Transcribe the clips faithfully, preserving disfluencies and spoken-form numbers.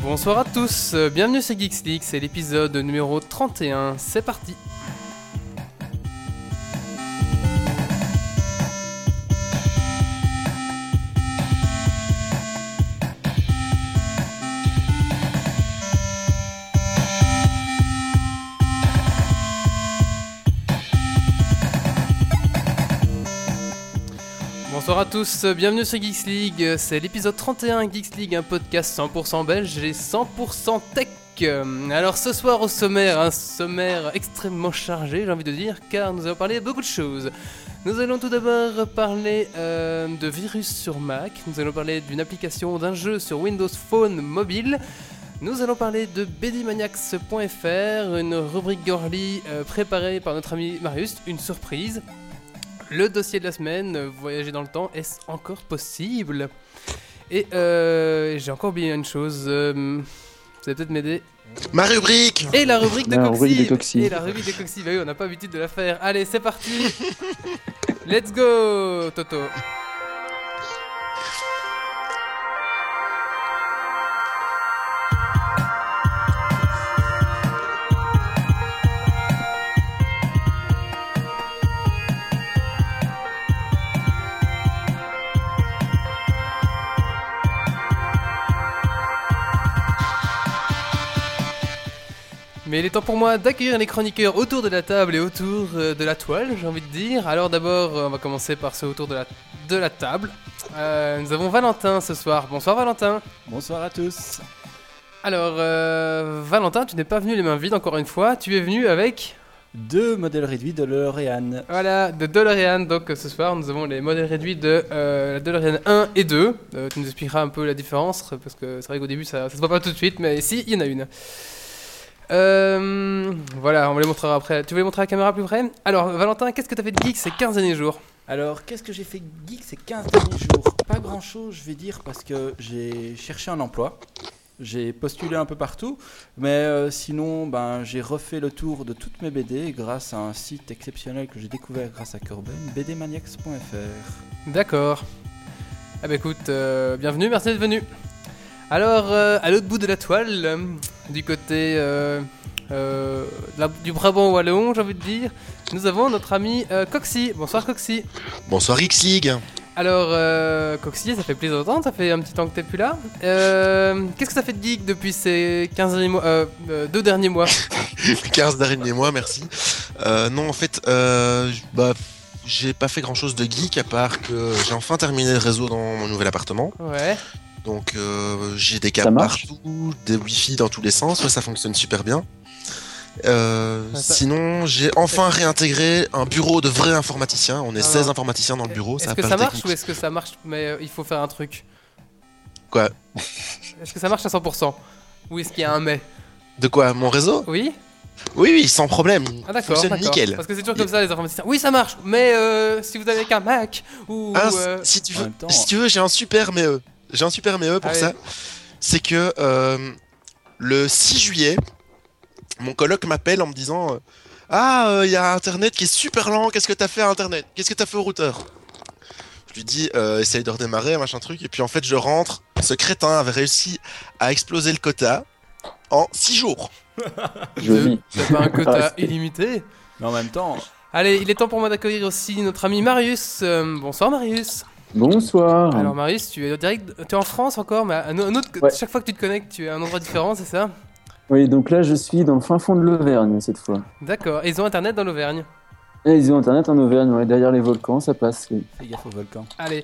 Bonsoir à tous, euh, bienvenue sur Geeks League, c'est l'épisode numéro trente et un, c'est parti. Bonsoir à tous, bienvenue sur Geeks League, c'est l'épisode trente et un Geeks League, un podcast cent pour cent belge et cent pour cent tech. Alors ce soir au sommaire, un sommaire extrêmement chargé j'ai envie de dire, car nous allons parler de beaucoup de choses. Nous allons tout d'abord parler euh, de virus sur Mac, nous allons parler d'une application, d'un jeu sur Windows Phone mobile. Nous allons parler de b d maniacs point f r, une rubrique girly euh, préparée par notre ami Marius, une surprise. Le dossier de la semaine, voyager dans le temps, est-ce encore possible? Et euh, j'ai encore oublié une chose, euh, vous allez peut-être m'aider. Ma rubrique. Et la rubrique de la Coxy. rubrique de Coxy. Et la rubrique de Coxy, bah oui, on n'a pas l'habitude de la faire. Allez, c'est parti. Let's go, Toto. Mais il est temps pour moi d'accueillir les chroniqueurs autour de la table et autour euh, de la toile, j'ai envie de dire. Alors d'abord, euh, on va commencer par ceux autour de la, de la table. Euh, nous avons Valentin ce soir. Bonsoir Valentin. Bonsoir à tous. Alors euh, Valentin, tu n'es pas venu les mains vides encore une fois. Tu es venu avec... Deux modèles réduits de DeLorean. Voilà, de DeLorean. Donc ce soir, nous avons les modèles réduits de euh, la DeLorean un et deux. Euh, tu nous expliqueras un peu la différence, parce que c'est vrai qu'au début, ça ne se voit pas tout de suite, mais si, il y en a une. Euh, voilà, on va les montrer après. Tu veux les montrer à la caméra plus près? Alors, Valentin, qu'est-ce que tu as fait de geek ces quinze derniers jours? Alors, qu'est-ce que j'ai fait geek ces quinze derniers jours? Pas grand-chose, je vais dire, parce que j'ai cherché un emploi. J'ai postulé un peu partout, mais euh, sinon, ben, j'ai refait le tour de toutes mes B D grâce à un site exceptionnel que j'ai découvert grâce à Corben, b d maniacs point f r. D'accord. Ah bah écoute, euh, bienvenue, merci d'être venu. Alors, euh, à l'autre bout de la toile, euh, du côté euh, euh, la, du Brabant wallon, j'ai envie de dire, nous avons notre ami euh, Coxy. Bonsoir Coxy. Bonsoir Geeks League. Alors, euh, Coxy, ça fait plaisir d'entendre, ça fait un petit temps que t'es plus là. Euh, qu'est-ce que ça fait de geek depuis ces quinze derniers mois, euh, euh, deux derniers mois? quinze derniers mois, merci. Euh, non, en fait, euh, bah, j'ai pas fait grand-chose de geek à part que j'ai enfin terminé le réseau dans mon nouvel appartement. Ouais. Donc euh, j'ai des câbles partout, des wifi dans tous les sens, ouais, ça fonctionne super bien. Euh, ah, ça... Sinon, j'ai enfin réintégré un bureau de vrais informaticiens. On est ah, seize informaticiens dans le bureau. Est-ce que ça marche ou est-ce que ça marche mais euh, il faut faire un truc? Quoi? Est-ce que ça marche à cent pour cent? Ou est-ce qu'il y a un mais? De quoi? Mon réseau? Oui. Oui, oui, sans problème. Ah d'accord, d'accord. Nickel. Parce que c'est toujours comme ça les informaticiens. Oui, ça marche, mais euh, si vous avez qu'un Mac ou... Ah, euh... si, tu veux, si tu veux, j'ai un super mais eux. J'ai un super mais eux pour ah, ça. Oui. C'est que euh, le six juillet, mon coloc m'appelle en me disant euh, ah, il euh, y a Internet qui est super lent, qu'est-ce que t'as fait à Internet? Qu'est-ce que t'as fait au routeur? Je lui dis euh, essaye de redémarrer, machin truc. Et puis en fait, je rentre. Ce crétin avait réussi à exploser le quota en six jours. Joli. C'est pas un quota illimité. Mais en même temps. Allez, il est temps pour moi d'accueillir aussi notre ami Marius. Euh, bonsoir Marius. Bonsoir. Alors Marius, tu es direct, tu es en France encore, mais à un autre, ouais. Chaque fois que tu te connectes, tu es à un endroit différent, c'est ça? Oui, donc là je suis dans le fin fond de l'Auvergne cette fois. D'accord, et ils ont internet dans l'Auvergne? Et ils ont internet en Auvergne, ouais, derrière les volcans, ça passe. Oui. Fais gaffe aux volcans. Allez,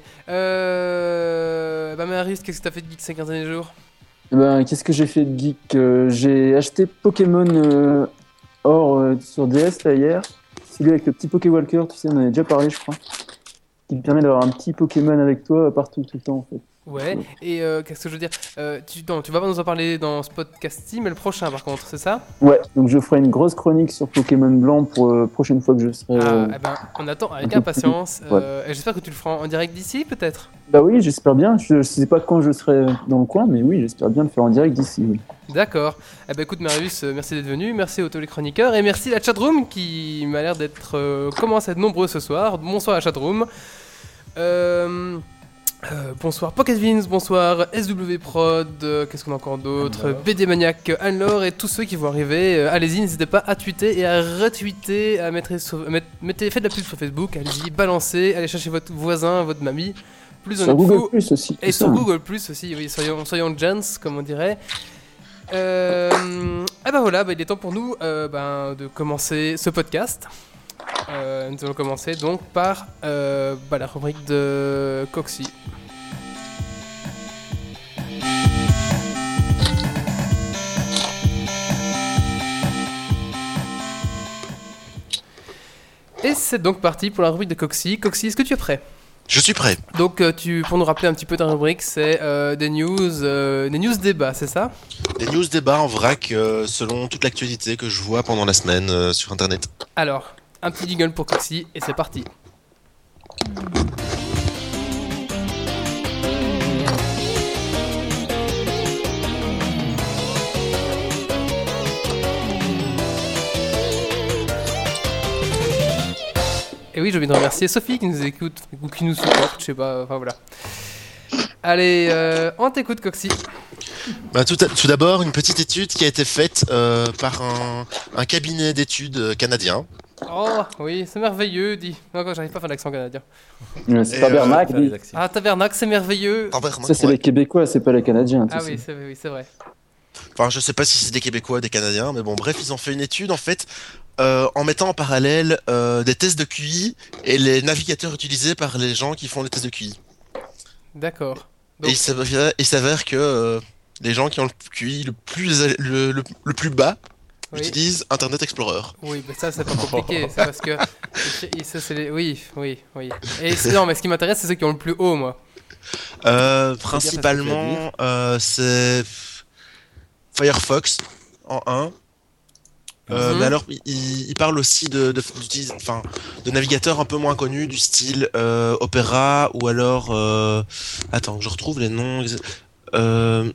euh... bah Marius, qu'est-ce que t'as fait de geek ces quinze derniers jours? Eh ben, qu'est-ce que j'ai fait de geek? euh, J'ai acheté Pokémon euh, Or euh, sur D S là hier. Celui avec le petit Pokéwalker, tu sais, on en a déjà parlé je crois. Qui te permet d'avoir un petit Pokémon avec toi partout tout le temps en fait. Ouais, et euh, qu'est-ce que je veux dire euh, tu, non, tu vas pas nous en parler dans ce podcast-ci, mais le prochain par contre, c'est ça? Ouais, donc je ferai une grosse chronique sur Pokémon Blanc pour la euh, prochaine fois que je serai... Euh, ah, eh ben, on attend avec impatience, euh, ouais. Et j'espère que tu le feras en direct d'ici peut-être? Bah oui, j'espère bien, je, je sais pas quand je serai dans le coin, mais oui, j'espère bien le faire en direct d'ici. Oui. D'accord, eh ben, écoute Marius, euh, merci d'être venu, merci aux téléchroniqueurs, et merci à la chatroom qui m'a l'air d'être... Euh, commence à être nombreux ce soir, bonsoir à la chatroom. Euh... Euh, bonsoir Pocket Vince, bonsoir S W Prod, euh, qu'est-ce qu'on a encore d'autre, Alors. B D Maniac, Anne-Laure et tous ceux qui vont arriver. Euh, allez-y, n'hésitez pas à tweeter et à retweeter, à mettre sur, mettre, mettez, faites de la pub sur Facebook, allez-y, balancez, allez chercher votre voisin, votre mamie. Plus on Sur est Google fou. Plus aussi. Et tout sur ça. Google Plus aussi, oui, soyons, soyons gens, comme on dirait. Euh, et ben voilà, bah, il est temps pour nous euh, ben, de commencer ce podcast. Euh, nous allons commencer donc par euh, bah, la rubrique de Coxy. Et c'est donc parti pour la rubrique de Coxy. Coxy, est-ce que tu es prêt? Je suis prêt. Donc, euh, tu, pour nous rappeler un petit peu ta rubrique, c'est euh, des news, euh, des news débats, c'est ça? Des news débats en vrac euh, selon toute l'actualité que je vois pendant la semaine euh, sur internet. Alors, un petit jingle pour Coxy et c'est parti. Et oui, j'ai envie de remercier Sophie qui nous écoute ou qui nous supporte, je sais pas, enfin voilà. Allez, euh, on t'écoute Coxy. Bah, tout, à- tout d'abord, une petite étude qui a été faite euh, par un, un cabinet d'études euh, canadien. Oh, oui, c'est merveilleux, dit. Non, quand j'arrive pas à faire l'accent canadien. Ouais, C'est Et, Tabernacle, Faire des dis. accents. Ah, Tabernacle, c'est merveilleux. Tabernacle, Ça, c'est ouais. les Québécois, c'est pas les Canadiens. tu Ah sais. oui, c'est oui, c'est vrai. Enfin, je sais pas si c'est des Québécois ou des Canadiens, mais bon, bref, ils ont fait une étude en fait euh, en mettant en parallèle euh, des tests de Q I et les navigateurs utilisés par les gens qui font les tests de Q I. D'accord. Et Donc- il s'avère, il s'avère que euh, les gens qui ont le Q I le plus, le, le- le plus bas Oui. utilisent Internet Explorer. Oui, mais ça, c'est pas compliqué. C'est parce que. et ça, c'est les... Oui, oui, oui. Et c'est- non, mais ce qui m'intéresse, c'est ceux qui ont le plus haut, moi. Euh, facile à principalement, euh, c'est Firefox en un. Euh, Mhm. Mais alors, il, il parle aussi de, de, d'utilis- enfin, de navigateurs un peu moins connus du style euh, Opera ou alors. euh, Attends, je retrouve les noms. exa- Euh,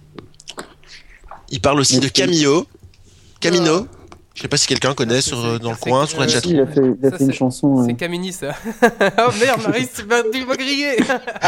il parle aussi Mais de c'est- Camio. Camino. Ah. Je sais pas si quelqu'un connaît Ah, c'est- sur, c'est- euh, dans le c'est- coin, sur la euh, chat. Si, il a fait, il a Ça, fait une c'est- chanson. C'est euh, Camini, ça. Oh merde, Marie, tu m'as tu m'as grillé.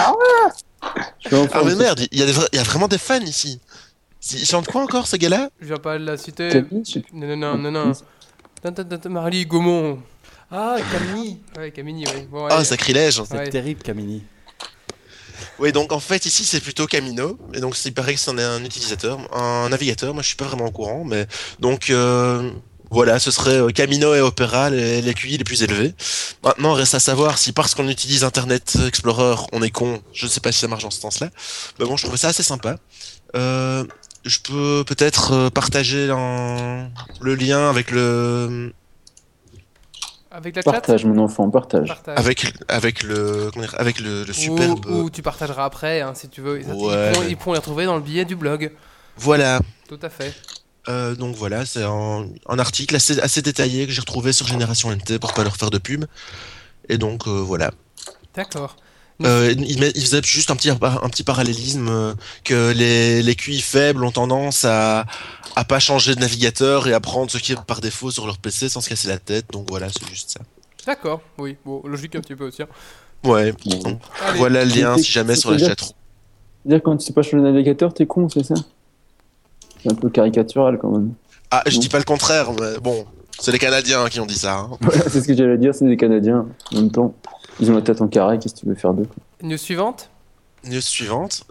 je suis en Ah forme, mais c'est- merde, il y, a des vra- il y a vraiment des fans ici. Il chante quoi encore ce gars-là? Je viens pas de la citer. Camille, je sais plus. Non, non, non, non, non. Tin, tin, tin, tin, Marly Gaumont. Ah, Camille. Ouais, Camini, oui. Bon, Ah, allez. sacrilège. C'est Ouais. terrible, Camini. Oui, donc en fait ici c'est plutôt Camino, et donc il paraît que c'en est un utilisateur, un navigateur, moi je suis pas vraiment au courant, mais donc euh, voilà, ce serait euh, Camino et Opera les, les Q I les plus élevés. Maintenant reste à savoir si parce qu'on utilise Internet Explorer on est con, je ne sais pas si ça marche dans ce sens-là, mais bon je trouvais ça assez sympa. Euh, je peux peut-être euh, partager en- le lien avec le Avec la chat. Partage, mon enfant, partage. Partage. avec avec le comment dire, avec le, le superbe. Ou, ou tu partageras après, hein, si tu veux. Et ça, Ouais. ils, pourront, ils pourront les retrouver dans le billet du blog. Voilà. Tout à fait. Euh, donc voilà, c'est un, un article assez, assez détaillé que j'ai retrouvé sur Génération N T pour pas leur faire de pub. Et donc euh, voilà. D'accord. Euh, il, met- il faisait juste un petit, un petit parallélisme euh, que les, les Q I faibles ont tendance à, à pas changer de navigateur et à prendre ce qui est par défaut sur leur P C sans se casser la tête. Donc voilà, c'est juste ça. D'accord, oui. Bon, logique un petit peu aussi. hein. Ouais. Bon. Donc, Allez. voilà le lien C'est- si jamais c'est- sur la c'est- chatroom. C'est-à-dire quand tu sais pas changer le navigateur, t'es con, c'est ça? C'est un peu caricatural quand même. Ah, je Non. dis pas le contraire, mais bon, c'est les Canadiens qui ont dit ça. hein. Voilà, c'est ce que j'allais dire, c'est des Canadiens. En même temps, ils ont la tête en carré, qu'est-ce que tu veux faire d'eux? quoi. News suivante. News suivante.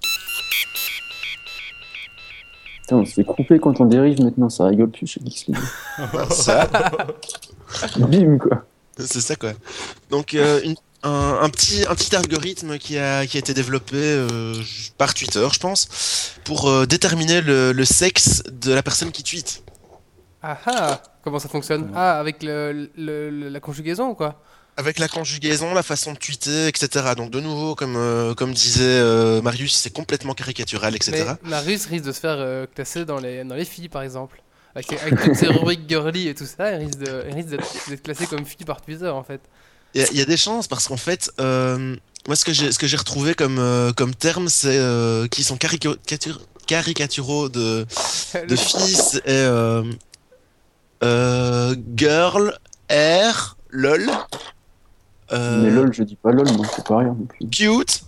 Putain, on se fait couper quand on dérive maintenant, ça rigole plus chez Geeks League. Ça, Bim quoi. c'est ça quoi. Donc euh, une- un, un petit un petit algorithme qui a qui a été développé euh, par Twitter, je pense, pour euh, déterminer le, le sexe de la personne qui tweet. Ah ah. Comment ça fonctionne? Ah, avec le, le- le- la conjugaison ou quoi? Avec la conjugaison, la façon de tweeter, et cetera. Donc de nouveau, comme euh, comme disait euh, Marius, c'est complètement caricatural, et cetera. Mais Marius risque de se faire euh, classer dans les, dans les filles, par exemple. Avec, avec toutes ces rubriques girly et tout ça, il risque de- il risque d'être d'être classé comme fille par Twitter, en fait. Il y, a- il y a des chances parce qu'en fait, euh, moi ce que j'ai ce que j'ai retrouvé comme euh, comme terme, c'est euh, qui sont caricatur- caricaturaux de de filles, c'est euh, euh, girl, air, lol. Euh, Mais lol, je dis pas lol, moi, c'est pas rien non plus. Cute,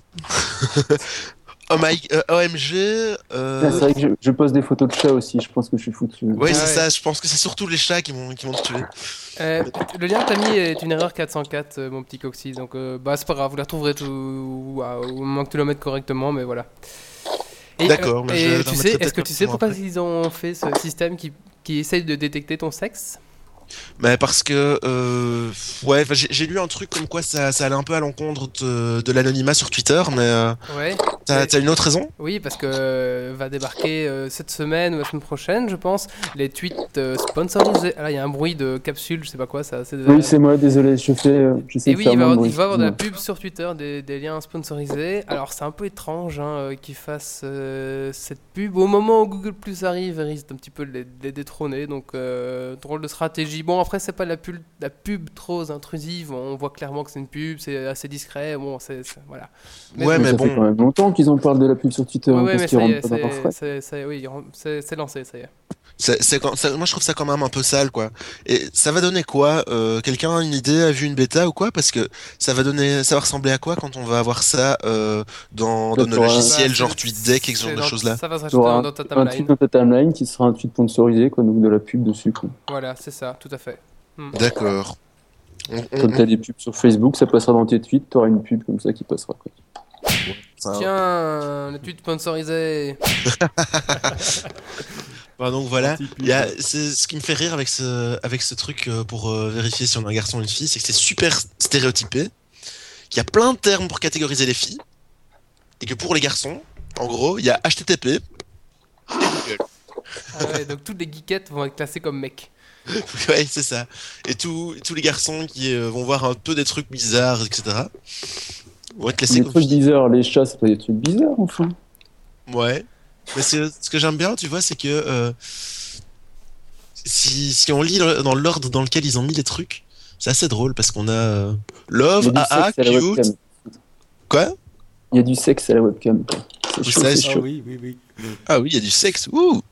Oh my, euh, O M G. Euh... Ah, c'est vrai que je, je poste des photos de chats aussi, je pense que je suis foutu. Ouais, Ah c'est ouais. ça. Je pense que c'est surtout les chats qui vont, qui vont te tuer. Euh, le lien que t'as mis est une erreur quatre cent quatre, euh, mon petit Coxy. Donc, euh, bah, c'est pas grave, vous la retrouverez tout, ou- à- au moment que tu la mettes correctement, mais voilà. Et, D'accord, euh, mais et je- j'en tu mettrai sais, est-ce peut-être que un tu sais peu pourquoi après. ils ont fait ce système qui, qui essaye de détecter ton sexe? Mais parce que, euh, ouais, enfin, j'ai j'ai lu un truc comme quoi ça, ça allait un peu à l'encontre de, de l'anonymat sur Twitter, mais euh, Ouais. t'as Mais- t'as une autre raison? Oui, parce que euh, va débarquer euh, cette semaine ou la semaine prochaine, je pense, les tweets euh, sponsorisés. Ah là, il y a un bruit de capsule, je sais pas quoi, ça. C'est Oui, c'est moi, désolé, je fais, euh, j'essaie Et de oui, faire il va, moins de avoir, bruit. il va avoir de la excuse-moi. pub sur Twitter, des, des liens sponsorisés. Alors c'est un peu étrange hein, euh, qu'ils fassent euh, cette pub. Au moment où Google Plus arrive, ils risquent un petit peu de les, de les détrôner. Donc euh, drôle de stratégie. Bon après c'est pas la pub, la pub trop intrusive. On voit clairement que c'est une pub, c'est assez discret. Bon c'est c'est- voilà. Mais Ouais, Mais mais ça fait bon. quand même longtemps qu'ils en parlent de la pub sur Twitter, Ouais, hein, ouais, parce mais qu'ils ça y rentrent est, pas dans leurs c'est, frais. c'est, c'est- oui, c'est, c'est lancé, ça y est. C'est, c'est quand- ça- moi je trouve ça quand même un peu sale quoi. Et ça va donner quoi? Euh, quelqu'un a une idée, a vu une bêta ou quoi? Parce que ça va donner, ça va ressembler à quoi quand on va avoir ça euh, dans, Bah, dans nos t'auras- logiciels Bah, genre c'est- TweetDeck et ce genre c'est de dans- choses là. Ça va se Tu rajouter auras dans, un, dans ta un timeline. tweet dans ta timeline qui sera un tweet sponsorisé, quoi, donc de la pub dessus, quoi. Voilà, c'est ça, tout à fait. Hmm. D'accord. On- on- Comme t'as des pubs sur Facebook, ça passera dans tes tweets, t'auras une pub comme ça qui passera, quoi. ça- Tiens, le tweet sponsorisé. Bah, donc voilà, Anti-pub. il y a, c'est ce qui me fait rire avec ce, avec ce truc euh, pour euh, vérifier si on a un garçon ou une fille, c'est que c'est super stéréotypé, qu'il y a plein de termes pour catégoriser les filles, et que pour les garçons, en gros, il y a H T T P et Google. Ah ouais, donc toutes les geekettes vont être classées comme mecs. Ouais, c'est ça. Et tous tous les garçons qui euh, vont voir un peu des trucs bizarres, et cetera, vont être classés Des comme trucs filles. bizarres, les chats, c'est pas des trucs bizarres, enfin. Ouais. Mais c'est- ce que j'aime bien, tu vois, c'est que euh, si, si on lit le- dans l'ordre dans lequel ils ont mis les trucs, c'est assez drôle parce qu'on a euh, Il y Love, a du A A, sexe à la webcam. Cute. Quoi? Il y a du sexe à la webcam, quoi. C'est Oui, chaud, ça, c'est c'est Ah chaud. oui, oui, oui. Ah oui, il y a du sexe. Ouh!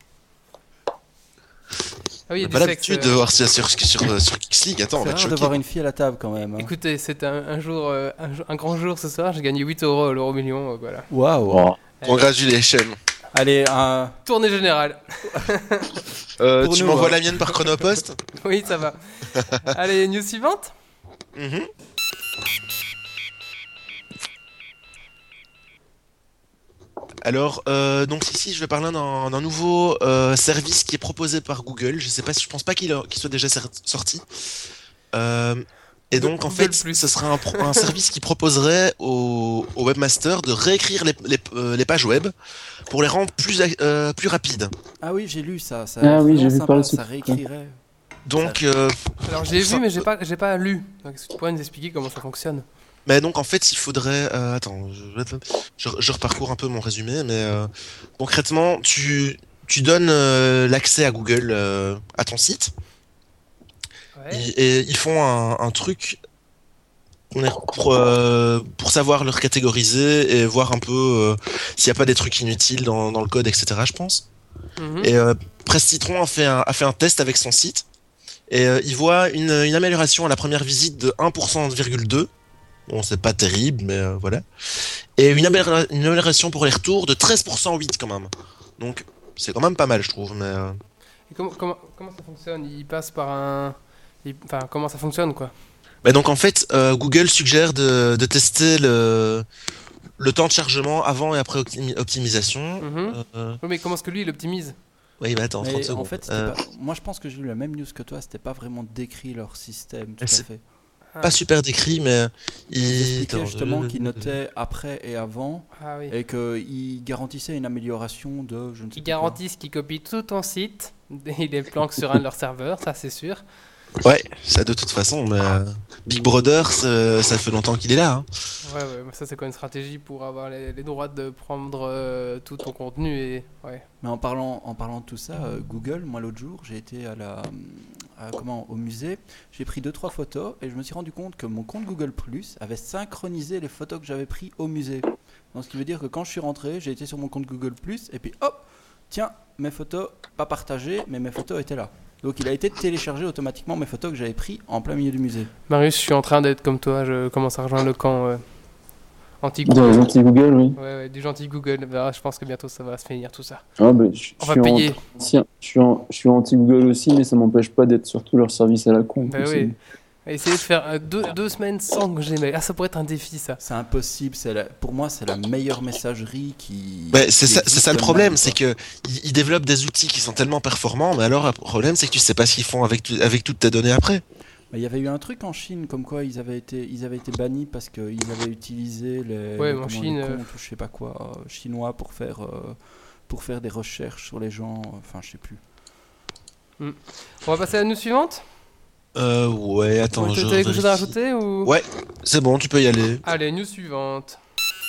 Ah oui, il y a On a du pas sexe. l'habitude de euh. voir ça sur, sur, sur, sur Geeks League. Attends, on C'est va être rare de choqué. voir une fille à la table quand même. hein. Écoutez, c'était un, un jour, euh, un, jour- un grand jour ce soir. J'ai gagné huit euros à l'euro million. euh, voilà. Waouh. Oh. Congratulations. Allez, un... Tournée générale. Euh, Pour tu nous, m'envoies hein. la mienne par Chronopost? Oui, ça va. Allez, news suivante. Mhm. Alors, euh, donc ici, je vais parler d'un d'un nouveau euh, service qui est proposé par Google. Je sais pas si je pense pas qu'il a- qu'il soit déjà ser- sorti. Euh, et donc, en Google fait, Plus. ce serait un, pro- un service qui proposerait aux, aux webmasters de réécrire les, les- euh, les pages web pour les rendre plus, euh, plus rapides. Ah oui, j'ai lu ça. ça Ah oui, vraiment j'ai vu sympa, parler de Ça ce truc, réécrirait. Donc, euh, Alors j'ai Ça- vu, mais j'ai pas, j'ai pas lu. Donc, est-ce que tu pourrais nous expliquer comment ça fonctionne? mais donc en fait, il faudrait. euh, attends, je, je, je reparcours un peu mon résumé, mais euh, concrètement, tu, tu donnes euh, l'accès à Google euh, à ton site. Ouais. Et, et ils font un, un truc on est- pour, euh, pour savoir leur catégoriser et voir un peu euh, s'il n'y a pas des trucs inutiles dans, dans le code, et cetera. Je pense. Mhm. Et euh, Presse Citron a fait un, a fait un test avec son site et euh, il voit une, une amélioration à la première visite de un pour cent virgule deux. Bon, c'est pas terrible, mais euh, voilà. Et une, améliora- une amélioration pour les retours de treize pour cent huit quand même. Donc c'est quand même pas mal, je trouve. Mais euh, Et comment, comment, comment ça fonctionne? Il passe par un... il- Enfin, comment ça fonctionne, quoi? Bah donc en fait, euh, Google suggère de, de tester le, le temps de chargement avant et après optimi- optimisation. Mhm. Euh, Oui, mais comment est-ce que lui, il optimise? oui, bah attends, Mais trente en secondes. fait, c'était Euh, pas... moi je pense que j'ai lu la même news que toi. C'était pas vraiment décrit leur système. Tout à C'est- fait. Pas super décrit, mais Ils il... expliquaient attends, justement je- qu'ils notaient après et avant Ah oui. et qu'ils garantissaient une amélioration de je ne sais Ils plus quoi. garantissent qu'ils copient tout ton site. Ils les planquent sur un de leurs serveurs, ça c'est sûr. Ouais, ça de toute façon, mais euh, Big Brother, ça, ça fait longtemps qu'il est là. Hein. Ouais, ouais, mais ça c'est quoi une stratégie pour avoir les, les droits de prendre euh, tout ton contenu et... Ouais. Mais en parlant, en parlant de tout ça, euh, Google, moi l'autre jour, j'ai été à la, à- comment, au musée, j'ai pris deux trois photos et je me suis rendu compte que mon compte Google Plus avait synchronisé les photos que j'avais prises au musée. Donc ce qui veut dire que quand je suis rentré, j'ai été sur mon compte Google Plus et puis hop, tiens, mes photos pas partagées, mais mes photos étaient là. Donc il a été téléchargé automatiquement mes photos que j'avais prises en plein milieu du musée. Marius, je suis en train d'être comme toi, je commence à rejoindre le camp. euh. Anti-Google. Dans les anti-Google, oui. Ouais, ouais, du gentil Google. Bah, je pense que bientôt ça va se finir tout ça. Ah, bah, je, On je va suis payer. en- si, je suis en- je suis anti-Google aussi, mais ça m'empêche pas d'être sur tous leurs services à la con. Bah tu oui. sais. Essayer de faire euh, deux, deux semaines sans Gmail. Ah, ça pourrait être un défi, ça. C'est impossible. C'est la- Pour moi, c'est la meilleure messagerie qui. Ouais, c'est qui ça, existe c'est ça le comme problème, monde, c'est quoi. que ils, ils développent des outils qui sont tellement performants, mais alors le problème c'est que tu sais pas ce qu'ils font avec, tu- avec toutes tes données après. Mais il y avait eu un truc en Chine comme quoi ils avaient été, ils avaient été bannis parce qu'ils avaient utilisé les, Ouais, les- en comment, Chine, les euh, comptes ou je sais pas quoi euh, chinois pour faire euh, pour faire des recherches sur les gens. Enfin, je sais plus. On va passer à la news suivante. Euh, ouais, attends, Ouais, je T'as quelque chose à vérifie. rajouter ou... Ouais, c'est bon, tu peux y aller. Allez, news suivante.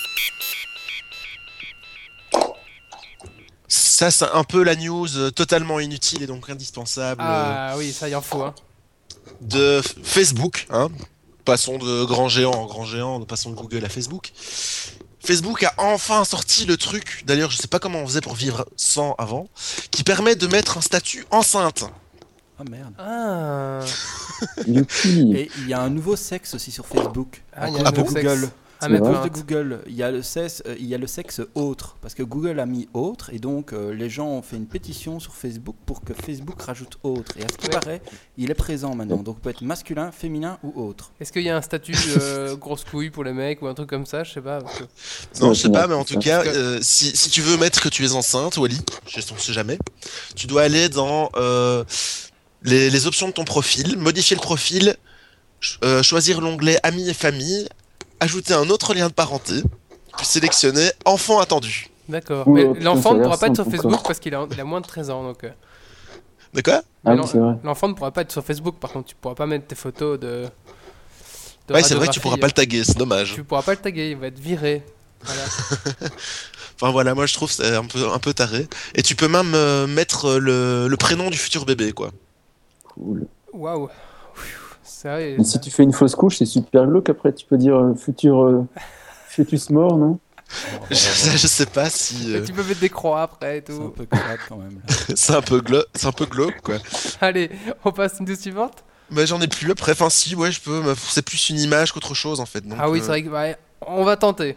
Ça, c'est un peu la news euh, totalement inutile et donc indispensable euh, Ah oui, ça y en faut. Hein. de F- Facebook, hein. Passons de grand géant en grand géant, passons de Google à Facebook. Facebook a enfin sorti le truc, d'ailleurs je sais pas comment on faisait pour vivre sans avant, qui permet de mettre un statut enceinte. Ah merde. Ah, Youpi. Et il y a un nouveau sexe aussi sur Facebook. ah à il y a cause un de nouveau Google. sexe. À C'est mettre vrai. À cause de plainte. Google, il y a le sexe, euh, il y a le sexe autre parce que Google a mis autre et donc euh, les gens ont fait une pétition sur Facebook pour que Facebook rajoute autre et à ce qui Ouais. paraît, il est présent maintenant. Donc il peut être masculin, féminin ou autre. Est-ce qu'il y a un statut euh, grosse couille pour les mecs ou un truc comme ça? Je sais pas. parce que- Non, Ouais, je sais pas, c'est mais en ça. tout cas, Parce que- euh, si, si tu veux mettre que tu es enceinte, Wally, je ne sais jamais, tu dois aller dans euh, les, les options de ton profil, modifier le profil, ch- euh, choisir l'onglet Amis et famille, ajouter un autre lien de parenté, puis sélectionner Enfant attendu. D'accord. Oula, Mais putain, l'enfant ça a ne l'air pourra pas être sur simple Facebook encore. parce qu'il a, il a moins de treize ans. Donc, euh, De quoi Ah non, oui, c'est vrai. l'enfant ne pourra pas être sur Facebook. Par contre, tu pourras pas mettre tes photos de. de Ouais, c'est vrai que tu radiographie. pourras pas le taguer, c'est dommage. Tu pourras pas le taguer, il va être viré. Voilà. Enfin voilà, moi je trouve c'est un peu, un peu taré. Et tu peux même euh, mettre le, le prénom du futur bébé, quoi. Cool. Waouh. Sérieux. Mais si tu fais une fausse couche, c'est super glauque après. Tu peux dire euh, futur euh, fœtus mort, non? Je, je sais pas si... euh, Tu peux mettre des croix après et C'est un tout. peu crade quand même. Là. c'est un peu glo- c'est un peu glauque, quoi. Allez, on passe à une news suivante. Mais j'en ai plus après, enfin si, ouais, je peux, mais c'est plus une image qu'autre chose en fait. Donc, Ah oui, euh, c'est vrai que ouais, on va tenter.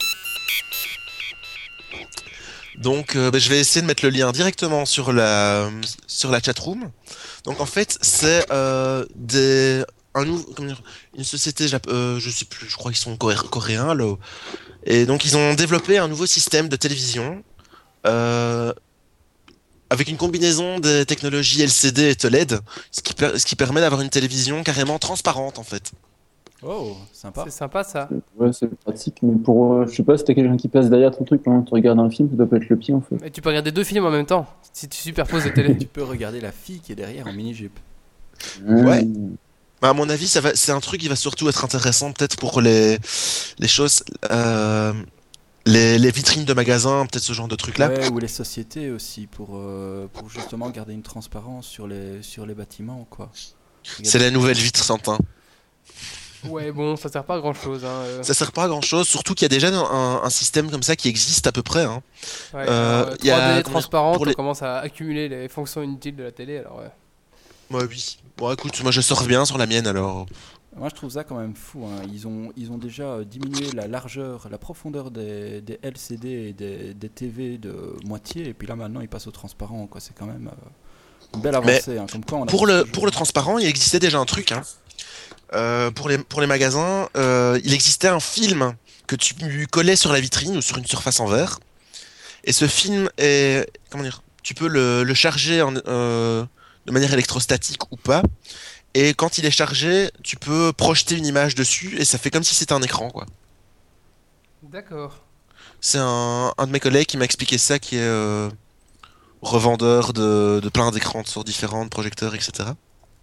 Donc euh, bah, je vais essayer de mettre le lien directement sur la, sur la chatroom. Donc en fait, c'est euh, des, un nou- comment dire, une société, jap- euh, je sais plus, je crois qu'ils sont coré- coréens, là. Et donc ils ont développé un nouveau système de télévision euh, avec une combinaison des technologies L C D et T L E D, ce qui, per- ce qui permet d'avoir une télévision carrément transparente en fait. Oh, sympa. C'est sympa ça. Ouais, c'est pratique, mais pour. euh, je sais pas si t'as quelqu'un qui passe derrière ton truc pendant que tu regardes un film, ça doit pas être le pied en fait. Mais tu peux regarder deux films en même temps si tu superposes les télés. Tu peux regarder la fille qui est derrière en mini-jupe. Ouais. Mmh. Bah, à mon avis, ça va, c'est un truc qui va surtout être intéressant peut-être pour les, les choses, euh, les, les vitrines de magasins, peut-être ce genre de truc-là. Ouais, ou les sociétés aussi pour, euh, pour justement garder une transparence sur les, sur les bâtiments quoi. C'est la nouvelle vitre Santin. Ouais, bon, ça sert pas à grand chose. Hein. euh. Ça sert pas à grand chose, surtout qu'il y a déjà un, un système comme ça qui existe à peu près. Hein. Ouais, Euh, alors, y a- trois D comment dire, transparente, pour les- on commence à accumuler les fonctions inutiles de la télé. Alors ouais. Ouais, oui. Bon, écoute, moi je sors bien sur la mienne alors. Moi je trouve ça quand même fou. Hein. Ils, ont, ils ont déjà euh, diminué la largeur, la profondeur des, des L C D et des, des T V de moitié et puis là maintenant ils passent au transparent. Quoi. C'est quand même euh, une belle avancée. Hein. Comme quoi, on a Pour pas le, toujours- pour le transparent, il existait déjà un truc. Hein. Euh, pour, les, pour les magasins, euh, il existait un film que tu collais sur la vitrine ou sur une surface en verre. Et ce film est. Comment dire? Tu peux le, le charger en, euh, de manière électrostatique ou pas. Et quand il est chargé, tu peux projeter une image dessus et ça fait comme si c'était un écran, quoi. D'accord. C'est un, un de mes collègues qui m'a expliqué ça, qui est euh, revendeur de, de plein d'écrans sur différents projecteurs, et cetera.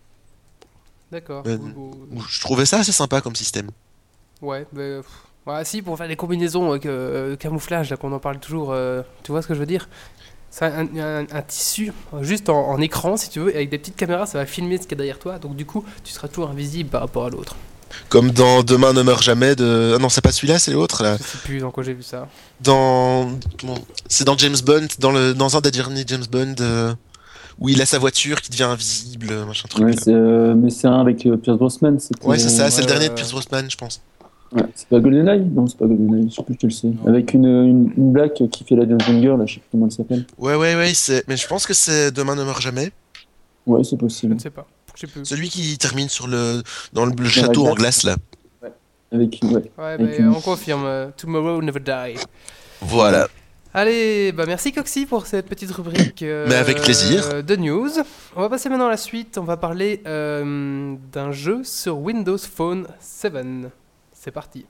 D'accord. Euh, Ou- ou- Je trouvais ça assez sympa comme système. Ouais, mais. pff, ouais, si, pour faire des combinaisons avec euh, camouflage, là, qu'on en parle toujours, euh, tu vois ce que je veux dire? C'est un, un- un tissu, euh, juste en, en écran, si tu veux, et avec des petites caméras, ça va filmer ce qu'il y a derrière toi, donc du coup, tu seras toujours invisible par rapport à l'autre. Comme dans Demain ne meurt jamais de... Ah non, c'est pas celui-là, c'est l'autre, là. Je sais plus dans quoi j'ai vu ça. Dans... comment- C'est dans James Bond, dans, le... dans un des derniers James Bond, euh, où il a sa voiture qui devient invisible, machin truc. Ouais, là. c'est, euh, mais c'est un avec euh, Pierce Brosnan. c'était, Ouais, c'est ça, euh, c'est le ouais, dernier ouais, de Pierce Brosnan, je pense. Ouais, c'est pas GoldenEye? Non, c'est pas GoldenEye, je sais plus, je te le sais. Avec une, une, une black qui fait la Dungeon Girl, là, je sais plus comment elle s'appelle. Ouais, ouais, ouais, c'est... mais je pense que c'est Demain ne meurt jamais. Ouais, c'est Je possible. ne sais pas. Je sais plus. Celui qui termine sur le... dans le, le la château en glace. glace, là. Avec une, ouais. Ouais, Avec bah, une- on confirme. euh, Tomorrow Never Die. Voilà. Allez, bah merci Coxy pour cette petite rubrique euh, Mais avec plaisir. de news. On va passer maintenant à la suite. On va parler euh, d'un jeu sur Windows Phone sept. C'est parti.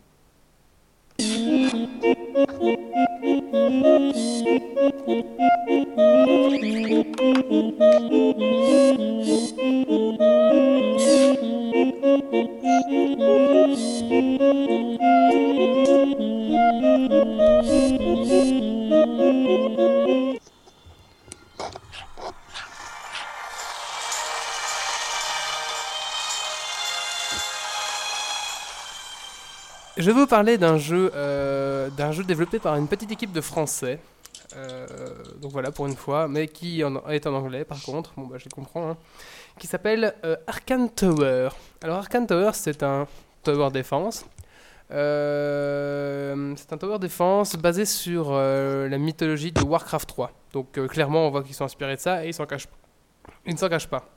Je vais vous parler d'un jeu, euh, d'un jeu développé par une petite équipe de Français. Euh, donc voilà pour une fois, mais qui en- est en anglais par contre. Bon bah je les comprends. Hein, qui s'appelle euh, Arkane Tower. Alors Arkane Tower, c'est un tower défense. Euh, c'est un tower défense basé sur euh, la mythologie de Warcraft trois. Donc euh, clairement, on voit qu'ils sont inspirés de ça et ils s'en cachent pas. Ils ne s'en cachent pas.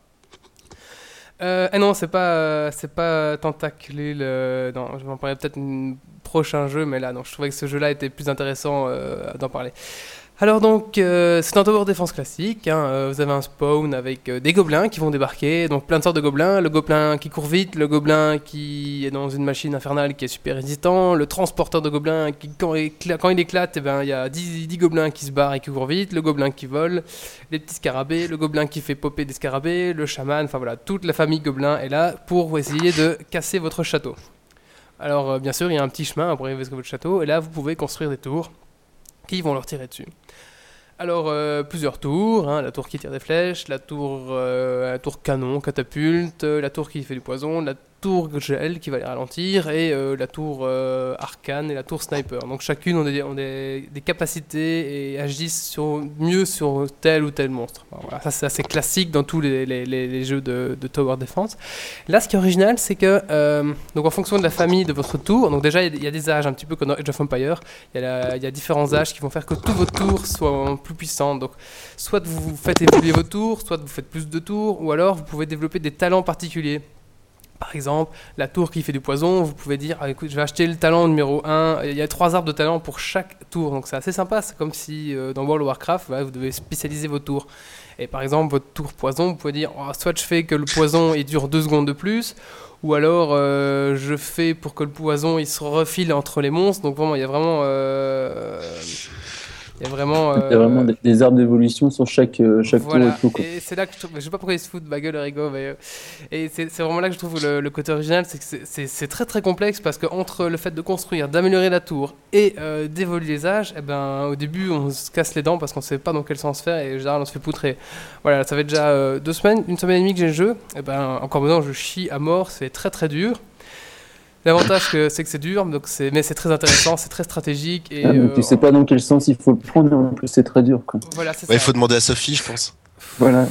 Euh, eh non, c'est pas, euh, c'est pas Tentaclé. Le... Non, je vais en parler peut-être un prochain jeu, mais là, non, je trouvais que ce jeu-là était plus intéressant euh, d'en parler. Alors donc, euh, c'est un tower défense classique. Hein, euh, vous avez un spawn avec euh, des gobelins qui vont débarquer, donc plein de sortes de gobelins. Le gobelin qui court vite, le gobelin qui est dans une machine infernale qui est super résistant, le transporteur de gobelins qui, quand, écla- quand il éclate, eh ben, il y a dix, dix gobelins qui se barrent et qui courent vite, le gobelin qui vole, les petits scarabées, le gobelin qui fait popper des scarabées, le chaman, enfin voilà, toute la famille gobelin est là pour essayer de casser votre château. Alors euh, bien sûr, il y a un petit chemin pour arriver jusqu'à votre château, et là vous pouvez construire des tours qui vont leur tirer dessus. Alors, euh, plusieurs tours, hein, la tour qui tire des flèches, la tour, euh, la tour canon, catapulte, euh, la tour qui fait du poison, la tour gel qui va les ralentir, et euh, la tour euh, arcane et la tour sniper. Donc chacune ont des, ont des, des capacités et agissent sur, mieux sur tel ou tel monstre. Bon, voilà, ça c'est assez classique dans tous les, les, les, les jeux de, de tower defense. Là, ce qui est original, c'est que, euh, donc en fonction de la famille de votre tour, donc déjà il y, y a des âges un petit peu comme dans Age of Empires, il y, a la- il y a différents âges qui vont faire que tous vos tours soient plus puissants. Donc soit vous faites évoluer vos tours, soit vous faites plus de tours, ou alors vous pouvez développer des talents particuliers. Par exemple, la tour qui fait du poison, vous pouvez dire ah, écoute, je vais acheter le talent numéro un. Il y a trois arbres de talent pour chaque tour, donc c'est assez sympa. C'est comme si euh, dans World of Warcraft, voilà, vous devez spécialiser vos tours. Et par exemple, votre tour poison, vous pouvez dire oh, soit je fais que le poison il dure deux secondes de plus, ou alors euh, je fais pour que le poison il se refile entre les monstres. Donc vraiment, il y a vraiment. Euh, il y a vraiment. Il y a vraiment euh, des, des arbres d'évolution sur chaque, euh, chaque voilà. tour et tout, quoi. Et c'est là que je trouve, je sais pas pourquoi ils se foutent de ma gueule, Rigo, mais euh, et c'est c'est vraiment là que je trouve le, le côté original, c'est que c'est- c'est c'est très très complexe parce que entre le fait de construire, d'améliorer la tour et euh, d'évoluer les âges, eh ben au début on se casse les dents parce qu'on sait pas dans quel sens faire et en général on se fait poutrer. Voilà, ça fait déjà euh, deux semaines, une semaine et demie que j'ai le jeu, et ben encore maintenant je chie à mort, c'est très très dur. L'avantage que- c'est que c'est dur, donc c'est- mais c'est très intéressant, c'est très stratégique et Ah, mais euh, tu sais pas dans quel sens il faut le prendre, et en plus c'est très dur, quoi. voilà c'est Ouais, il ça. faut demander à Sophie, je pense. Voilà.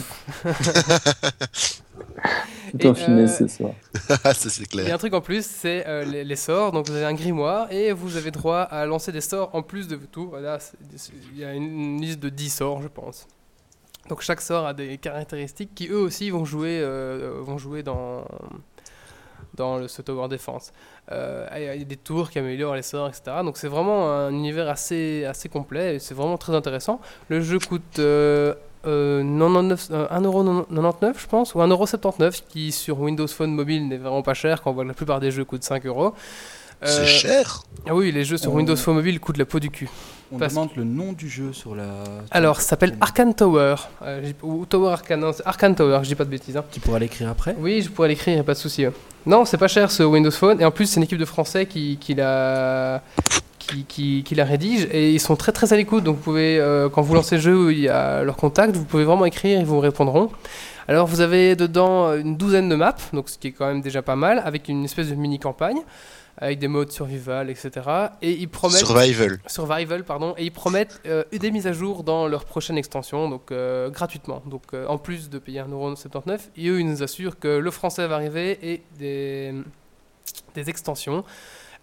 Tout en Et, finesse euh, ce soir. Ah, ça c'est Il y a clair. un truc en plus, c'est euh, les, les sorts. Donc vous avez un grimoire et vous avez droit à lancer des sorts en plus de vos tours. Voilà, c'est- c'est- il y a une, une liste de dix sorts, je pense. Donc chaque sort a des caractéristiques qui eux aussi vont jouer, euh, vont jouer dans, dans le, ce tower défense. Euh, Il y a des tours qui améliorent les sorts, et cetera. Donc c'est vraiment un univers assez, assez complet et c'est vraiment très intéressant. Le jeu coûte euh, euh, quatre-vingt-dix-neuf euh, un euro quatre-vingt-dix-neuf je pense, ou un euro soixante-dix-neuf qui sur Windows Phone mobile n'est vraiment pas cher quand on voit que la plupart des jeux coûtent cinq euros. C'est Euh, cher. Ah oui, les jeux sur On- Windows Phone mobile coûtent la peau du cul. On Parce- demande le nom du jeu sur la. Alors, ça s'appelle Arkane Tower, euh, j'ai- ou Tower Arkane, non, c'est Arkane Tower, je dis pas de bêtises. Hein. Tu pourras l'écrire après. Oui, je pourrais l'écrire, y a pas de souci. ouais. Non, c'est pas cher ce Windows Phone, et en plus c'est une équipe de Français qui, qui la qui, qui, qui la rédige, et ils sont très très à l'écoute. Donc vous pouvez, euh, quand vous lancez le jeu, il y a leur contact, vous pouvez vraiment écrire, ils vous répondront. Alors vous avez dedans une douzaine de maps, donc ce qui est quand même déjà pas mal, avec une espèce de mini campagne, avec des modes survival, et cetera. Et ils promettent Survival. Survival, pardon, et ils promettent euh, des mises à jour dans leur prochaine extension, donc euh, gratuitement. Donc euh, en plus de payer un euro soixante-dix-neuf, et eux ils nous assurent que le français va arriver et des, des extensions.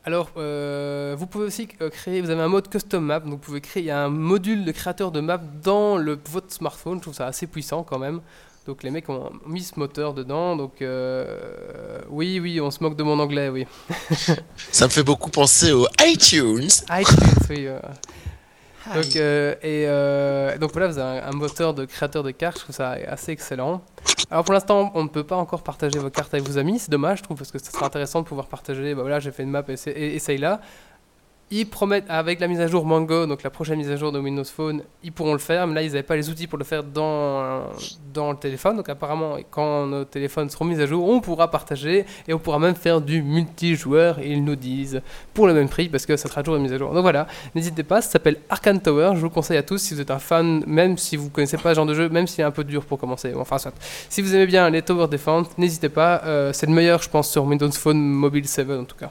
Alors, euh, vous pouvez aussi euh, créer, vous avez un mode custom map, donc vous pouvez créer, il y a un module de créateur de map dans le, votre smartphone, je trouve ça assez puissant quand même. Donc les mecs ont mis ce moteur dedans, donc euh, oui, oui, on se moque de mon anglais, oui. Ça me fait beaucoup penser aux iTunes. iTunes, oui. Euh. Donc, euh, et euh, donc voilà, vous avez un, un moteur de créateur de cartes, je trouve ça assez excellent. Alors pour l'instant, on ne peut pas encore partager vos cartes avec vos amis, c'est dommage, je trouve, parce que ça sera intéressant de pouvoir partager, bah voilà, j'ai fait une map, essaye-la. Ils promettent, avec la mise à jour Mango, donc la prochaine mise à jour de Windows Phone, ils pourront le faire, mais là, ils n'avaient pas les outils pour le faire dans, dans le téléphone. Donc apparemment, quand nos téléphones seront mis à jour, on pourra partager et on pourra même faire du multijoueur, ils nous disent, pour le même prix, parce que ça sera toujours une mise à jour. Donc voilà, n'hésitez pas, ça s'appelle Arkane Tower, je vous le conseille à tous si vous êtes un fan, même si vous ne connaissez pas ce genre de jeu, même s'il est un peu dur pour commencer. Enfin, soit. Si vous aimez bien les Tower Defense, n'hésitez pas, euh, c'est le meilleur, je pense, sur Windows Phone Mobile sept en tout cas.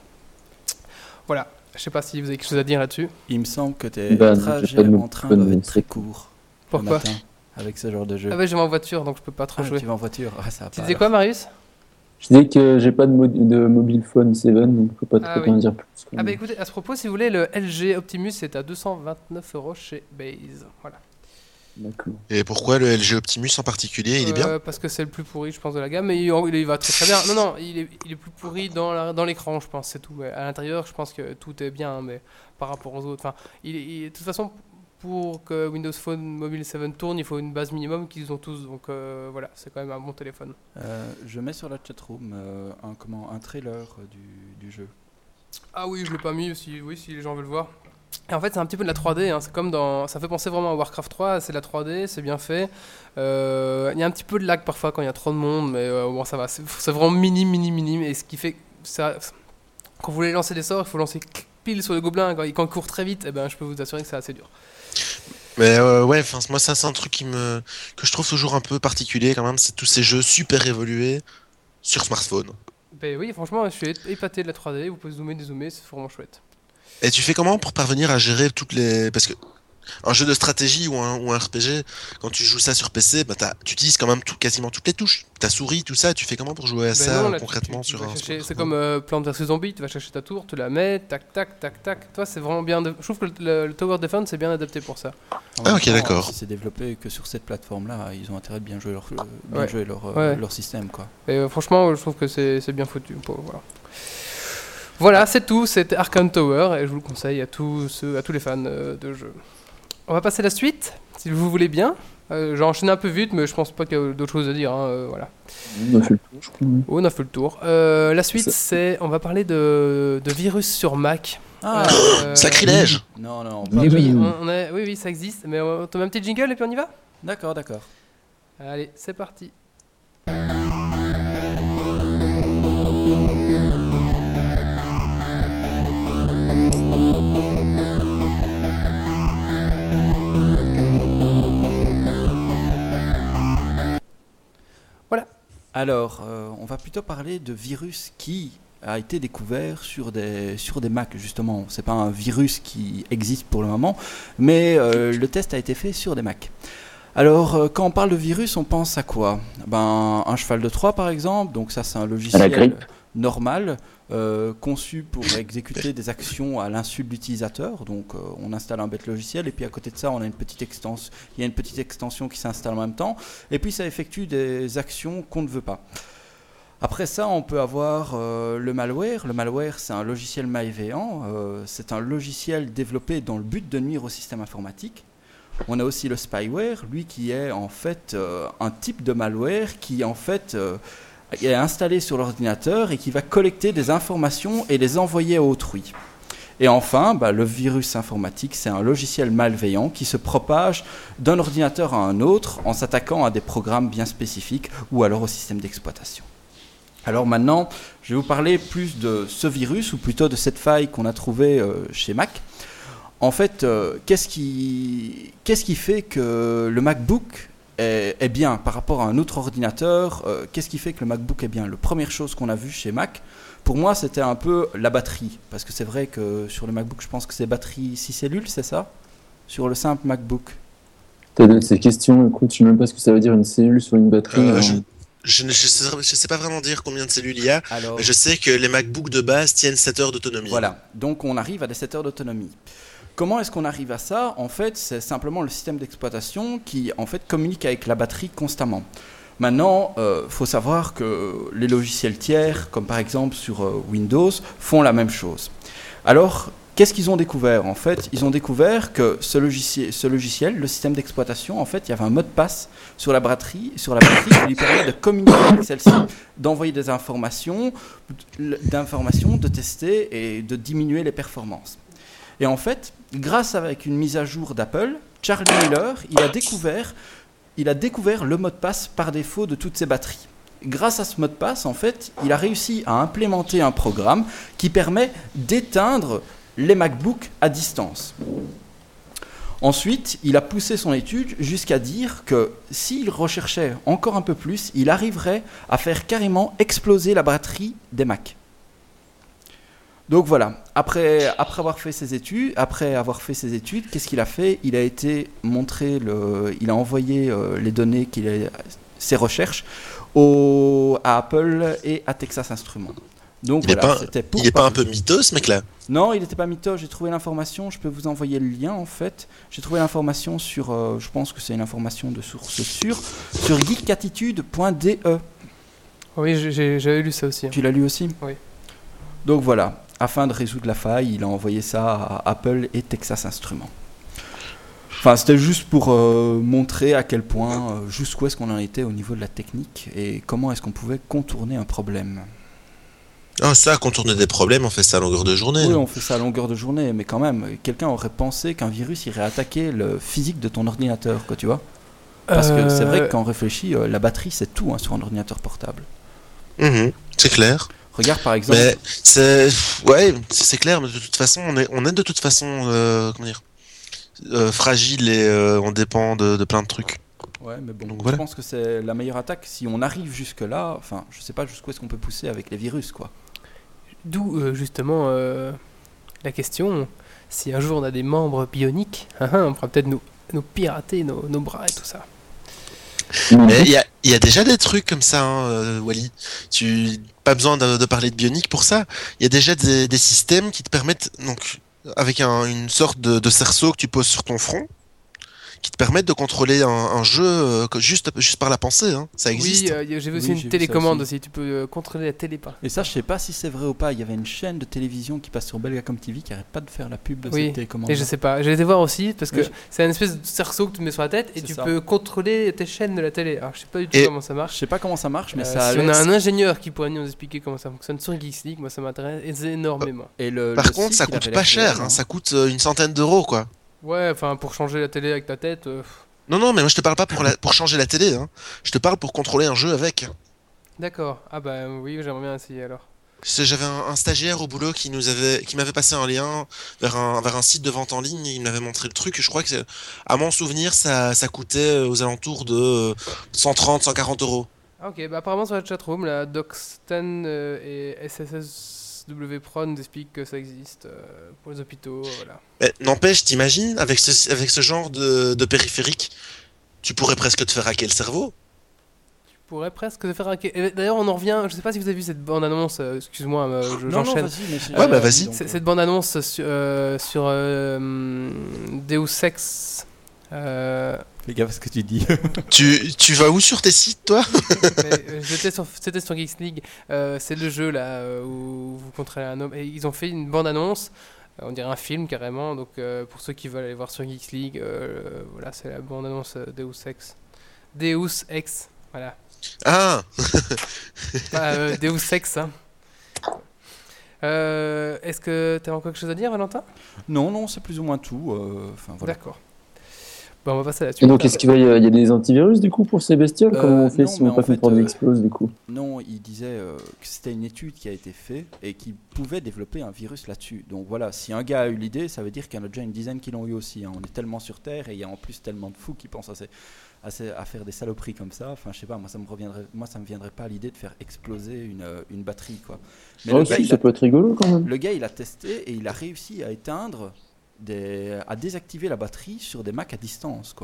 Voilà. Je sais pas si vous avez quelque chose à dire là-dessus. Il me semble que tes Bah, trajets en train doivent être très courts. Pourquoi ? Le matin, avec ce genre de jeu. Ah ouais, j'ai en voiture, donc je peux pas trop Ah, jouer. tu vas en voiture. Ah, ça va Tu pas, disais alors. quoi, Marius ? Je disais que j'ai pas de, mo- de mobile phone sept, donc je peux pas Ah trop oui. en dire plus. Ah bah écoutez, à ce propos, si vous voulez, le L G Optimus est à deux cent vingt-neuf euros chez Base. Voilà. D'accord. Et pourquoi le L G Optimus en particulier, il est bien? Euh, Parce que c'est le plus pourri, je pense, de la gamme, mais il, il va très très bien. Non, non, il est, il est plus pourri dans, la, dans l'écran, je pense, c'est tout. Mais à l'intérieur, je pense que tout est bien, mais par rapport aux autres. Enfin, il, il, de toute façon, pour que Windows Phone Mobile sept tourne, il faut une base minimum qu'ils ont tous. Donc euh, voilà, c'est quand même un bon téléphone. Euh, je mets sur la chatroom euh, un, comment, un trailer euh, du, du jeu. Ah oui, je l'ai pas mis, si, oui, si les gens veulent voir. Et en fait, c'est un petit peu de la trois D, hein. C'est comme dans, ça fait penser vraiment à Warcraft trois, c'est de la trois D, c'est bien fait. Euh, il y a un petit peu de lag parfois quand il y a trop de monde, mais euh, bon, ça va, c'est, c'est vraiment minime, minime, minime. Et ce qui fait que ça, quand vous voulez lancer des sorts, il faut lancer pile sur le gobelin. Quand il, quand il court très vite, eh ben, je peux vous assurer que c'est assez dur. Mais euh, ouais, enfin moi ça c'est un truc qui me que je trouve toujours un peu particulier quand même, c'est tous ces jeux super évolués sur smartphone. Ben oui, franchement, je suis épaté de la trois D, vous pouvez zoomer, dézoomer, c'est vraiment chouette. Et tu fais comment pour parvenir à gérer toutes les... Parce que un jeu de stratégie ou un, ou un R P G, quand tu joues ça sur P C, bah t'as- tu utilises quand même tout, quasiment toutes les touches. Ta souris, tout ça, tu fais comment pour jouer à Ben ça non, là, tu- concrètement tu- tu sur vas un chercher- smartphone? C'est comme euh, Plante versus Zombie, tu vas chercher ta tour, tu la mets, tac, tac, tac, tac. Toi, c'est vraiment bien. De... Je trouve que le, le- le Tower Defense c'est bien adapté pour ça. En Ah, même ok, temps, d'accord. Si c'est développé que sur cette plateforme-là, ils ont intérêt de bien jouer leur, euh, bien Ouais. jouer leur, euh, Ouais. leur système, quoi. Et euh, franchement, je trouve que c'est c'est bien foutu. Pour- voilà, voilà c'est tout. C'était Arkane Tower et je vous le conseille à tous, ceux, à tous les fans euh, de jeux. On va passer à la suite, si vous voulez bien. Euh, J'ai enchaîné un peu vite, mais je pense pas qu'il y a d'autres choses à dire. Hein, euh, voilà. On a fait le tour, je crois. oui. Oh, on a fait le tour. Euh, la suite, Ça- c'est. On va parler de, de virus sur Mac. Ah Euh, Sacrilège! Non, non, Oui, Oui, oui. on, on est- oui, oui, ça existe. Mais on, on te met un petit jingle et puis on y va. d'accord, d'accord. Allez, c'est parti. Alors, euh, on va plutôt parler de virus qui a été découvert sur des, sur des Mac, justement. C'est pas un virus qui existe pour le moment, mais euh, le test a été fait sur des Mac. Alors, euh, quand on parle de virus, on pense à quoi? Ben, un cheval de Troie, par exemple. Donc ça, c'est un logiciel grippe. normal, euh, conçu pour exécuter des actions à l'insu de l'utilisateur. Donc, euh, on installe un bête logiciel, et puis à côté de ça, on a une petite extension. Il y a une petite extension qui s'installe en même temps, et puis ça effectue des actions qu'on ne veut pas. Après ça, on peut avoir euh, le malware. Le malware, c'est un logiciel malveillant. Euh, c'est un logiciel développé dans le but de nuire au système informatique. On a aussi le spyware, lui qui est en fait euh, un type de malware qui en fait euh, est installé sur l'ordinateur et qui va collecter des informations et les envoyer à autrui. Et enfin, bah, le virus informatique, c'est un logiciel malveillant qui se propage d'un ordinateur à un autre en s'attaquant à des programmes bien spécifiques ou alors au système d'exploitation. Alors maintenant, je vais vous parler plus de ce virus, ou plutôt de cette faille qu'on a trouvée euh, chez Mac. En fait, euh, qu'est-ce qui, qu'est-ce qui fait que le MacBook est, est bien par rapport à un autre ordinateur? euh, Qu'est-ce qui fait que le MacBook est bien? La première chose qu'on a vue chez Mac, pour moi, c'était un peu la batterie. Parce que c'est vrai que sur le MacBook, je pense que c'est batterie six cellules, c'est ça? Sur le simple MacBook. T'as donné ces questions, écoute, je sais même pas ce que ça veut dire une cellule sur une batterie. Euh, alors, je, je ne je sais, je sais pas vraiment dire combien de cellules il y a, Alors, mais je sais que les MacBooks de base tiennent sept heures d'autonomie. voilà, donc on arrive à des sept heures d'autonomie. Comment est-ce qu'on arrive à ça? En fait, c'est simplement le système d'exploitation qui en fait communique avec la batterie constamment. Maintenant, il euh, faut savoir que les logiciels tiers, comme par exemple sur euh, Windows, font la même chose. Alors, qu'est-ce qu'ils ont découvert? En fait, ils ont découvert que ce logiciel, ce logiciel, le système d'exploitation, en fait, il y avait un mot de passe sur la batterie, sur la batterie qui lui permet de communiquer avec celle-ci, d'envoyer des informations, d'informations, de tester et de diminuer les performances. Et en fait, grâce avec une mise à jour d'Apple, Charlie Miller, il a découvert, il a découvert le mot de passe par défaut de toutes ces batteries. Grâce à ce mot de passe, en fait, il a réussi à implémenter un programme qui permet d'éteindre les MacBooks à distance. Ensuite, il a poussé son étude jusqu'à dire que s'il recherchait encore un peu plus, il arriverait à faire carrément exploser la batterie des Macs. Donc voilà, après, après avoir fait ses études, après avoir fait ses études, qu'est-ce qu'il a fait? Il a été montré, le, il a envoyé euh, les données qu'il a, ses recherches au, à Apple et à Texas Instruments. Donc il voilà, n'est c'était pas, pour il est pas un peu mythos, ce mec-là? Non, il n'était pas mytho. J'ai trouvé l'information. Je peux vous envoyer le lien en fait. J'ai trouvé l'information sur. Euh, je pense que c'est une information de source sûre sur geekattitude point d e. Oui, j'ai, j'avais lu ça aussi. Tu l'as lu aussi? Oui. Donc voilà. Afin de résoudre la faille, il a envoyé ça à Apple et Texas Instruments. Enfin, c'était juste pour euh, montrer à quel point, euh, jusqu'où est-ce qu'on en était au niveau de la technique et comment est-ce qu'on pouvait contourner un problème. Ah, ça, contourner des problèmes, on fait ça à longueur de journée. Oui, on fait ça à longueur de journée, mais quand même, quelqu'un aurait pensé qu'un virus irait attaquer le physique de ton ordinateur, quoi, tu vois? Parce Euh... que c'est vrai que quand on réfléchit, euh, la batterie, c'est tout hein, sur un ordinateur portable. Mmh, c'est clair. Regarde par exemple. Mais c'est ouais, c'est clair. Mais de toute façon, on est, on est de toute façon, euh, comment dire, euh, fragile et euh, on dépend de, de plein de trucs. Ouais, mais bon, Donc, je voilà. pense que c'est la meilleure attaque. Si on arrive jusque là, enfin, je sais pas jusqu'où est-ce qu'on peut pousser avec les virus, quoi. D'où euh, justement euh, la question, si un jour on a des membres bioniques, hein, hein, on pourra peut-être nous, nous pirater nos, nos bras et tout ça. Mais il y a, y a déjà des trucs comme ça, hein, euh, Wally. Tu pas besoin de, de parler de bionique pour ça. Il y a déjà des, des systèmes qui te permettent, donc, avec un, une sorte de, de cerceau que tu poses sur ton front, qui te permettent de contrôler un, un jeu euh, juste, juste par la pensée. Hein. Ça existe. Oui, euh, j'ai vu aussi Oui, une j'ai vu télécommande ça aussi. Tu peux euh, contrôler la télé par. Et ça, je sais pas si c'est vrai ou pas. Il y avait une chaîne de télévision qui passe sur Belgacom T V qui arrête pas de faire la pub de Oui, cette télécommande. Et je sais pas, j'ai été voir aussi parce que Oui, je- c'est une espèce de cerceau que tu mets sur la tête et C'est tu ça. peux contrôler tes chaînes de la télé. Alors je sais pas du tout Et- comment ça Je marche. sais pas comment ça marche, mais Euh, ça a si on l'air- a un ingénieur qui pourrait nous expliquer comment ça fonctionne sur Geeks League, moi ça m'intéresse énormément. Et le, Par le contre, site, ça il coûte avait pas l'air cher. réel, Hein. hein. Ça coûte euh, une centaine d'euros, quoi. Ouais, enfin pour changer la télé avec ta tête. euh, Non, non, mais moi je te parle pas pour, la, pour changer la télé. Hein. Je te parle pour contrôler un jeu avec. D'accord. Ah bah oui, j'aimerais bien essayer alors. C'est- J'avais un, un stagiaire au boulot qui nous avait, qui m'avait passé un lien vers un, vers un site de vente en ligne et il m'avait montré le truc. Et je crois que, c'est- à mon souvenir, ça, ça coûtait aux alentours de cent trente, cent quarante euros. Ah, ok, bah apparemment sur la chatroom, la Docstan euh, et S S S W Pro nous expliquent que ça existe euh, pour les hôpitaux, voilà. Mais n'empêche, t'imagines, avec ce, avec ce genre de, de périphérique, tu pourrais presque te faire hacker le cerveau. Tu pourrais presque te faire hacker. Et d'ailleurs, on en revient, je sais pas si vous avez vu cette bande-annonce, euh, excuse-moi, euh, je- Non, non, j'enchaîne. vas-y, mais c'est- Ouais, bah, euh, vas-y. donc, C'est- euh, Cette bande-annonce sur, euh, sur euh, Deus Ex. Euh, Fais gaffe à ce que tu dis. Tu, tu vas où sur tes sites, toi? mais, euh, J'étais sur, c'était sur Geeks League. Euh, c'est le jeu là euh, où vous contrôlez un homme. Et ils ont fait une bande-annonce. euh, On dirait un film carrément. Donc euh, pour ceux qui veulent aller voir sur Geeks League, euh, voilà, c'est la bande-annonce euh, Deus Ex. Deus Ex, voilà. Ah, Pas euh, Deus Ex, hein. Euh, Est-ce que tu as encore quelque chose à dire, Valentin? Non, non, c'est plus ou moins tout. euh, Enfin voilà. D'accord. Bon, on va passer à la Et suite. donc, est-ce qu'il va y a, il y a des antivirus du coup pour ces bestioles? Euh, Comment on fait non, si on mais veut pas en fait, qu'une produit euh, explose du coup? Non, il disait euh, que c'était une étude qui a été faite et qui pouvait développer un virus là-dessus. Donc voilà, si un gars a eu l'idée, ça veut dire qu'il y en a déjà une dizaine qui l'ont eu aussi. Hein. On est tellement sur Terre et il y a en plus tellement de fous qui pensent à, ces, à, ces- à faire des saloperies comme ça. Enfin, je sais pas, moi ça me reviendrait, moi ça me viendrait pas à l'idée de faire exploser une, euh, une batterie, quoi. Mais Oh, le, gars, si, il ça a, peut être rigolo quand même. le gars, il a testé et il a réussi à éteindre, des, à désactiver la batterie sur des Macs à distance, quoi.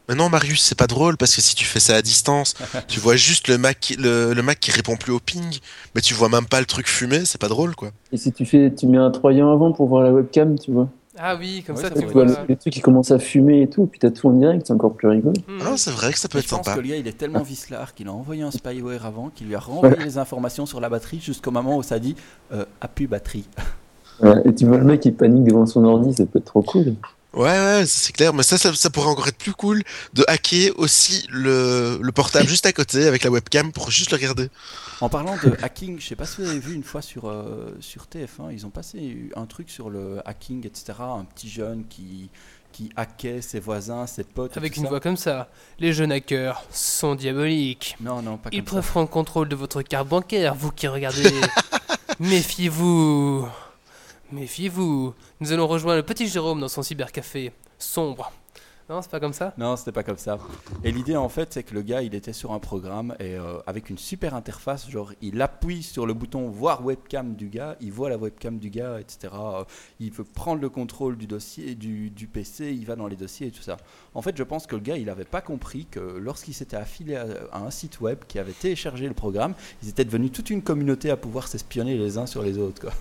Mais non, Marius, c'est pas drôle parce que si tu fais ça à distance, tu vois juste le Mac, le, le Mac qui répond plus au ping, mais tu vois même pas le truc fumer, c'est pas drôle quoi. Et si tu fais, tu mets un troyen avant pour voir la webcam, tu vois. Ah oui, comme Ouais, ça ça tu Tu pourrait vois. vois le, les trucs qui commencent à fumer et tout, puis t'as tout en direct, c'est encore plus rigolo. Hmm. Ah, c'est vrai que ça peut Mais être je pense sympa. que le gars, il est tellement vicelard qu'il a envoyé un spyware avant, qu'il lui a renvoyé les informations sur la batterie jusqu'au moment où ça dit euh, appuie batterie. Ouais, et tu vois le mec qui panique devant son ordi, ça peut être trop cool. Ouais, ouais, c'est clair, mais ça, ça, ça pourrait encore être plus cool de hacker aussi le, le portable juste à côté avec la webcam pour juste le regarder. En parlant de hacking, je sais pas si vous avez vu une fois sur, euh, sur T F un, ils ont passé un truc sur le hacking, et cetera. Un petit jeune qui, qui hackait ses voisins, ses potes. et Avec tout une ça. voix comme ça. Les jeunes hackers sont diaboliques. Non, non, pas Ils comme ça. prendront le contrôle de votre carte bancaire, vous qui regardez. Méfiez-vous. Méfiez-vous. Nous allons rejoindre le petit Jérôme dans son cybercafé sombre. Non, c'est pas comme ça. Non, c'était pas comme ça. Et l'idée en fait, c'est que le gars, il était sur un programme et euh, avec une super interface, genre il appuie sur le bouton voir webcam du gars, il voit la webcam du gars, et cetera. Euh, il veut prendre le contrôle du dossier, du, du P C, il va dans les dossiers et tout ça. En fait, je pense que le gars, il avait pas compris que lorsqu'il s'était affilié à, à un site web qui avait téléchargé le programme, ils étaient devenus toute une communauté à pouvoir s'espionner les uns sur les autres, quoi.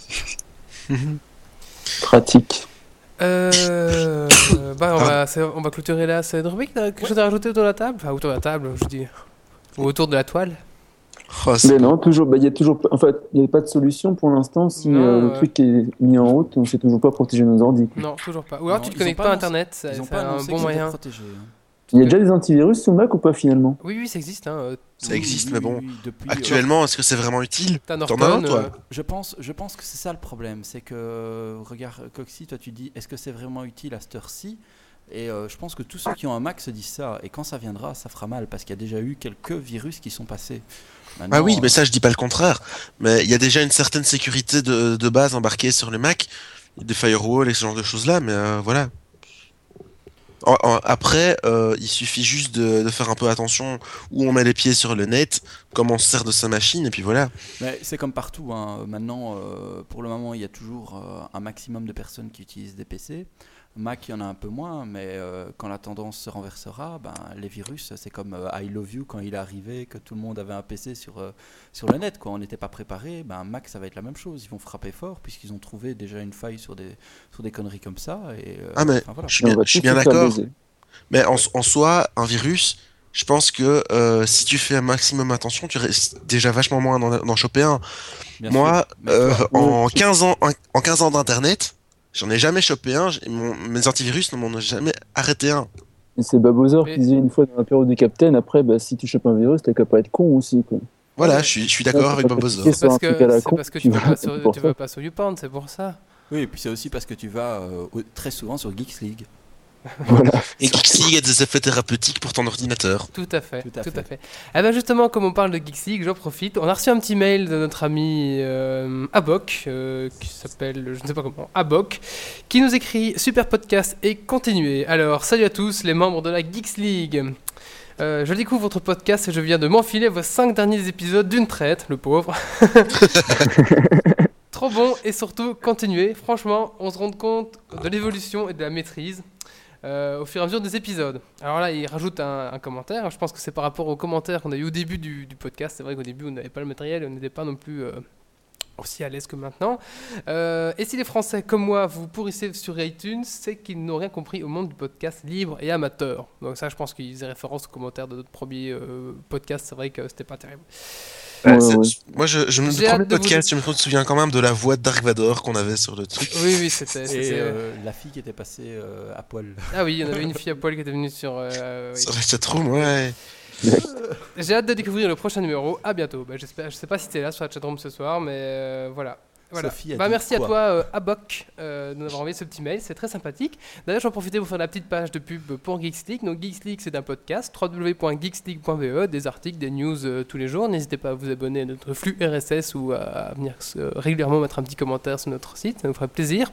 Pratique. Euh, bah, on va, c'est- on va clôturer là cette rubrique. T'as quelque chose à rajouter autour de la table? Enfin, autour de la table, je dis. Ou autour de la toile. Oh, c'est- Mais non, toujours, bah, il y a toujours, pas- en fait, il n'y a pas de solution pour l'instant si Non, euh, le ouais. truc est mis en route, on sait toujours pas protéger nos ordi. quoi. Non, toujours pas. Ou alors Non, tu te ils connectes ont pas à pas internet, c'est Ils ont c'est pas un annoncé bon que c'était moyen. protégé. hein. Il y a déjà des antivirus sur Mac ou pas finalement? Oui, oui, ça existe. Hein. euh, Ça Oui, existe, oui, mais oui, bon. oui, depuis, euh, Actuellement, est-ce que c'est vraiment utile? T'as T'en as un, Norton. toi euh, Je pense, je pense que c'est ça le problème, c'est que, regarde, Coxy, toi tu dis, est-ce que c'est vraiment utile à cette heure-ci? Et euh, je pense que tous ceux qui ont un Mac se disent ça, et quand ça viendra, ça fera mal, parce qu'il y a déjà eu quelques virus qui sont passés. Maintenant, Ah oui, mais euh, ça, je dis pas le contraire. Mais il y a déjà une certaine sécurité de, de base embarquée sur le Mac, des firewalls et ce genre de choses-là, mais euh, voilà. En- en- après, euh, il suffit juste de, de faire un peu attention où on met les pieds sur le net, comment on se sert de sa machine, et puis voilà. mais c'est comme partout, hein. Maintenant, euh, pour le moment, il y a toujours euh, un maximum de personnes qui utilisent des P C. Mac, il y en a un peu moins, mais euh, quand la tendance se renversera, ben, les virus, c'est comme euh, I Love You quand il est arrivé, que tout le monde avait un P C sur, euh, sur le net, quoi. On n'était pas préparé. Ben, Mac, ça va être la même chose. Ils vont frapper fort puisqu'ils ont trouvé déjà une faille sur des, sur des conneries comme ça. Et, euh, Ah mais enfin, voilà. je suis Et on bien, va je suis tous bien se faire d'accord. baiser. Mais en, en soi, un virus, je pense que euh, si tu fais un maximum attention, tu restes déjà vachement moins d'en d'en choper un. Bien Moi, sûr. Mais euh, toi, en quinze ans, en, en quinze ans d'internet, j'en ai jamais chopé un. j'ai- mon- mes antivirus ne m'en ont jamais arrêté un. Et c'est Babozor Mais- qui disait une fois dans la période du Captain, après, bah, si tu chopes un virus, t'as qu'à pas être con aussi. Quoi. Voilà, Ouais. je suis, je suis d'accord Ouais, avec faut pas Babozor. cliquer C'est sur parce un truc que, à la c'est con, parce que tu tu vas vas- pas c'est sur, pour tu ça. vas pas sur YouPorn, c'est pour ça. oui, et puis c'est aussi parce que tu vas euh, au- très souvent sur Geeks League. Voilà. Et Geeks League a des effets thérapeutiques pour ton ordinateur. Tout à fait, Tout tout à à fait. fait. Eh ben justement, comme on parle de Geeks League, j'en profite. On a reçu un petit mail de notre ami euh, Abok, euh, qui s'appelle, je ne sais pas comment, Abok, qui nous écrit super podcast et continuez. Alors, salut à tous les membres de la Geeks League. Euh, je découvre votre podcast et je viens de m'enfiler vos cinq derniers épisodes d'une traite, le pauvre. Trop bon et surtout continuez. Franchement, on se rend compte de l'évolution et de la maîtrise. Euh, au fur et à mesure des épisodes. Alors là, il rajoute un, un commentaire. Je pense que c'est par rapport aux commentaires qu'on a eu au début du, du podcast. C'est vrai qu'au début, on n'avait pas le matériel, on n'était pas non plus euh, aussi à l'aise que maintenant. Euh, et si les Français, comme moi, vous pourrissez sur iTunes, c'est qu'ils n'ont rien compris au monde du podcast libre et amateur. Donc ça, je pense qu'ils faisaient référence aux commentaires de notre premier euh, podcast. C'est vrai que c'était pas terrible. Ouais, Ouais, c'est- ouais. Moi, je, je me J'ai le hâte premier de vous- podcast, je me souviens quand même de la voix de Dark Vador qu'on avait sur le truc. Oui, oui, c'était... Et c'était- euh, la fille qui était passée euh, à poil. Ah oui, il y en avait une fille à poil qui était venue sur... euh, oui. Sur la chatroom, ouais. J'ai hâte de découvrir le prochain numéro. À bientôt. Bah, j'espère, je sais pas si t'es là sur la chatroom ce soir, mais euh, voilà. Voilà. Sophie a Bah, dit merci quoi à toi, euh, Abok, euh, de nous avoir envoyé ce petit mail. C'est très sympathique. D'ailleurs, j'en profite pour faire la petite page de pub pour Geeks League. Donc, Geeks League, c'est un podcast. w w w point geeks league point b e, des articles, des news euh, tous les jours. N'hésitez pas à vous abonner à notre flux R S S ou à, à venir euh, régulièrement mettre un petit commentaire sur notre site. Ça nous ferait plaisir.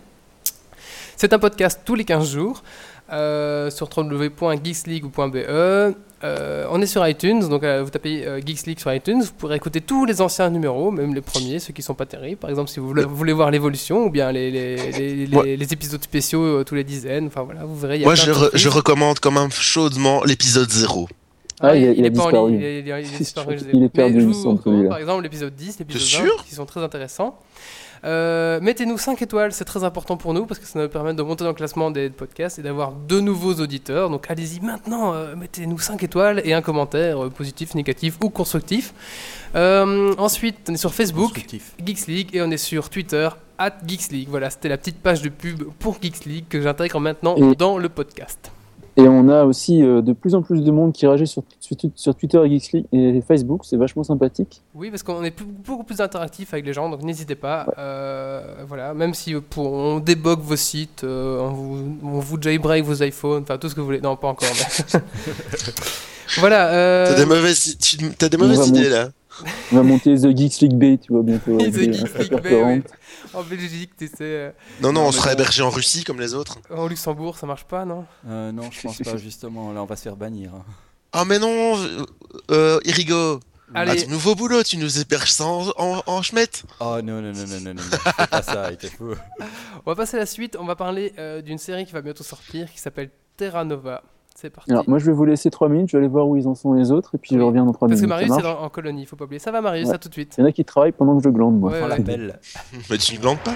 C'est un podcast tous les quinze jours. Euh, sur w w w point geeks league point b e. Euh, on est sur iTunes, donc euh, vous tapez euh, Geeks League sur iTunes, vous pourrez écouter tous les anciens numéros, même les premiers, ceux qui sont pas terribles. Par exemple, si vous voulez, vous voulez voir l'évolution, ou bien les, les, les, les, Ouais. les épisodes spéciaux euh, tous les dizaines, enfin voilà, vous verrez. Il y a Moi, plein je, de re- surprises. je recommande quand même chaudement l'épisode zéro. Ah, il a- il a est pas en disparu. ligne, il est, il est- il est disparu, je sais. Il est perdu, Mais je il me vous semble, recommande, celui-là. par exemple l'épisode dix, l'épisode T'es vingt, sûr qui sont très intéressants. Euh, mettez-nous cinq étoiles, c'est très important pour nous parce que ça nous permet de monter dans le classement des podcasts et d'avoir de nouveaux auditeurs. Donc allez-y maintenant, euh, mettez-nous cinq étoiles et un commentaire euh, positif, négatif ou constructif. Euh, ensuite, on est sur Facebook, Constructif. Geeks League, et on est sur Twitter, at Geeks League. Voilà, c'était la petite page de pub pour Geeks League que j'intègre maintenant Et- dans le podcast. Et on a aussi euh, de plus en plus de monde qui réagit sur, sur, sur Twitter et Geeks League et Facebook, c'est vachement sympathique. Oui, parce qu'on est plus- beaucoup plus interactif avec les gens, donc n'hésitez pas. Euh, voilà, même si euh, pour, on débug vos sites, euh, on, vous, on vous jailbreak vos iPhones, enfin tout ce que vous voulez. Non, pas encore. Mais... voilà. euh, T'as des mauvaises, tu- t'as des On mauvaises va idées monter. là. On va monter The Geeks League Bay, tu vois, bientôt. The avec des- Geeks un League super Bay, torrent. oui. En Belgique, tu sais. euh, Non, non, Non, on mais sera bon. hébergé en Russie comme les autres. En Luxembourg, ça marche pas, non? Euh, non, je pense pas, justement. Là, on va se faire bannir. hein. Oh, mais non, euh, euh, Irigo. Allez. Ah, du nouveau boulot, tu nous héberges ça en, en, en schmette. Oh non, non, non, non, non, non, non. Fais pas ça, il était fou. On va passer à la suite. On va parler euh, d'une série qui va bientôt sortir qui s'appelle Terra Nova. C'est parti. Alors, moi, je vais vous laisser trois minutes, je vais aller voir où ils en sont les autres, et puis Oui. je reviens dans trois Parce que minutes. Marius ça est marche dans- en colonie, il faut pas oublier. Ça va, Marius, Ouais. à tout de suite. Il y en a qui travaillent pendant que je glande, moi. Ouais, On ouais. l'appelle. Mais tu ne glandes pas.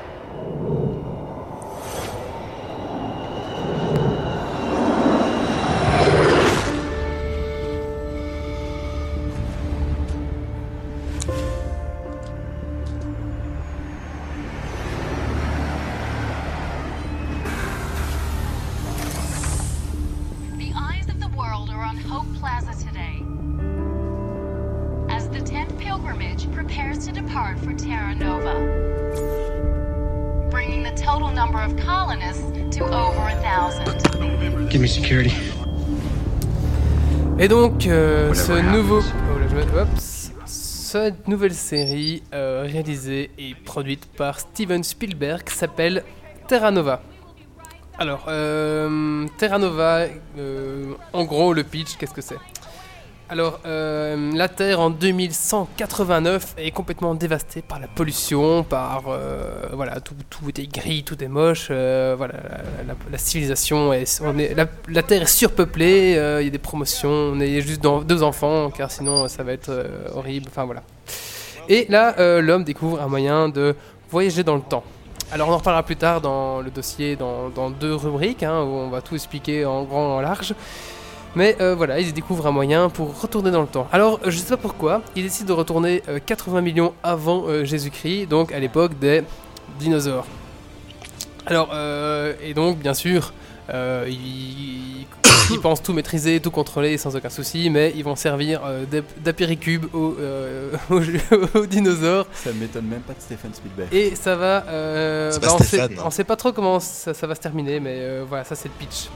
The eyes of the world are on Hope Plaza today. As the tenth pilgrimage prepares to depart for Terra Nova, bringing the total number of colonists to over a thousand. Give me security. Et donc, euh, ce Whatever nouveau. happens. Oh là, je vais- Oups. Cette nouvelle série euh, réalisée et produite par Steven Spielberg s'appelle Terra Nova. Alors, euh, Terra Nova, euh, en gros, le pitch, qu'est-ce que c'est? Alors, euh, la Terre en deux mille cent quatre-vingt-neuf est complètement dévastée par la pollution, par euh, voilà, tout, tout est gris, tout est moche. euh, voilà, la, la- la civilisation est, on est, la, la Terre est surpeuplée. euh, Il y a des promotions, on est juste dans deux enfants, car sinon ça va être euh, horrible. Enfin voilà. Et là, euh, l'homme découvre un moyen de voyager dans le temps. Alors on en reparlera plus tard dans le dossier, dans, dans deux rubriques, hein, où on va tout expliquer en grand et en large. Mais euh, voilà, ils découvrent un moyen pour retourner dans le temps. Alors, je sais pas pourquoi, ils décident de retourner euh, quatre-vingts millions avant euh, Jésus-Christ, donc à l'époque des dinosaures. Alors, euh, et donc, bien sûr, euh, ils, ils pensent tout maîtriser, tout contrôler sans aucun souci, mais ils vont servir euh, d'ap- d'apéricube aux, euh, aux, aux dinosaures. Ça m'étonne même pas de Stephen Spielberg. Et ça va. euh, C'est bah, pas on, sait, Stéphane, hein. on sait pas trop comment ça, ça va se terminer, mais euh, voilà, ça c'est le pitch.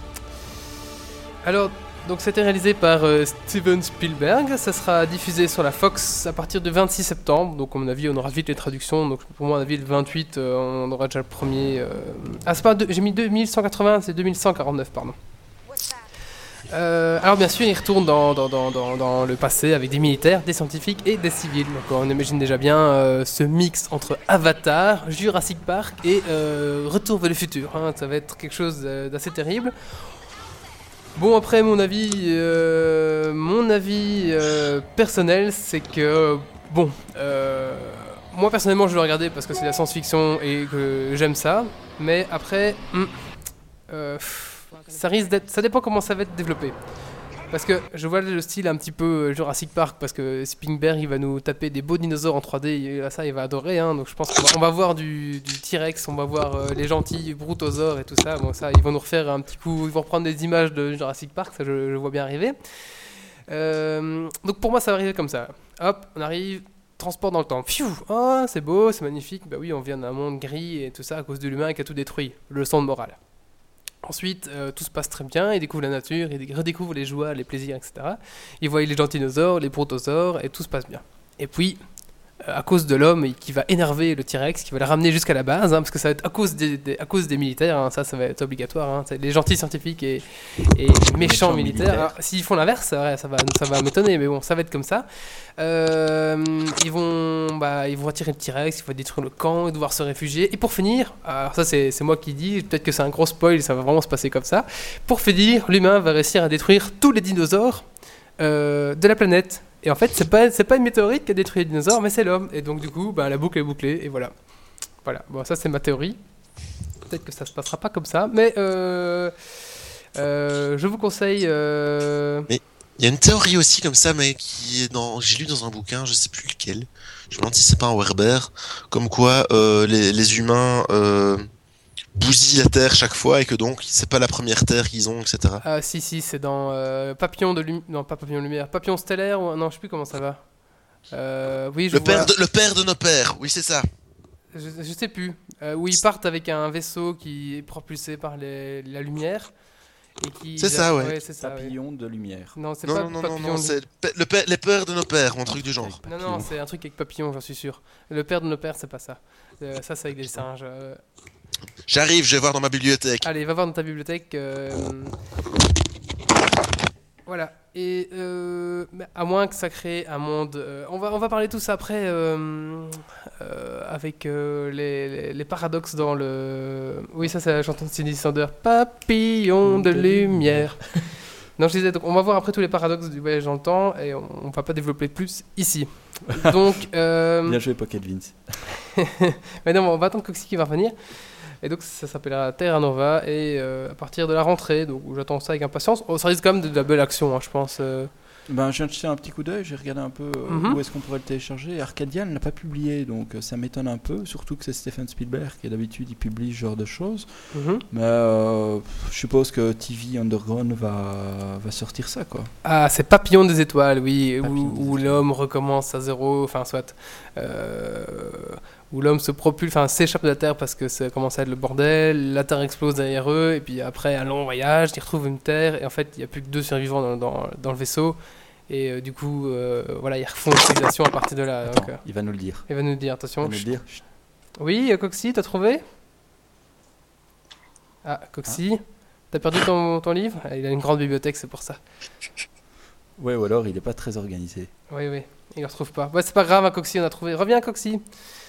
Alors, donc c'était réalisé par euh, Steven Spielberg. Ça sera diffusé sur la Fox à partir du vingt-six septembre. Donc, à mon avis, on aura vite les traductions. Donc, pour moi, à mon avis, le vingt-huit, euh, on aura déjà le premier. euh, Ah, c'est pas. deux- J'ai mis deux mille cent quatre-vingts, c'est deux mille cent quarante-neuf, pardon. Euh, alors bien sûr, il retourne dans, dans, dans, dans, dans le passé avec des militaires, des scientifiques et des civils. Donc on imagine déjà bien euh, ce mix entre Avatar, Jurassic Park et euh, Retour vers le futur. hein. Ça va être quelque chose euh, d'assez terrible. Bon après mon avis, euh, mon avis euh, personnel, c'est que bon, euh, moi personnellement je vais le regarder parce que c'est de la science-fiction et que j'aime ça. Mais après, hmm, euh, pff, ça risque d'être, ça dépend comment ça va être développé. Parce que je vois le style un petit peu Jurassic Park, parce que Spielberg il va nous taper des beaux dinosaures en trois D, et là, ça il va adorer, hein, donc je pense qu'on va, on va voir du, du T-Rex, on va voir euh, les gentils Brutosaures et tout ça, bon ça ils vont nous refaire un petit coup, ils vont reprendre des images de Jurassic Park, ça je, je vois bien arriver. Euh, donc pour moi ça va arriver comme ça, hop, on arrive, transport dans le temps, pfiou, oh c'est beau, c'est magnifique, bah oui on vient d'un monde gris et tout ça à cause de l'humain qui a tout détruit, leçon de morale. Ensuite, euh, tout se passe très bien, ils découvrent la nature, ils redécouvrent les joies, les plaisirs, et cetera. Ils voient les gentils dinosaures, les protosaures, et tout se passe bien. Et puis, à cause de l'homme et qui va énerver le T-Rex, qui va le ramener jusqu'à la base, hein, parce que ça va être à cause des, des, à cause des militaires, hein, ça, ça va être obligatoire, hein, les gentils scientifiques et, et les méchants, méchants militaires. militaires. Alors, s'ils font l'inverse, ça va, ça va, ça va m'étonner, mais bon, ça va être comme ça. Euh, ils, vont, bah, ils vont attirer le T-Rex, il faut détruire le camp, et devoir se réfugier. Et pour finir, alors ça c'est, c'est moi qui dis, peut-être que c'est un gros spoil, ça va vraiment se passer comme ça. Pour finir, l'humain va réussir à détruire tous les dinosaures euh, de la planète. Et en fait, c'est pas, c'est pas une météorite qui a détruit les dinosaures, mais c'est l'homme. Et donc, du coup, bah, la boucle est bouclée, et voilà. Voilà, bon, ça c'est ma théorie. Peut-être que ça se passera pas comme ça, mais euh, euh, je vous conseille. Euh... Mais il y a une théorie aussi comme ça, mais qui est dans, j'ai lu dans un bouquin, je sais plus lequel. Je me demande si c'est pas un Werber, comme quoi euh, les, les humains euh, bousillent la Terre chaque fois et que donc c'est pas la première Terre qu'ils ont, et cetera. Ah si si, c'est dans euh, Papillon de lumière, non pas Papillon de lumière, Papillon stellaire ou non, je sais plus comment ça va. Euh, oui, je le vois. père de, le père de nos pères, oui c'est ça. Je, je sais plus. Euh, où ils partent avec un vaisseau qui est propulsé par les, la lumière. Et qui, c'est ça, ouais. ouais c'est ça, Papillon ouais. de lumière. Non, c'est non, pas non, non, Papillon. non, non, c'est le père, les pères de nos pères, ou un truc du genre. Non, non, c'est un truc avec Papillon, j'en suis sûr. Le père de nos pères, c'est pas ça. Euh, ça, c'est avec des singes. Euh... J'arrive, je vais voir dans ma bibliothèque. Allez, va voir dans ta bibliothèque. Euh... Voilà. Et euh, à moins que ça crée un monde. Euh, on va on va parler de tout ça après euh, euh, avec euh, les, les, les paradoxes dans le. Oui, ça c'est la chanson de Cindy Sander. Papillon de lumière. Non, je disais. Donc, on va voir après tous les paradoxes du voyage dans le temps et on, on va pas développer plus ici. Donc. Euh... Bien joué, Pocket Vince. Mais non, on va attendre Coxy qui va revenir. Et donc ça s'appellera Terra Nova et euh, à partir de la rentrée, donc j'attends ça avec impatience. Oh, ça risque quand même de, de la belle action, hein, je pense. Euh... Ben, je viens de jeter un petit coup d'œil, j'ai regardé un peu euh, Mm-hmm. où est-ce qu'on pourrait le télécharger. Arcadia ne l'a pas publié, donc euh, ça m'étonne un peu, surtout que c'est Steven Spielberg qui d'habitude il publie ce genre de choses. Mm-hmm. Mais euh, je suppose que T V Underground va, va sortir ça, quoi. Ah, c'est Papillon des étoiles, oui, Papillon où, des où l'homme recommence à zéro, enfin soit, euh, où l'homme se propulse, enfin s'échappe de la Terre parce que ça commence à être le bordel, la Terre explose derrière eux, et puis après un long voyage, ils retrouvent une Terre, et en fait il n'y a plus que deux survivants dans, dans, dans le vaisseau, et euh, du coup, euh, voilà, ils refont une civilisation à partir de là. Attends, Donc, euh, il va nous le dire. il va nous le dire, Il attention. va nous le dire. Chut. Oui, euh, Coxy, t'as trouvé? Ah, Coxy, ah. T'as perdu ton, ton livre? Il a une grande bibliothèque, c'est pour ça. Ouais, ou alors il n'est pas très organisé. Oui, oui, il ne le retrouve pas. Ouais, c'est pas grave, hein, Coxy, on a trouvé. Reviens, Coxy.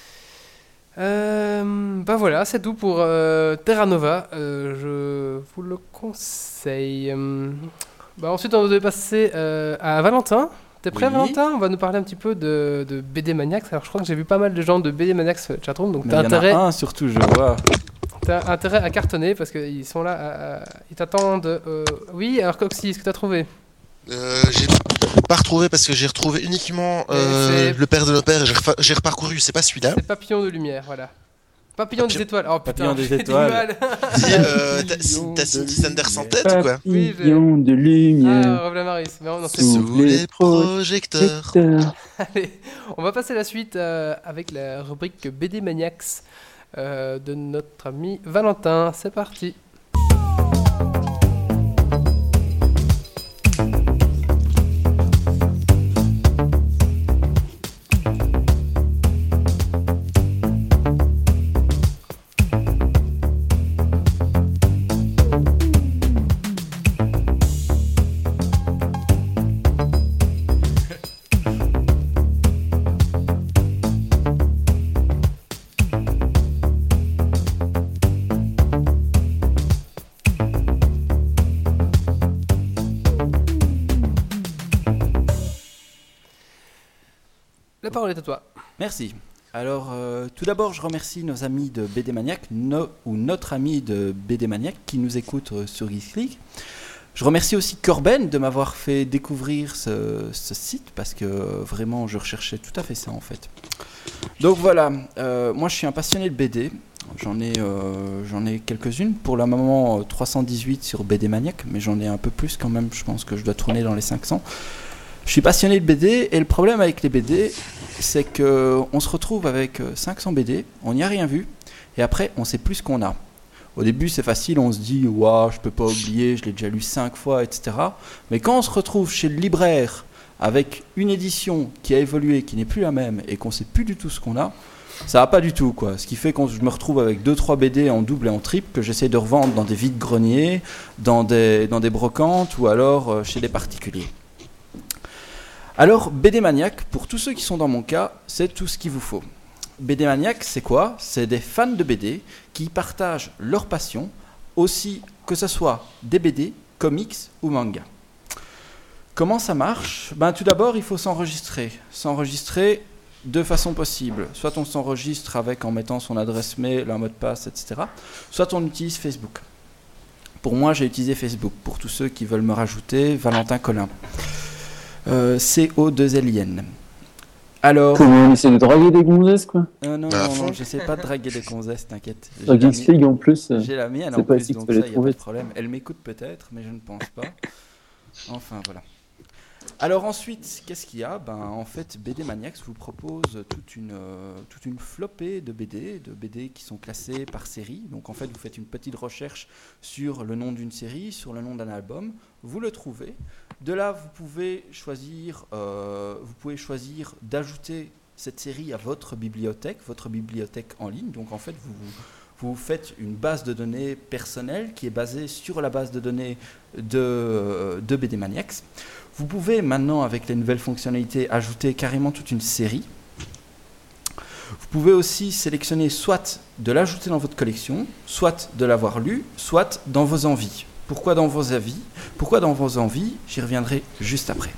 Euh, bah voilà, c'est tout pour euh, Terra Nova. Euh, je vous le conseille. Euh, bah ensuite, on devait passer euh, à Valentin. T'es prêt, Oui. Valentin? On va nous parler un petit peu de, de B D Maniacs. Alors, je crois que j'ai vu pas mal de gens de B D Maniacs sur le chatroom, donc Mais t'as il y en intérêt, a un surtout, je vois. t'as intérêt à cartonner parce qu'ils sont là, à- à- ils t'attendent. euh, Oui, alors Coxy, est-ce que t'as trouvé? Euh, j'ai pas retrouvé parce que j'ai retrouvé uniquement euh, c'est- le père de nos pères et j'ai, refa- j'ai reparcouru, c'est pas celui-là. C'est Papillon de lumière, voilà. Papillon des Papillon- étoiles. Oh putain, Papillon des j'ai du étoiles. mal. Et, euh, t'as, Papillon t'as de Cindy Sanders en lumière. tête ou quoi? Oui, j'ai- Papillon de lumière. Ah, Robin Maris. Mais on, non, c'est- Sous Sous les les projecteurs. Vecteur. Allez, on va passer à la suite euh, avec la rubrique B D Maniacs euh, de notre ami Valentin. C'est parti. La parole est à toi. Merci. Alors, euh, tout d'abord, je remercie nos amis de B D Maniac, no- ou notre ami de B D Maniac qui nous écoute euh, sur Geeks League. Je remercie aussi Corben de m'avoir fait découvrir ce, ce site parce que euh, vraiment, je recherchais tout à fait ça en fait. Donc voilà, euh, moi je suis un passionné de B D. J'en ai, euh, j'en ai quelques-unes. Pour le moment, euh, trois cent dix-huit sur B D Maniac, mais j'en ai un peu plus quand même. Je pense que je dois tourner dans les cinq cents. Je suis passionné de B D et le problème avec les B D, c'est qu'on se retrouve avec cinq cents B D, on n'y a rien vu, et après on sait plus ce qu'on a. Au début c'est facile, on se dit waouh, je peux pas oublier, je l'ai déjà lu cinq fois, et cetera. Mais quand on se retrouve chez le libraire avec une édition qui a évolué, qui n'est plus la même et qu'on sait plus du tout ce qu'on a, ça va pas du tout, quoi. Ce qui fait que je me retrouve avec deux trois B D en double et en triple que j'essaie de revendre dans des vides-greniers, dans des, dans des brocantes ou alors euh, chez des particuliers. Alors, B D Maniac, pour tous ceux qui sont dans mon cas, c'est tout ce qu'il vous faut. B D Maniac, c'est quoi ? C'est des fans de B D qui partagent leur passion, aussi que ce soit des B D, comics ou manga. Comment ça marche ? Ben, tout d'abord, il faut s'enregistrer. S'enregistrer de façon possible. Soit on s'enregistre avec en mettant son adresse mail, un mot de passe, et cetera. Soit on utilise Facebook. Pour moi, j'ai utilisé Facebook. Pour tous ceux qui veulent me rajouter, Valentin Collin. Euh, C O deux L I N. Alors. Comment essayer de draguer des gonzesses, quoi. Euh, non, non, non, j'essaie pas de draguer des gonzesses, t'inquiète. Dans Geeks League en plus. J'ai la mienne c'est en pas plus, ici que donc tu ça, peux les y a pas trouver. de problème. Elle m'écoute peut-être, mais je ne pense pas. Enfin, voilà. Alors ensuite, qu'est-ce qu'il y a ? Ben, en fait, B D Maniacs vous propose toute une, euh, toute une flopée de B D, de B D qui sont classés par série. Donc en fait, vous faites une petite recherche sur le nom d'une série, sur le nom d'un album, vous le trouvez. De là, vous pouvez choisir, euh, vous pouvez choisir d'ajouter cette série à votre bibliothèque, votre bibliothèque en ligne. Donc en fait, vous, vous faites une base de données personnelle qui est basée sur la base de données de, de B D Maniacs. Vous pouvez maintenant, avec les nouvelles fonctionnalités, ajouter carrément toute une série. Vous pouvez aussi sélectionner soit de l'ajouter dans votre collection, soit de l'avoir lu, soit dans vos envies. Pourquoi dans vos avis ? Pourquoi dans vos envies ? J'y reviendrai juste après.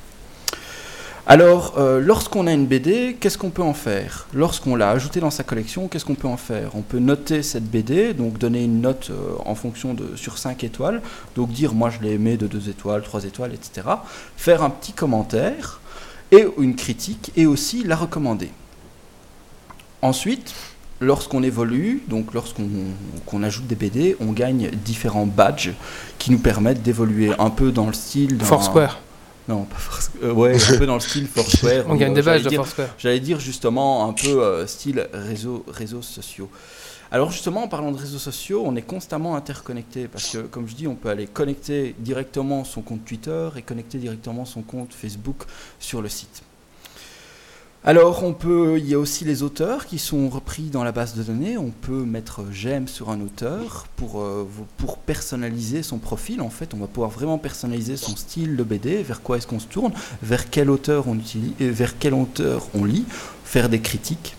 Alors, euh, lorsqu'on a une B D, qu'est-ce qu'on peut en faire ? Lorsqu'on l'a ajoutée dans sa collection, qu'est-ce qu'on peut en faire ? On peut noter cette B D, donc donner une note euh, en fonction de sur cinq étoiles, donc dire moi je l'ai aimé de deux étoiles, trois étoiles, et cetera. Faire un petit commentaire et une critique et aussi la recommander. Ensuite, lorsqu'on évolue, donc lorsqu'on qu'on ajoute des B D, on gagne différents badges qui nous permettent d'évoluer un peu dans le style d'un... Foursquare. Non, pas Foursquare. Euh, ouais, un peu dans le style Foursquare. On gagne euh, des badges j'allais de dire- Foursquare. J'allais dire justement un peu euh, style réseau, réseaux sociaux. Alors justement, en parlant de réseaux sociaux, on est constamment interconnecté parce que, comme je dis, on peut aller connecter directement son compte Twitter et connecter directement son compte Facebook sur le site. Alors, on peut, il y a aussi les auteurs qui sont repris dans la base de données. On peut mettre j'aime sur un auteur pour, euh, vous- pour personnaliser son profil. En fait, on va pouvoir vraiment personnaliser son style de B D, vers quoi est-ce qu'on se tourne, vers quel auteur on utilise, euh, vers quel auteur on lit, faire des critiques.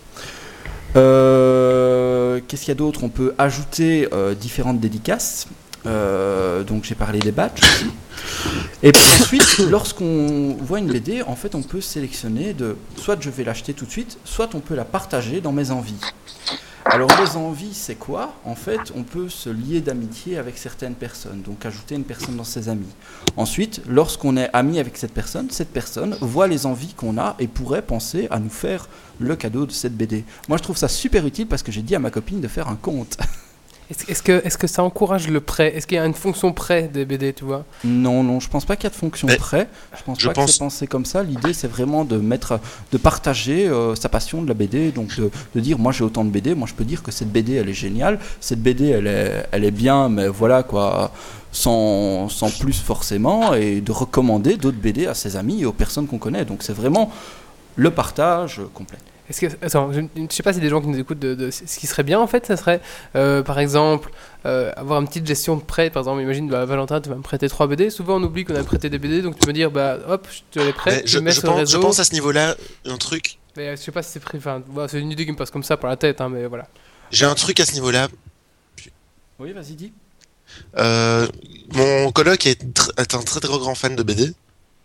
Euh, qu'est-ce qu'il y a d'autre ? On peut ajouter euh, différentes dédicaces. Euh, donc j'ai parlé des badges aussi. Et puis ensuite, lorsqu'on voit une B D, en fait, on peut sélectionner de soit je vais l'acheter tout de suite, soit on peut la partager dans mes envies. Alors les envies, c'est quoi ? En fait, on peut se lier d'amitié avec certaines personnes, donc ajouter une personne dans ses amis. Ensuite, lorsqu'on est ami avec cette personne, cette personne voit les envies qu'on a et pourrait penser à nous faire le cadeau de cette B D. Moi, je trouve ça super utile parce que j'ai dit à ma copine de faire un compte. Est-ce, est-ce que, est-ce que ça encourage le prêt ? Est-ce qu'il y a une fonction prêt des B D, tu vois ? Non, non, je pense pas qu'il y a de fonction Mais prêt. Je pense je pas pense- que c'est pensé comme ça. L'idée, c'est vraiment de mettre, de partager euh, sa passion de la B D, donc de, de dire, moi j'ai autant de B D, moi je peux dire que cette B D, elle est géniale, cette B D, elle est, elle est bien, mais voilà quoi, sans, sans plus forcément, et de recommander d'autres B D à ses amis et aux personnes qu'on connaît. Donc c'est vraiment le partage euh, complet. Est-ce que, attends, je ne sais pas si des gens qui nous écoutent, de, de- ce qui serait bien en fait, ça serait euh, par exemple euh, avoir une petite gestion de prêt. Par exemple, imagine, bah, Valentin, tu vas me prêter trois B D. Souvent on oublie qu'on a prêté des B D, donc tu peux dire, bah hop, je te les prête, Mais tu je, les mets je sur le pense, réseau. je pense à ce niveau-là, un truc. Mais euh, je sais pas si c'est pris, enfin, voilà, c'est une idée qui me passe comme ça par la tête, hein, mais voilà. J'ai un truc à ce niveau-là. Oui, vas-y, dis. Euh, mon coloc est, tr- est un très très grand fan de B D.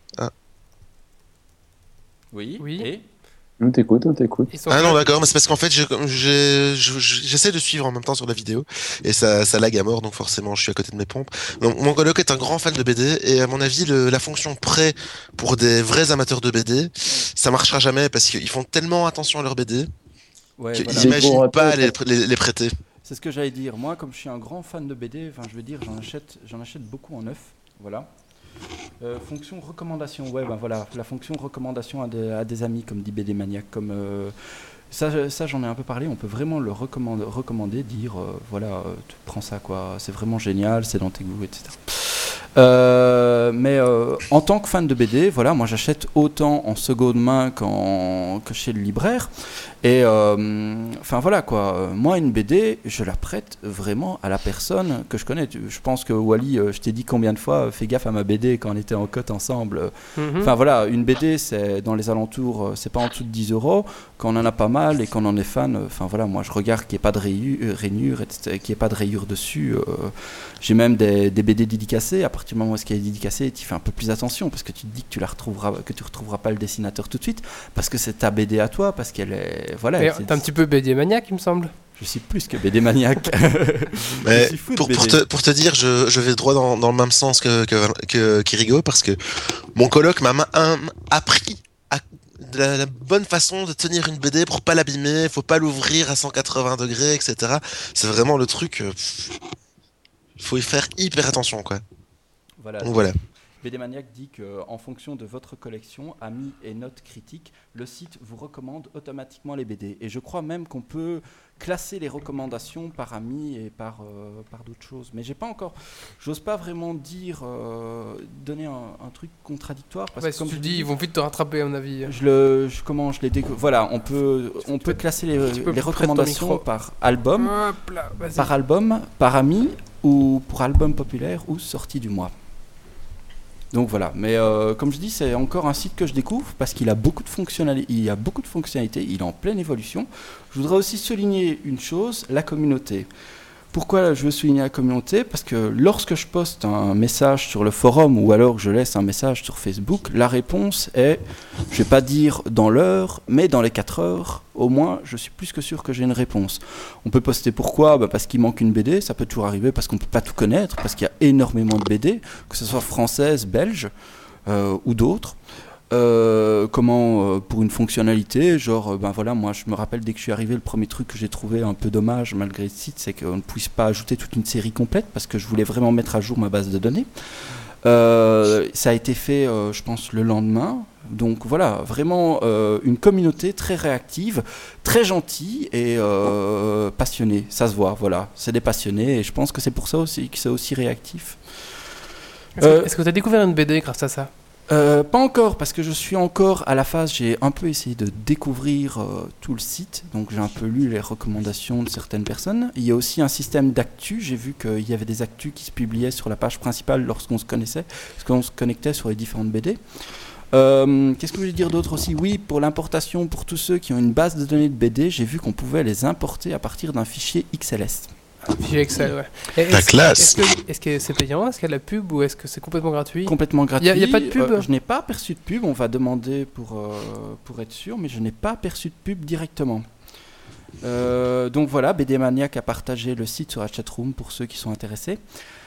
Oui. Oui. Et On t'écoute, on t'écoute. Ils sont Ah non, prêts. d'accord, mais c'est parce qu'en fait, je- j'ai- je- je- j'essaie de suivre en même temps sur la vidéo et ça, ça lag à mort, donc forcément, je suis à côté de mes pompes. Donc, mon coloc est un grand fan de B D et à mon avis, le- la fonction prêt pour des vrais amateurs de B D, ça marchera jamais parce qu'ils font tellement attention à leur B D ouais, qu'ils voilà. J'ai n'imaginent pour pas rappel- les, les, les prêter. C'est ce que j'allais dire. Moi, comme je suis un grand fan de B D, enfin, je veux dire, j'en achète, j'en achète beaucoup en neuf. Voilà. Euh, fonction recommandation. Ouais, ben voilà, la fonction recommandation à des, à des amis, comme dit B D Maniac. Comme euh, ça, je- ça, j'en ai un peu parlé. On peut vraiment le recommander, recommander dire, euh, voilà, euh, tu prends ça quoi. C'est vraiment génial, c'est dans tes goûts, et cetera. Euh, Euh, mais euh, en tant que fan de B D, voilà, moi j'achète autant en seconde main qu'en, que chez le libraire. Et euh, enfin voilà quoi, moi une B D, je la prête vraiment à la personne que je connais. Je pense que Wally, euh, je t'ai dit combien de fois, fais gaffe à ma B D quand on était en cote ensemble. Mhm. Enfin voilà, une B D c'est dans les alentours, c'est pas en dessous de dix euros. Quand on en a pas mal et qu'on en est fan, enfin voilà, moi je regarde qu'il n'y ait pas de rayures, rainures, et cetera, qu'il n'y ait pas de rayures dessus. Euh, j'ai même des, des B D dédicacées. À partir du moment où elle est dédicacée, tu fais un peu plus attention parce que tu te dis que tu la retrouveras, que tu retrouveras pas le dessinateur tout de suite, parce que c'est ta B D à toi, parce qu'elle est, voilà. Mais c'est, t'es un petit peu B D maniaque, il me semble. Je suis plus que B D maniaque. Mais Je suis fou de pour, B D. pour, te, pour te dire, je, je vais droit dans, dans le même sens que, que, que Kirigo, parce que mon coloc m'a ma- un- appris à, de la, la bonne façon de tenir une B D pour pas l'abîmer, faut pas l'ouvrir à cent quatre-vingts degrés, et cetera. C'est vraiment le truc. euh, pff, faut y faire hyper attention, quoi. Voilà. Donc voilà. B D Maniac dit qu'en fonction de votre collection, amis et notes critiques, le site vous recommande automatiquement les B D. Et je crois même qu'on peut classer les recommandations par amis et par, euh, par d'autres choses. Mais j'ai pas encore, j'ose pas vraiment dire, euh, donner un, un truc contradictoire. Parce Ouais, que si comme tu je dis, dis, ils vont vite te rattraper, à mon avis. je le, je, comment je les découvre. Voilà, on peut, on Tu peut peux- classer les, tu peux les près de ton recommandations micro. par album, Hop là, vas-y. par album, par ami ou pour album populaire ou sortie du mois. Donc voilà, mais euh, comme je dis, c'est encore un site que je découvre parce qu'il a beaucoup de fonctionnalités, il a beaucoup de fonctionnalités, il est en pleine évolution. Je voudrais aussi souligner une chose, la communauté. Pourquoi je veux souligner la communauté ? Parce que lorsque je poste un message sur le forum ou alors que je laisse un message sur Facebook, la réponse est, je ne vais pas dire dans l'heure, mais dans les quatre heures, au moins, je suis plus que sûr que j'ai une réponse. On peut poster pourquoi ? Bah parce qu'il manque une B D, ça peut toujours arriver parce qu'on ne peut pas tout connaître, parce qu'il y a énormément de B D, que ce soit françaises, belges euh, ou d'autres. Euh, comment euh, pour une fonctionnalité genre euh, ben voilà, moi je me rappelle dès que je suis arrivé, le premier truc que j'ai trouvé un peu dommage malgré le site, c'est qu'on ne puisse pas ajouter toute une série complète parce que je voulais vraiment mettre à jour ma base de données. Euh, ça a été fait euh, je pense le lendemain, donc voilà, vraiment euh, une communauté très réactive, très gentille et euh, passionnée, ça se voit, voilà, c'est des passionnés et je pense que c'est pour ça aussi que c'est aussi réactif. Est-ce que- Euh, est-ce que tu as découvert une B D grâce à ça ? Euh, pas encore, parce que je suis encore à la phase, j'ai un peu essayé de découvrir euh, tout le site, donc j'ai un peu lu les recommandations de certaines personnes. Il y a aussi un système d'actu, j'ai vu qu'il y avait des actus qui se publiaient sur la page principale lorsqu'on se connaissait, lorsqu'on se connectait sur les différentes B D. Euh, qu'est-ce que je voulais dire d'autre aussi ? Oui, pour l'importation, pour tous ceux qui ont une base de données de B D, j'ai vu qu'on pouvait les importer à partir d'un fichier X L S. Fichier Excel, ouais. Et La est-ce- classe. Est-ce que, est-ce que c'est payant ? Est-ce qu'il y a de la pub ou est-ce que c'est complètement gratuit ? Complètement gratuit. Y a- y a pas de pub ? Euh, je n'ai pas aperçu de pub, on va demander pour, euh, pour être sûr, mais je n'ai pas aperçu de pub directement. Euh, donc voilà, B D Maniac a partagé le site sur la chatroom pour ceux qui sont intéressés.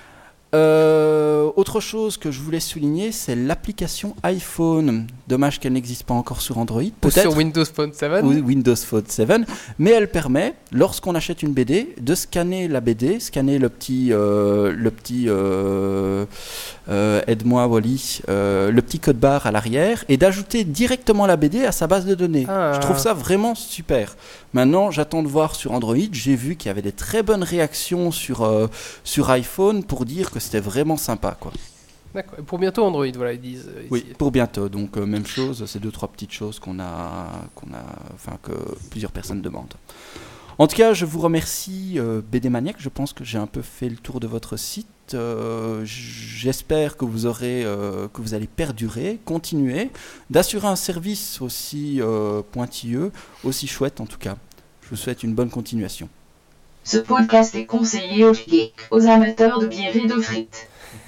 Euh, autre chose que je voulais souligner, c'est l'application iPhone. Dommage qu'elle n'existe pas encore sur Android. Ou Peut-être sur Windows Phone sept ? ou Windows Phone sept, mais elle permet, lorsqu'on achète une B D, de scanner la B D, scanner le petit, euh, le petit, euh, euh, aide-moi Wally, euh, le petit code barre à l'arrière, et d'ajouter directement la B D à sa base de données. Ah. Je trouve ça vraiment super. Maintenant, j'attends de voir sur Android. J'ai vu qu'il y avait des très bonnes réactions sur euh, sur iPhone pour dire que c'était vraiment sympa, quoi. D'accord. Et pour bientôt Android, voilà, ils disent. euh, Oui, ici. pour bientôt. Donc euh, même chose, c'est deux trois petites choses qu'on a, qu'on a, enfin que plusieurs personnes demandent. En tout cas, je vous remercie euh, B D Maniac. Je pense que j'ai un peu fait le tour de votre site. Euh, j'espère que vous aurez, euh, que vous allez perdurer, continuer, d'assurer un service aussi euh, pointilleux, aussi chouette en tout cas. Je vous souhaite une bonne continuation. Ce podcast est conseillé aux geeks, aux amateurs de bière et de frites.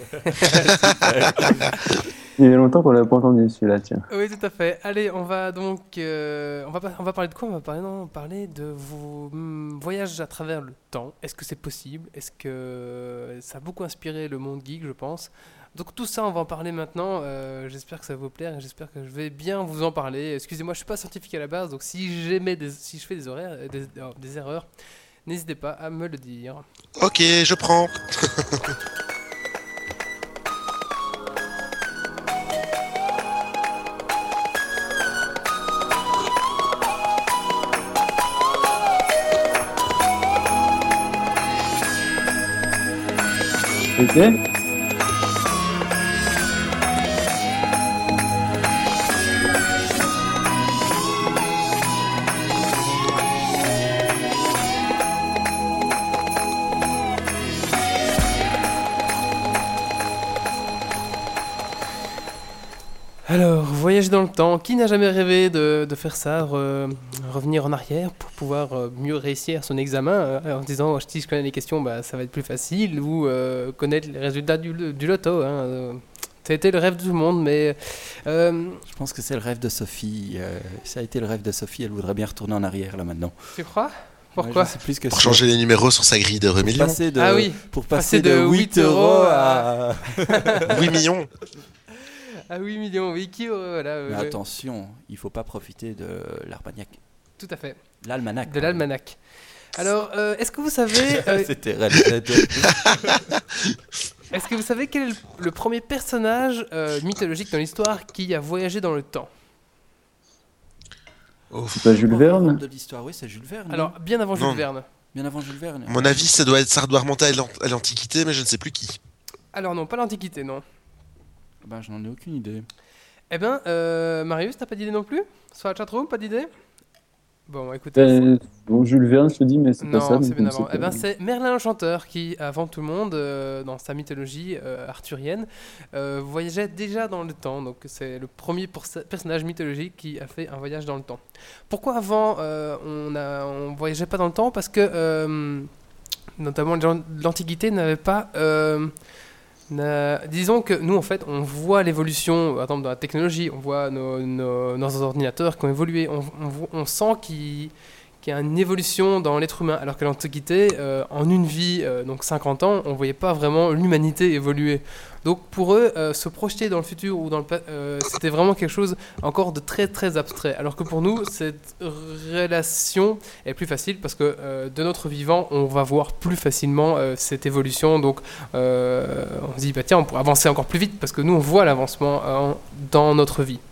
Il y a longtemps qu'on l'a pas entendu celui-là, tiens. Oui, tout à fait. Allez, on va donc, euh, on va pas- on va parler de quoi ? On va parler non, parler de vos hum, voyages à travers le temps. Est-ce que c'est possible ? Est-ce que ça a beaucoup inspiré le monde geek, je pense. Donc tout ça, on va en parler maintenant. Euh, j'espère que ça va vous plaire et j'espère que je vais bien vous en parler. Excusez-moi, je suis pas scientifique à la base, donc si j'émets des, si je fais des horaires, euh, des, euh, des erreurs, n'hésitez pas à me le dire. Ok, je prends. Ok. Alors, voyager dans le temps, qui n'a jamais rêvé de, de faire ça, re- revenir en arrière pour pouvoir euh, mieux réussir son examen euh, en se disant, si je connais les questions, bah, ça va être plus facile, ou euh, connaître les résultats du, du loto. Hein, euh. Ça a été le rêve de tout le monde, mais... euh, Je pense que c'est le rêve de Sophie. euh, ça a été le rêve de Sophie. Elle voudrait bien retourner en arrière là maintenant. tu crois? Ouais, Pourquoi? je sais plus ce que Pour c'est. changer les numéros sur sa grille de Pour millions. passer de, Ah oui, pour passer passer de de huit huit euros euros à. huit millions. Ah oui, millions, oui, qui... euh, voilà, euh, Mais le- attention, il faut pas profiter de l'armagnac. Tout à fait, L'almanach. de l'almanach. Alors, euh, est-ce que vous savez... euh, C'était réalisateur. Est-ce que vous savez quel est le, le premier personnage euh, mythologique dans l'histoire qui a voyagé dans le temps? Oh. C'est pas Jules Verne? De l'histoire, oui, c'est Jules Verne. non Alors, bien avant Jules Non. Verne. bien avant Jules Verne. À mon avis, ça doit, être, ça doit remonter à l'an- à l'Antiquité, mais je ne sais plus qui. Alors non, pas l'Antiquité, non. Ben, je n'en ai aucune idée. Eh ben, euh, Marius, t'as pas d'idée non plus? Sur la chatroom, pas d'idée? Bon, écoutez... Euh, bon, Jules Verne, je te dis, mais c'est pas ça. Non, c'est donc bien on sait avant. pas. Eh ben, c'est Merlin l'Enchanteur qui, avant tout le monde, euh, dans sa mythologie euh, arthurienne, euh, voyageait déjà dans le temps. Donc, c'est le premier perso- personnage mythologique qui a fait un voyage dans le temps. Pourquoi avant euh, on a, on voyageait pas dans le temps? Parce que, euh, notamment, les gens de l'Antiquité n'avaient pas. euh, n'a- disons que nous, en fait, on voit l'évolution, par exemple, dans la technologie, on voit nos, nos- nos ordinateurs qui ont évolué, on, on vo- on sent qu'ils qu'il y a une évolution dans l'être humain, alors que l'Antiquité, euh, en une vie, euh, donc cinquante ans, on ne voyait pas vraiment l'humanité évoluer. Donc pour eux, euh, se projeter dans le futur, ou dans le, pa- euh, c'était vraiment quelque chose encore de très très abstrait. Alors que pour nous, cette relation est plus facile, parce que euh, de notre vivant, on va voir plus facilement euh, cette évolution. Donc euh, on se dit, bah, tiens, on pourrait avancer encore plus vite, parce que nous, on voit l'avancement euh, dans notre vie.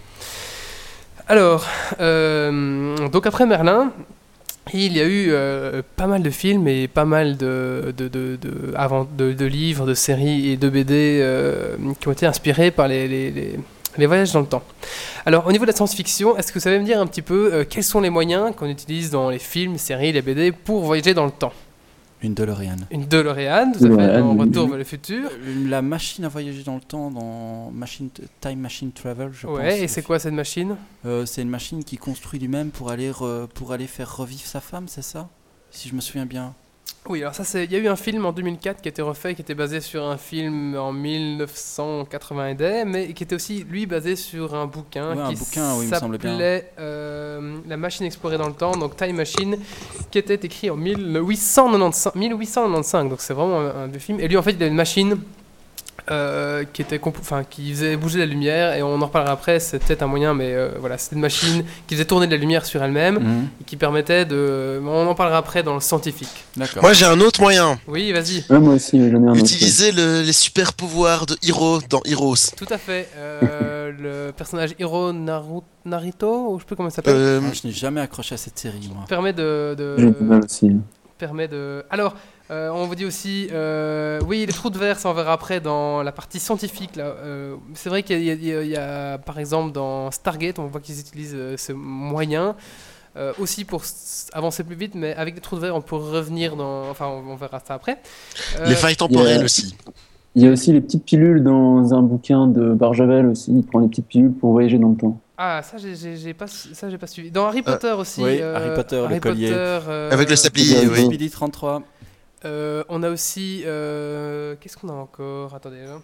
Alors, euh, donc après Merlin, il y a eu euh, pas mal de films et pas mal de, de, de, de, avant, de, de livres, de séries et de B D euh, qui ont été inspirés par les, les, les, les voyages dans le temps. Alors, au niveau de la science-fiction, est-ce que vous savez me dire un petit peu euh, quels sont les moyens qu'on utilise dans les films, séries, les B D pour voyager dans le temps? Une DeLorean. Une DeLorean, tout à fait, DeLorean, dans oui. Retour vers le futur. Euh, La machine à voyager dans le temps dans machine Time Machine Travel, je pense. Ouais, et c'est quoi cette machine? Euh, C'est une machine qui construit lui-même pour aller re- pour aller faire revivre sa femme, c'est ça? Si je me souviens bien. Oui, alors ça, c'est. Il y a eu un film en deux mille quatre qui a été refait, qui était basé sur un film en mille neuf cent quatre-vingts et des, mais qui était aussi, lui, basé sur un bouquin Ouais, un qui bouquin, oui, il me semble bien. s'appelait euh, La machine explorée dans le temps, donc Time Machine, qui était écrit en mille huit cent quatre-vingt-quinze, mille huit cent quatre-vingt-quinze, donc c'est vraiment un, un vieux film. Et lui, en fait, il a une machine euh, qui, était compo- enfin, qui faisait bouger la lumière, et on en reparlera après, c'est peut-être un moyen, mais euh, voilà, c'était une machine qui faisait tourner de la lumière sur elle-même, Mhm. et qui permettait de... On en parlera après dans le scientifique. D'accord. Moi, j'ai un autre moyen. Oui, vas-y. Ouais, moi aussi, j'en ai un autre. Utiliser le- les super pouvoirs de Hiro dans Heroes. Tout à fait. Euh, le personnage Hiro Naru- Narito, ou je sais plus comment il s'appelle, Euh, Ah, je n'ai jamais accroché à cette série, moi. permet de, de- J'ai du mal aussi. permet de. Alors, euh, on vous dit aussi, euh, oui, les trous de verre, ça on verra après dans la partie scientifique. Là, Euh, c'est vrai qu'il y a, il y a- il y a, par exemple, dans Stargate, on voit qu'ils utilisent euh, ce moyen. Euh, aussi pour s- avancer plus vite, mais avec des trous de verre, on peut revenir dans. Enfin, on, on verra ça après. Euh, les failles temporelles yeah. aussi. Il y a aussi les petites pilules dans un bouquin de Barjavel aussi. Il prend les petites pilules pour voyager dans le temps. Ah, ça, j'ai, j'ai, j'ai pas, su- ça, j'ai pas suivi. Dans Harry Potter aussi. oui, euh, Harry Potter, le Harry collier. Potter, euh, Avec le sablier, euh, oui. Speedy trente-trois. Euh, on a aussi. euh, Qu'est-ce qu'on a encore? Attendez. Là.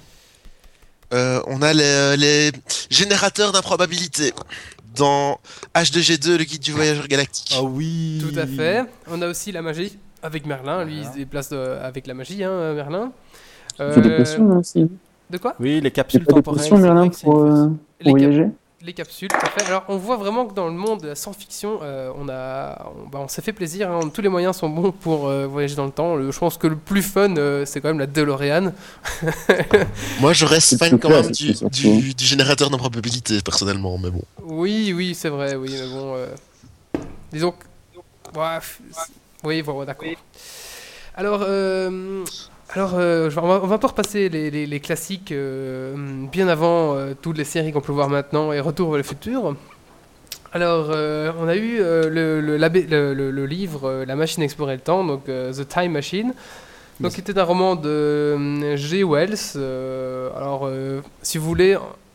Euh, on a les, les générateurs d'improbabilité dans H deux G deux, le guide du voyageur galactique. Ah oui. Tout à fait. On a aussi la magie avec Merlin. Lui, il Voilà. se déplace de- avec la magie, hein, Merlin. Il fait des Euh, potions hein, aussi. De quoi? Oui, les Il capsules fait des temporelles. potions, c'est Merlin, vrai que c'est pour, une euh, fausse- pour Les, cap- voyager. les capsules, tout à fait. Alors, on voit vraiment que dans le monde de la science-fiction, euh, on, a, on, bah, on s'est fait plaisir. Hein. Tous les moyens sont bons pour euh, voyager dans le temps. Le- je pense que le plus fun, euh, c'est quand même la DeLorean. Moi, je reste C'est fan plus quand même classe, du, surtout. du, du générateur d'improbabilité, personnellement, mais bon. Oui, oui, c'est vrai. Oui, mais bon. euh, disons que. Bref. c'est- Oui, voilà, d'accord. Alors, euh, alors euh, je vais- on, va, on va pas repasser les, les- les classiques euh, bien avant euh, toutes les séries qu'on peut voir maintenant et Retour vers le futur. Alors, euh, on a eu euh, le, le, l'abbé- le- le- le livre euh, La machine à explorer le temps, donc euh, The Time Machine. Donc, c'était un roman de euh, G. Wells. Euh, alors, euh, si vous voulez,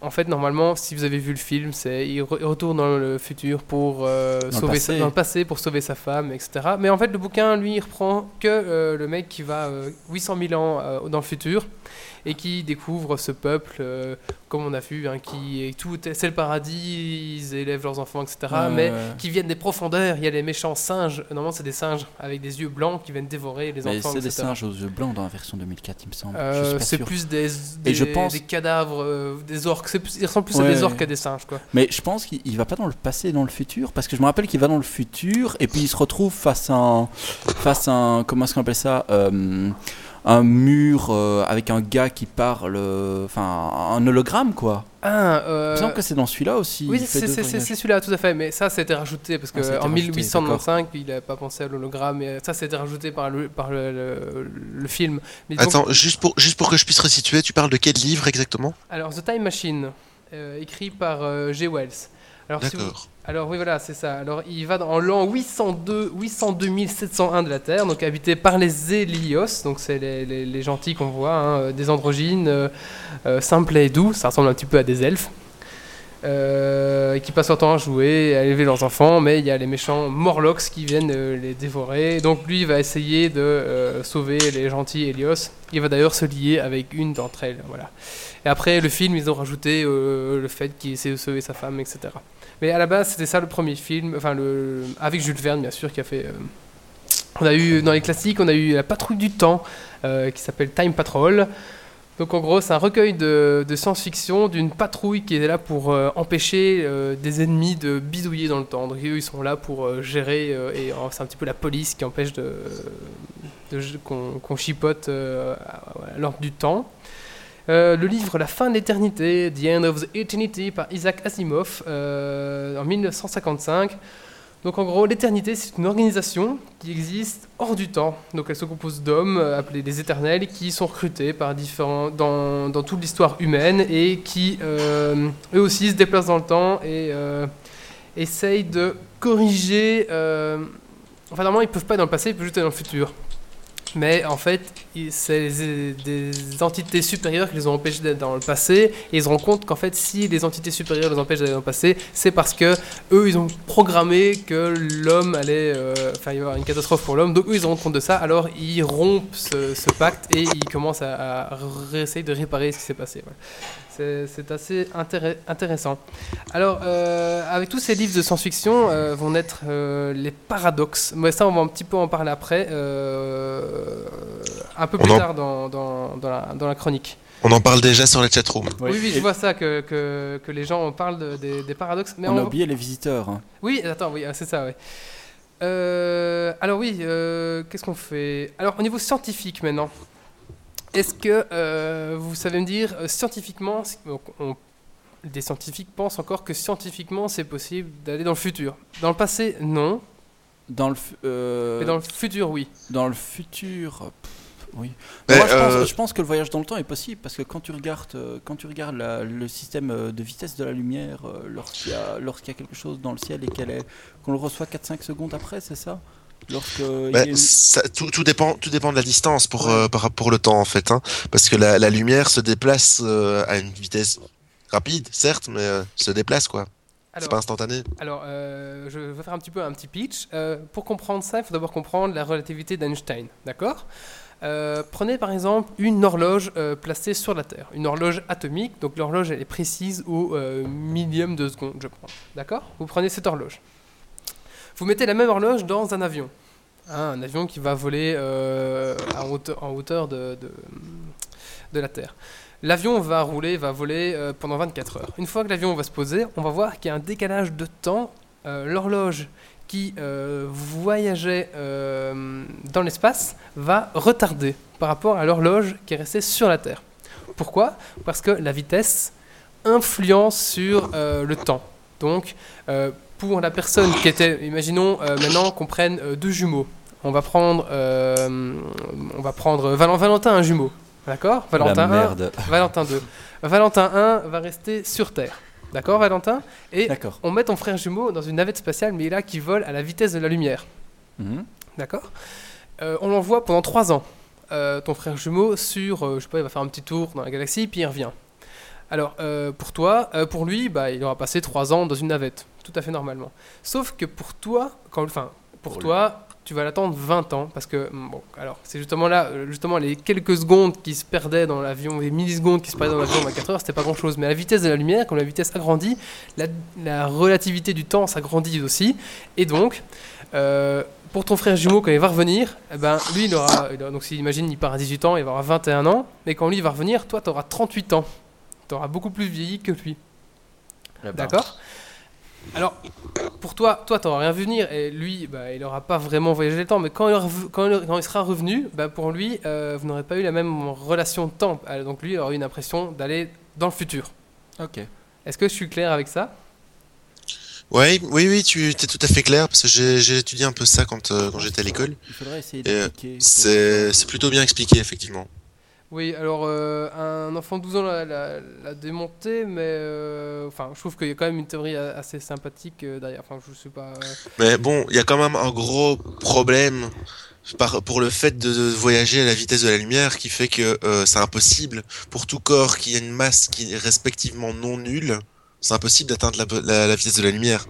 en fait, normalement, si vous avez vu le film, c'est il, re- il retourne dans le futur pour euh, Dans le sauver passé. sa, dans le passé pour sauver sa femme, et cetera. Mais en fait, le bouquin, lui, il reprend que euh, le mec qui va euh, huit cent mille ans euh, dans le futur et qui découvre ce peuple, euh, comme on a vu, hein, qui est tout, c'est le paradis, ils élèvent leurs enfants, et cetera. Ouais, mais ouais. qui viennent des profondeurs. Il y a les méchants singes. Normalement, c'est des singes avec des yeux blancs qui viennent dévorer les Mais enfants, c'est des et cetera. singes aux yeux blancs dans la version deux mille quatre, il me semble. Euh, je suis pas c'est sûr. plus des, des, je pense- des cadavres, euh, des orques. C'est plus- ils ressemblent plus à Ouais, des orques ouais. qu'à des singes, quoi. Mais je pense qu'il il va pas dans le passé et dans le futur, parce que je me rappelle qu'il va dans le futur et puis il se retrouve face à un, face à un, comment est-ce qu'on appelle ça, euh, un mur euh, avec un gars qui parle, euh, enfin un hologramme quoi. Ah, Il euh, me semble que c'est dans celui-là aussi. oui, il fait c'est deux c'est- c'est- voyages. c'est celui-là, tout à fait. Mais ça, c'était rajouté parce Ah, ça a qu'en été rajouté, mille huit cent quatre-vingt-quinze, il n'a pas pensé à l'hologramme. Et ça, c'était rajouté par le, par le, le, le film. Mais donc- Attends, juste pour, juste pour que je puisse resituer, tu parles de quel livre exactement? alors, The Time Machine, euh, écrit par euh, G. Wells. Alors, si vous- D'accord. Alors oui, voilà, c'est ça. Alors il va dans l'an huit cent deux, huit cent deux mille sept cent un de la Terre, donc habité par les Hélios, donc c'est les, les, les gentils qu'on voit, hein, euh, des androgynes, euh, euh, simples et doux, ça ressemble un petit peu à des elfes, euh, qui passent leur temps à jouer, à élever leurs enfants, mais il y a les méchants Morlocks qui viennent euh, les dévorer. Donc lui, il va essayer de euh, sauver les gentils Hélios. Il va d'ailleurs se lier avec une d'entre elles, voilà. Et après, le film, ils ont rajouté euh, le fait qu'il essaie de sauver sa femme, et cetera. Mais à la base, c'était ça le premier film, enfin le avec Jules Verne bien sûr qui a fait. Euh, on a eu dans les classiques, on a eu La Patrouille du Temps euh, qui s'appelle Time Patrol. Donc en gros, c'est un recueil de, de science-fiction d'une patrouille qui est là pour euh, empêcher euh, des ennemis de bidouiller dans le temps. Donc eux, ils sont là pour euh, gérer euh, et euh, c'est un petit peu la police qui empêche de, de, qu'on, qu'on chipote euh, à, à l'ordre du temps. Euh, le livre La fin de l'éternité, The End of the Eternity par Isaac Asimov euh, en mille neuf cent cinquante-cinq. Donc en gros, l'éternité, c'est une organisation qui existe hors du temps. Donc elle se compose d'hommes euh, appelés les éternels qui sont recrutés par différents, dans, dans toute l'histoire humaine et qui euh, eux aussi se déplacent dans le temps et euh, essayent de corriger. Euh, enfin normalement, ils peuvent pas être dans le passé, ils peuvent juste être dans le futur. Mais en fait, il- c'est des, des entités supérieures qui les ont empêchés d'être dans le passé. Et ils se rendent compte qu'en fait, si les entités supérieures les empêchent d'aller dans le passé, c'est parce que eux, ils ont programmé que l'homme allait, euh, enfin, il va y avoir une catastrophe pour l'homme. Donc eux, ils se rendent compte de ça. Alors ils rompent ce, ce pacte et ils commencent à, à réessayer de réparer ce qui s'est passé. Voilà. C'est, c'est assez intér- intéressant. Alors, euh, avec tous ces livres de science-fiction euh, vont naître euh, les paradoxes. Mais ça, on va un petit peu en parler après, euh, un peu On plus en- tard dans, dans, dans, la, dans la chronique. On en parle déjà sur la chatroom. Oui, oui, je Et- vois ça, que, que, que les gens parlent de- des, des paradoxes. Mais on a on- oublié les visiteurs. hein. Oui, attends, oui, c'est ça, oui. Euh, alors oui, euh, qu'est-ce qu'on fait? Alors, au niveau scientifique maintenant, est-ce que euh, vous savez me dire, euh, scientifiquement, c'est- donc, on- des scientifiques pensent encore que scientifiquement c'est possible d'aller dans le futur. Dans le passé, non, Dans le, fu- euh, mais dans le futur, oui. dans le futur, pff, oui. Mais, Moi, je, pense, euh, je pense que le voyage dans le temps est possible parce que quand tu regardes, euh, quand tu regardes la- le système euh, de vitesse de la lumière, euh, lorsqu'il y a, lorsqu'il y a quelque chose dans le ciel et qu'elle est, qu'on le reçoit quatre cinq secondes après, c'est ça? Lorsque il y Bah, a une- ça- tout, tout dépend, tout dépend de la distance pour, Ouais. euh, par rapport au temps en fait, hein, parce que la, la lumière se déplace euh, à une vitesse rapide, certes, mais euh, se déplace quoi. C'est Alors, pas instantané. alors euh, je vais faire un petit peu un petit pitch. Euh, pour comprendre ça, il faut d'abord comprendre la relativité d'Einstein, d'accord? Euh, prenez par exemple une horloge euh, placée sur la Terre, une horloge atomique, donc l'horloge elle est précise au euh, millième de seconde, je pense. D'accord? Vous prenez cette horloge. Vous mettez la même horloge dans un avion. Hein, un avion qui va voler euh, à hauteur, en hauteur de, de, de la Terre. L'avion va rouler, va voler euh, pendant vingt-quatre heures. Une fois que l'avion va se poser, on va voir qu'il y a un décalage de temps. Euh, l'horloge qui euh, voyageait euh, dans l'espace va retarder par rapport à l'horloge qui est restée sur la Terre. Pourquoi? Parce que la vitesse influence sur euh, le temps. Donc, euh, pour la personne qui était, imaginons euh, maintenant qu'on prenne euh, deux jumeaux. On va prendre, euh, on va prendre Val- Valentin un jumeau, d'accord? Valentin la un, merde. Valentin deux. Valentin un va rester sur Terre, d'accord Valentin? Et D'accord. on met ton frère jumeau dans une navette spatiale, mais là qui vole à la vitesse de la lumière. Mhm. D'accord. Euh, On l'envoie pendant trois ans, euh, ton frère jumeau, sur, euh, je sais pas, il va faire un petit tour dans la galaxie, puis il revient. Alors, euh, pour toi, euh, pour lui, bah, il aura passé trois ans dans une navette, tout à fait normalement. Sauf que pour toi, quand, enfin, pour, Pour toi, tu vas l'attendre vingt ans, parce que, mm, bon, alors, c'est justement là, euh, justement, les quelques secondes qui se perdaient dans l'avion, les millisecondes qui se perdaient dans l'avion en vingt-quatre heures, c'était pas grand-chose. Mais à la vitesse de la lumière, quand la vitesse agrandit, la, la relativité du temps s'agrandit aussi. Et donc, euh, pour ton frère jumeau, quand il va revenir, eh ben, lui, il aura, il aura- donc s'il imagine, il part à dix-huit ans, il va avoir vingt et un ans, mais quand lui, il va revenir, toi, tu auras trente-huit ans. Tu auras beaucoup plus vieilli que lui. Eh ben, D'accord. Alors, pour toi, toi, t'auras rien vu venir, et lui, bah, il n'aura pas vraiment voyagé le temps, mais quand il, aura rev- quand il, quand il sera revenu, bah, pour lui, euh, vous n'aurez pas eu la même relation de temps. Euh, Donc lui, il aura eu une impression d'aller dans le futur. Ok. Est-ce que je suis clair avec ça? Ouais, oui, oui, tu es tout à fait clair, parce que j'ai j'ai étudié un peu ça quand, euh, quand j'étais à l'école. Il faudrait essayer Et, euh, d'appliquer. pour- C'est c'est plutôt bien expliqué, effectivement. Oui, alors euh, un enfant de douze ans l'a, l'a- l'a démonté, mais euh, enfin, je trouve qu'il y a quand même une théorie a- assez sympathique euh, derrière. Enfin, je sais pas. euh, Mais bon, il y a quand même un gros problème par, pour le fait de, de voyager à la vitesse de la lumière qui fait que euh, c'est impossible pour tout corps qui a une masse qui est respectivement non nulle, c'est impossible d'atteindre la, la- la vitesse de la lumière.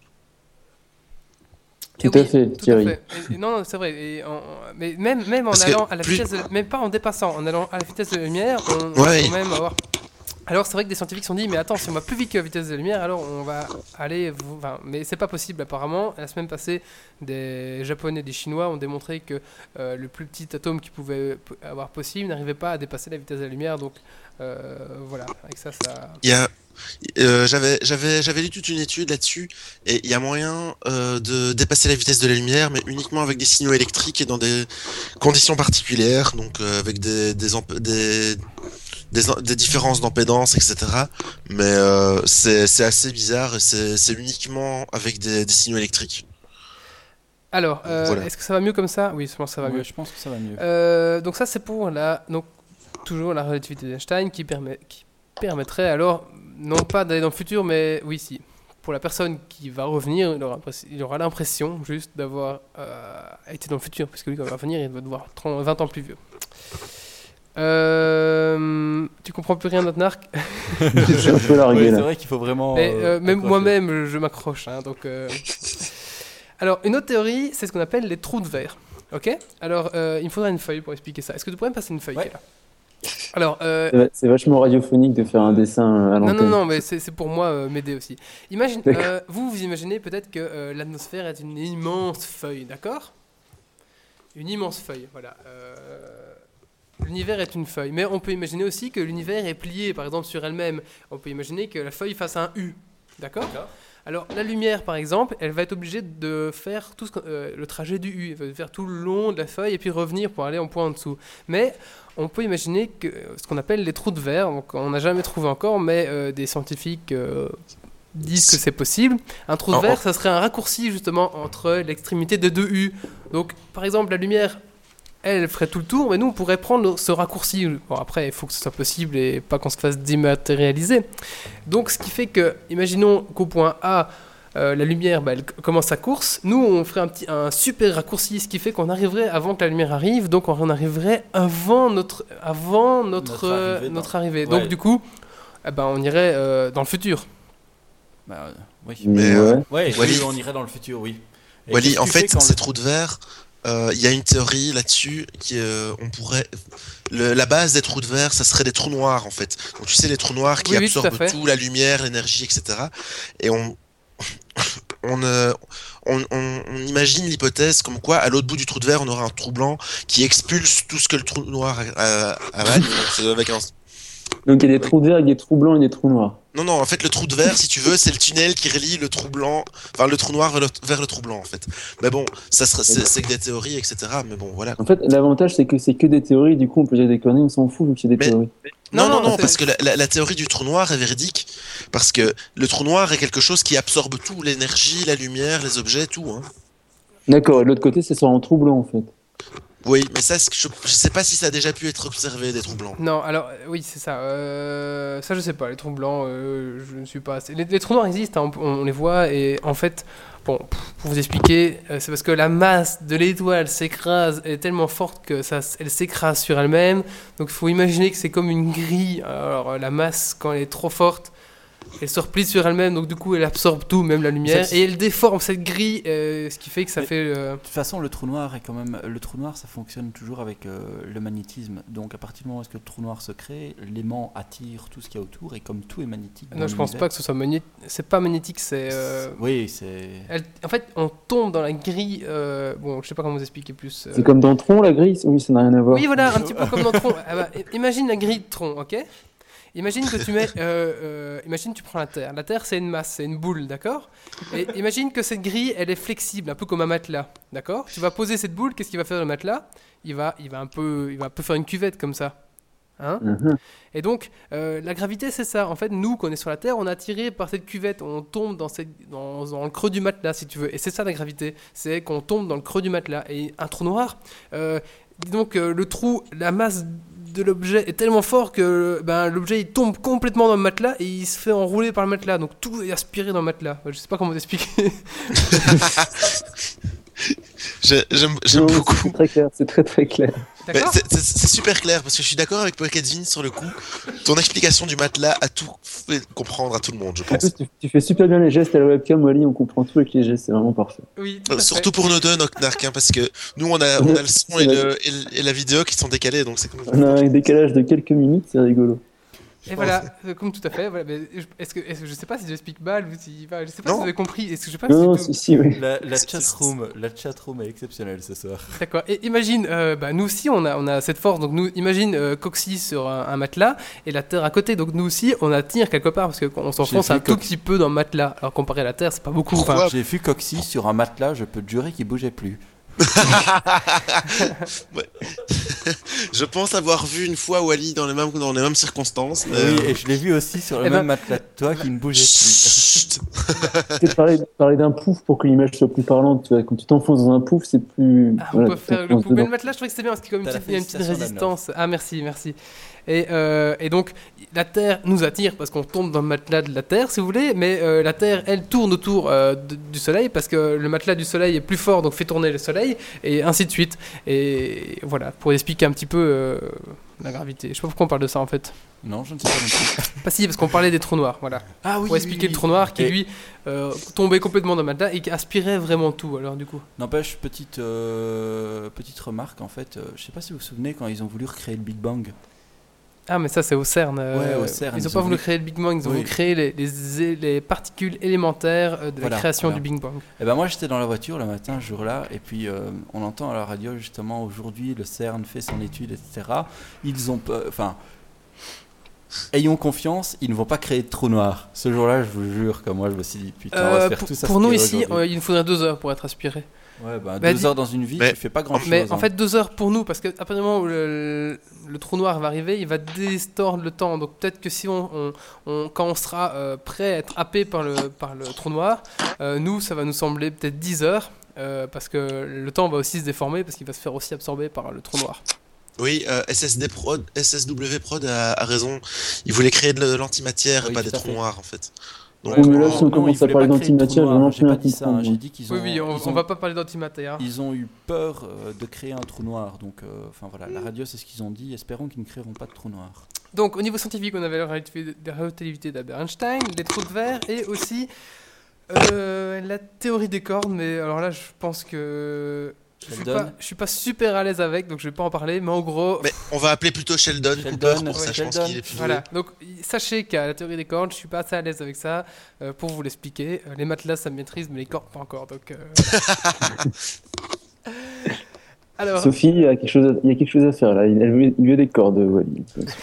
Tout Eh à oui, fait, tout à Thierry. fait. Et- et non, non, c'est vrai. Et en- mais même, même en Parce que allant à la plus- vitesse, de- même pas en dépassant, en allant à la vitesse de la lumière, on, on Ouais. va quand même avoir. Alors c'est vrai que des scientifiques se sont dit, mais attends, si on va plus vite que la vitesse de la lumière, alors on va aller. Enfin, mais c'est pas possible apparemment. La semaine passée, des Japonais et des Chinois ont démontré que euh, le plus petit atome qu'ils pouvaient p- avoir possible n'arrivait pas à dépasser la vitesse de la lumière. Donc euh, voilà, avec ça, ça. Il y a, euh, j'avais, j'avais, j'avais lu toute une étude là-dessus, et il y a moyen euh, de dépasser la vitesse de la lumière, mais uniquement avec des signaux électriques et dans des conditions particulières, donc euh, avec des, des, amp- des, des, en- des différences d'impédance, et cetera. Mais euh, c'est, c'est assez bizarre, et c'est, c'est uniquement avec des, des signaux électriques. Alors, euh, Voilà. est-ce que ça va mieux comme ça? Oui, je pense que ça va Ouais, mieux. je pense que ça va mieux. Euh, donc ça c'est pour la donc toujours la relativité d'Einstein qui permet qui permettrait alors non pas d'aller dans le futur mais oui si pour la personne qui va revenir il aura, impress- il aura l'impression juste d'avoir euh, été dans le futur parce que lui quand il va revenir il va devoir trente, vingt ans plus vieux. Euh, tu comprends plus rien notre narc. C'est un peu largué Ouais, c'est là. vrai qu'il faut vraiment. Mais, euh, euh, même accrocher. moi-même je, je m'accroche hein, donc euh. Alors une autre théorie c'est ce qu'on appelle les trous de verre. Ok. Alors euh, il me faudra une feuille pour expliquer ça. Est-ce que tu pourrais me passer une feuille Ouais. qui est là? Alors euh, C'est va- C'est vachement radiophonique de faire un dessin à non, l'antenne. non, non, mais c'est c'est pour moi euh, m'aider aussi. Imagine, D'accord. euh, vous, vous imaginez peut-être que euh, l'atmosphère est une immense feuille, d'accord? Une immense feuille, voilà. Euh, L'univers est une feuille, mais on peut imaginer aussi que l'univers est plié, par exemple, sur elle-même. On peut imaginer que la feuille fasse un U, d'accord? D'accord. Alors, la lumière, par exemple, elle va être obligée de faire tout ce qu'on- euh, le trajet du U, elle va faire tout le long de la feuille et puis revenir pour aller en point en dessous. Mais on peut imaginer que ce qu'on appelle les trous de verre, donc on n'a jamais trouvé encore, mais euh, des scientifiques euh, disent que c'est possible. Un trou de En- verre, ça serait un raccourci justement entre l'extrémité de deux U. Donc, par exemple, la lumière, elle ferait tout le tour, mais nous, on pourrait prendre ce raccourci. Bon, après, il faut que ce soit possible et pas qu'on se fasse dématérialiser. Donc, ce qui fait que, imaginons qu'au point A, euh, la lumière, bah, elle c- commence sa course. Nous, on ferait un, petit, un super raccourci, ce qui fait qu'on arriverait avant que la lumière arrive. Donc, on arriverait avant notre, avant notre, Notre euh, arrivée dans- notre arrivée. Ouais. Donc, du coup, eh ben, on irait euh, dans le futur. Bah, euh, oui. Mais, Mais euh, ouais. Ouais, Wally- oui, on irait dans le futur, oui. Et Wally, qu'est-ce que en tu fais fait, quand ces le- trous de verre, euh, il y a une théorie là-dessus qui, euh, on pourrait, le- la base des trous de verre, ça serait des trous noirs en fait. Donc tu sais les trous noirs qui Oui, oui, tout à absorbent fait. tout, la lumière, l'énergie, et cetera. Et on, on, euh, on, on- on imagine l'hypothèse comme quoi, à l'autre bout du trou de verre, on aura un trou blanc qui expulse tout ce que le trou noir a- a- avale. Donc, c'est avec un- Donc il y a des trous de verre avec des trous blancs et des trous noirs. Non, non, en fait, le trou de verre, si tu veux, c'est le tunnel qui relie le trou blanc, enfin le trou noir vers le, vers le trou blanc, en fait. Mais bon, ça serait, c'est, c'est que des théories, et cetera. Mais bon, voilà. En fait, l'avantage c'est que c'est que des théories, du coup on peut dire des conneries, on s'en fout vu que c'est des Mais- théories. Non, Non, non, non, non, c'est- parce que la, la- la théorie du trou noir est véridique. Parce que le trou noir est quelque chose qui absorbe tout, l'énergie, la lumière, les objets, tout. Hein. D'accord, et de l'autre côté c'est sur un trou blanc en fait. Oui, mais ça, c'est que je, je sais pas si ça a déjà pu être observé des trous blancs. Non, alors euh, oui, c'est ça. Euh, ça, je sais pas. Les trous blancs, euh, je ne suis pas. assez- Les, les trous noirs existent, hein, on, on les voit et en fait, bon, pour vous expliquer, euh, c'est parce que la masse de l'étoile s'écrase, elle est tellement forte que ça, s- elle s'écrase sur elle-même. Donc, il faut imaginer que c'est comme une grille. Alors, euh, la masse, quand elle est trop forte, elle se replie sur elle-même, donc du coup, elle absorbe tout, même la lumière, Ça, et elle déforme cette grille, euh, ce qui fait que ça Mais- fait. euh, De toute façon, le trou noir est quand même. Le trou noir, ça fonctionne toujours avec euh, le magnétisme. Donc, à partir du moment où est-ce que le trou noir se crée, l'aimant attire tout ce qu'il y a autour, et comme tout est magnétique. Non, je pense pas que ce soit magnétique. C'est pas magnétique, c'est. euh, Oui, c'est. Elle- en fait, on tombe dans la grille. euh, bon, je sais pas comment vous expliquer plus. euh. C'est comme dans Tron, la grille? Oui, ça n'a rien à voir. Oui, voilà, un petit peu comme dans Tron. Ah bah, i- imagine la grille de Tron, ok? Imagine que tu mets. euh, euh, imagine tu prends la Terre. La Terre, c'est une masse, c'est une boule, d'accord? Et imagine que cette grille, elle est flexible, un peu comme un matelas, d'accord? Tu vas poser cette boule, qu'est-ce qu'il va faire le matelas? Il va, il va un peu, il va un peu faire une cuvette comme ça, hein? Mhm. Et donc, euh, la gravité, c'est ça. En fait, nous, quand on est sur la Terre, on est attiré par cette cuvette. On tombe dans, cette, dans, dans le creux du matelas, si tu veux. Et c'est ça la gravité. C'est qu'on tombe dans le creux du matelas. Et un trou noir, euh, dis donc, euh, le trou, la masse de l'objet est tellement fort que ben, l'objet il tombe complètement dans le matelas et il se fait enrouler par le matelas. Donc tout est aspiré dans le matelas. Je sais pas comment t'expliquer. J'ai- J'aime j'aime Non, beaucoup. C'est très clair, c'est très très clair. Mais D'accord? c'est- c'est c'est super clair parce que je suis d'accord avec Pocket Vin sur le coup. Ton explication du matelas a tout fait comprendre à tout le monde, je En pense. plus, tu, tu fais super bien les gestes à la webcam, Wally, on comprend tout avec les gestes, c'est vraiment parfait. Oui, tout à Euh, fait. surtout pour nous deux, Knocknark, hein, parce que nous on a, on a le son et, le, et, le- et la vidéo qui sont décalés, donc c'est comme On a un décalage de quelques minutes, c'est rigolo. Et voilà, euh, comme tout à fait. Voilà, mais je- est-ce que, est-ce que je sais pas si j'explique mal ou si, enfin, je sais pas si Non. vous avez compris. Est-ce que je sais pas Non, si si, tout- si, oui. La, la C'est- chatroom, la chatroom est exceptionnelle ce soir. D'accord. Et imagine, euh, bah, nous aussi, on a, on a cette force. Donc, nous, imagine euh, Coxy sur un, un matelas et la Terre à côté. Donc, nous aussi, on attire quelque part parce qu'on s'enfonce J'ai un vu tout Cox- petit peu dans le matelas. Alors, comparé à la Terre, c'est pas beaucoup. Pourquoi Enfin, J'ai vu Coxy sur un matelas, je peux te jurer qu'il bougeait plus. Je pense avoir vu une fois Wally dans les mêmes, dans les mêmes circonstances. Mais... Oui, et je l'ai vu aussi sur le Eh ben- même matelas que toi qui ne bougeait plus. Chut. Peut-être parler, parler d'un pouf pour que l'image soit plus parlante. Tu vois, quand tu t'enfonces dans un pouf, c'est plus. ah, on voilà, peut tu faire le t'enfonces coup. Mais le dedans. matelas, je trouvais que c'était bien parce qu'il y a comme une T'as la petite, il y a une petite félicitation résistance. Ah, merci, merci. Et, euh, et donc, la Terre nous attire parce qu'on tombe dans le matelas de la Terre, si vous voulez, mais euh, la Terre, elle, tourne autour euh, de- du Soleil parce que le matelas du Soleil est plus fort, donc fait tourner le Soleil, et ainsi de suite. Et voilà, pour expliquer un petit peu euh, la gravité. Je sais pas pourquoi on parle de ça en fait. Non, je ne sais pas non plus. Pas si, parce qu'on parlait des trous noirs, voilà. Ah oui, Pour expliquer le trou noir qui, lui, euh, tombait complètement dans le matelas et qui aspirait vraiment tout, alors du coup. N'empêche, petite, euh, petite remarque en fait, euh, je sais pas si vous vous souvenez quand ils ont voulu recréer le Big Bang. Ah, mais ça, c'est au CERN. euh, Ouais, au CERN, Ils ils n'ont pas ont voulu voulu- créer le Big Bang, ils ont Oui. voulu créer les, les, é- les particules élémentaires euh, de Voilà, la création voilà. du Big Bang. Et ben moi j'étais dans la voiture le matin ce jour-là et puis euh, on entend à la radio justement aujourd'hui le CERN fait son étude et cetera. Ils ont pe- enfin ayons confiance, ils ne vont pas créer de trou noir. Ce jour-là je vous jure que moi je me suis dit putain on va Euh, se faire pour tout ça. pour nous ici, euh, il nous faudrait deux heures pour être aspiré. ouais, bah, bah, deux dis- heures dans une vie Mais- tu fais pas grand chose. Mais en fait, deux heures pour nous, parce que après le moment où le, le trou noir va arriver, il va distordre le temps. Donc peut-être que si on, on- on- quand on sera euh, prêt à être happé par le, par le trou noir, euh, nous, ça va nous sembler peut-être dix heures, euh, parce que le temps va aussi se déformer, parce qu'il va se faire aussi absorber par le trou noir. Oui, euh, S S D Prod, S S W Prod a, a raison. Il voulait créer de l'antimatière et Oui, pas tout des à trous fait. noirs en fait. Ouais, Oui, mais là, non, si on non, commence ils à voulaient parler pas créer de trou d'antimatière, noir, je vais j'ai pas lancer un dit ça, hein, comprendre. j'ai dit qu'ils ont Oui, oui, on, ils on ont- va pas parler d'antimatière. ils ont eu peur euh, de créer un trou noir, donc euh, enfin voilà, la radio c'est ce qu'ils ont dit, espérons qu'ils ne créeront pas de trou noir. Donc, au niveau scientifique, on avait la relativité, la relativité d'Albert Einstein, les trous de verre et aussi euh, la théorie des cordes. Mais alors là, je pense que je suis, Sheldon. pas, je suis pas super à l'aise avec, donc je vais pas en parler. Mais en gros, Mais on va appeler plutôt Sheldon, Sheldon, Cooper pour ouais, ça, je pense Sheldon. qu'il est plus voilà. doué. Donc, y- sachez qu'à la théorie des cordes, je suis pas assez à l'aise avec ça. Euh, pour vous l'expliquer, Euh, les matelas, ça me maîtrise, mais les cordes, pas encore. Donc, euh, alors. Sophie, il y, a quelque chose à, il y a quelque chose à faire là. Elle veut, il veut des cordes, Wally.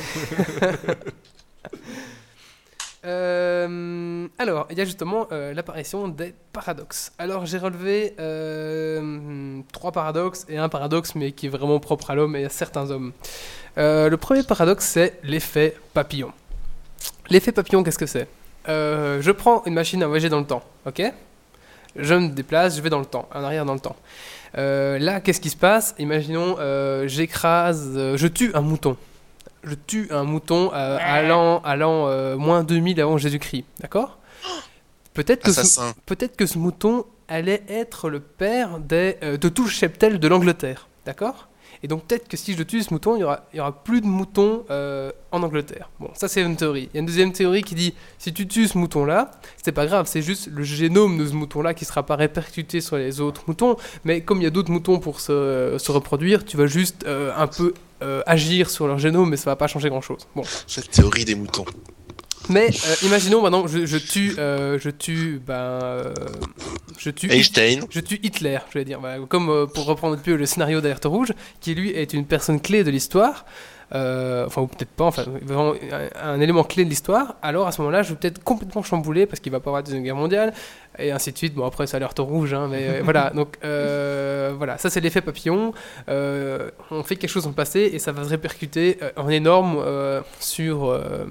Euh, alors, il y a justement euh, l'apparition des paradoxes. Alors, j'ai relevé euh, trois paradoxes et un paradoxe, mais qui est vraiment propre à l'homme et à certains hommes. Euh, le premier paradoxe, c'est l'effet papillon. L'effet papillon, qu'est-ce que c'est? Euh, Je prends une machine à voyager dans le temps, ok? je me déplace, je vais dans le temps, en arrière dans le temps. Euh, là, qu'est-ce qui se passe? Imaginons, euh, j'écrase, euh, je tue un mouton. Je tue un mouton euh, à l'an, à l'an euh, moins deux mille avant Jésus-Christ, d'accord? Peut-être que, ce, Assassin. peut-être que ce mouton allait être le père des, euh, de tout le cheptel de l'Angleterre, d'accord? Et donc peut-être que si je tue ce mouton, il y aura, il y aura plus de moutons euh, en Angleterre. Bon, ça c'est une théorie. Il y a une deuxième théorie qui dit, si tu tues ce mouton-là, c'est pas grave, c'est juste le génome de ce mouton-là qui sera pas répercuté sur les autres moutons, mais comme il y a d'autres moutons pour se, euh, se reproduire, tu vas juste euh, un peu euh, agir sur leur génome, mais ça va pas changer grand-chose. Bon. Cette théorie des moutons. Mais euh, imaginons maintenant, je, je tue, euh, je tue, ben, euh, je tue, Einstein. je tue Hitler, je vais dire, voilà, comme euh, pour reprendre un peu le scénario d'Alerte Rouge, qui lui est une personne clé de l'histoire, euh, enfin ou peut-être pas, enfin vraiment un, un élément clé de l'histoire. Alors à ce moment-là, je vais peut-être complètement chambouler parce qu'il va pas y avoir de deuxième guerre mondiale et ainsi de suite. Bon après c'est Alerte Rouge, hein, mais euh, voilà. Donc euh, voilà, ça c'est l'effet papillon. Euh, on fait quelque chose dans le passé et ça va se répercuter euh, en énorme euh, sur euh,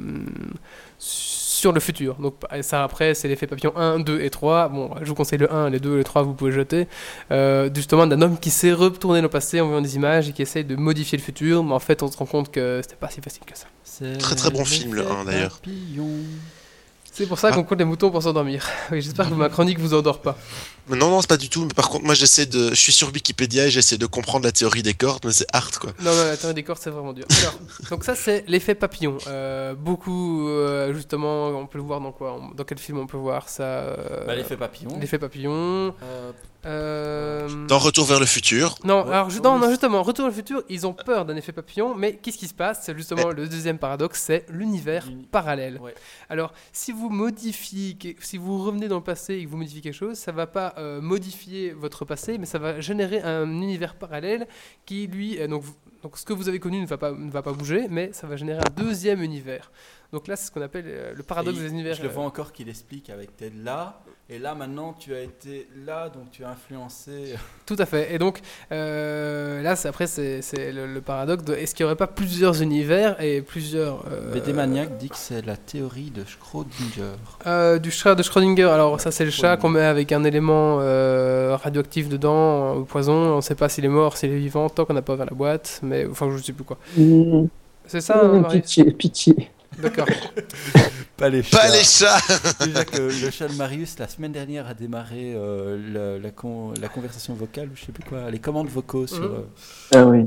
sur le futur. Donc ça après c'est l'effet papillon un, deux et trois. Bon, je vous conseille le un, les deux, les trois vous pouvez jeter. Euh, justement d'un homme qui s'est retourné dans le passé en voyant des images et qui essaye de modifier le futur, mais en fait on se rend compte que c'était pas si facile que ça. C'est Très très bon film le un d'ailleurs. papillon. C'est pour ça Ah. qu'on compte les moutons pour s'endormir. Oui, j'espère que ma chronique vous endort pas. Mais non, non, c'est pas du tout. Mais par contre, moi j'essaie de. Je suis sur Wikipédia et j'essaie de comprendre la théorie des cordes, mais c'est hard quoi. Non, non, la théorie des cordes, c'est vraiment dur. Alors, donc ça, c'est l'effet papillon. Euh, beaucoup, euh, justement, on peut le voir dans quoi? Dans quel film on peut voir ça euh, Bah, l'effet papillon. L'effet papillon. Euh, Euh... Dans Retour vers le futur. Non, Ouais, alors ju- oui. non, non, justement, Retour vers le futur, ils ont peur d'un effet papillon, mais qu'est-ce qui se passe? C'est justement le deuxième paradoxe, c'est l'univers L'uni- parallèle. Ouais. Alors, si vous modifiez, que- si vous revenez dans le passé et que vous modifiez quelque chose, ça va pas euh, modifier votre passé, mais ça va générer un univers parallèle qui, lui, euh, donc, vous- donc ce que vous avez connu ne va pas, ne va pas bouger, mais ça va générer un deuxième univers. Donc là, c'est ce qu'on appelle euh, le paradoxe Et des univers. Je le euh, vois encore qu'il explique avec t'es là, et là maintenant tu as été là, donc tu as influencé. Tout à fait. Et donc euh, là, c'est, après, c'est, c'est le, le paradoxe de est-ce qu'il n'y aurait pas plusieurs univers et plusieurs. Euh, B D Maniac dit que c'est la théorie de Schrödinger. euh, du chat de Schrödinger. Alors, ça, c'est le chat qu'on met avec un élément euh, radioactif dedans, au poison. On ne sait pas s'il est mort, s'il est vivant, tant qu'on n'a pas ouvert la boîte. Mais enfin, je ne sais plus quoi. Mmh. C'est ça, hein, Marius? Pitié, pitié. D'accord. Pas les chats. Pas les chats. Déjà que le chat de Marius, la semaine dernière, a démarré euh, la, la, con- la conversation vocale, ou je sais plus quoi, les commandes vocaux sur, Mhm. euh, Ah oui,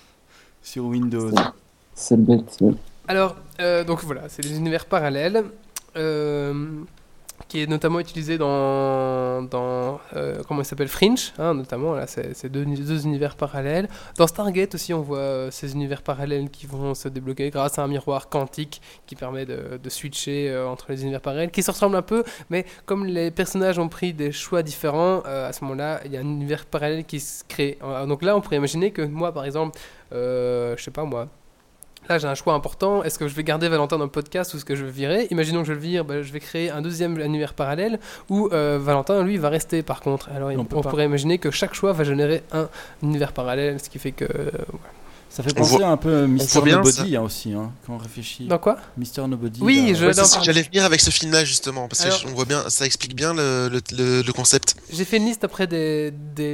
sur Windows. c'est bête. Ouais. Alors, euh, donc voilà, c'est des univers parallèles. Euh, qui est notamment utilisé dans, dans euh, comment il s'appelle, Fringe, hein, notamment, là, c'est, c'est deux, deux univers parallèles. Dans Stargate aussi, on voit euh, ces univers parallèles qui vont se débloquer grâce à un miroir quantique qui permet de, de switcher euh, entre les univers parallèles, qui se ressemblent un peu, mais comme les personnages ont pris des choix différents, euh, à ce moment-là, il y a un univers parallèle qui se crée. Euh, donc là, on pourrait imaginer que moi, par exemple, euh, je sais pas moi, là, j'ai un choix important. Est-ce que je vais garder Valentin dans le podcast ou est-ce que je vais virer? Imaginons que je le vire, bah, je vais créer un deuxième univers parallèle où euh, Valentin, lui, va rester par contre. Alors, On on, peut on pas. pourrait imaginer que chaque choix va générer un univers parallèle, ce qui fait que... euh, Ça fait On penser voit- un peu à Mister voit bien Nobody hein, aussi, hein, quand on réfléchit. Dans quoi? Mister Nobody. Oui, là, je- Ouais, c'est non, ce que pardon. j'allais venir avec ce film-là justement, parce Alors- que on voit bien, ça explique bien le, le, le- le concept. J'ai fait une liste après des,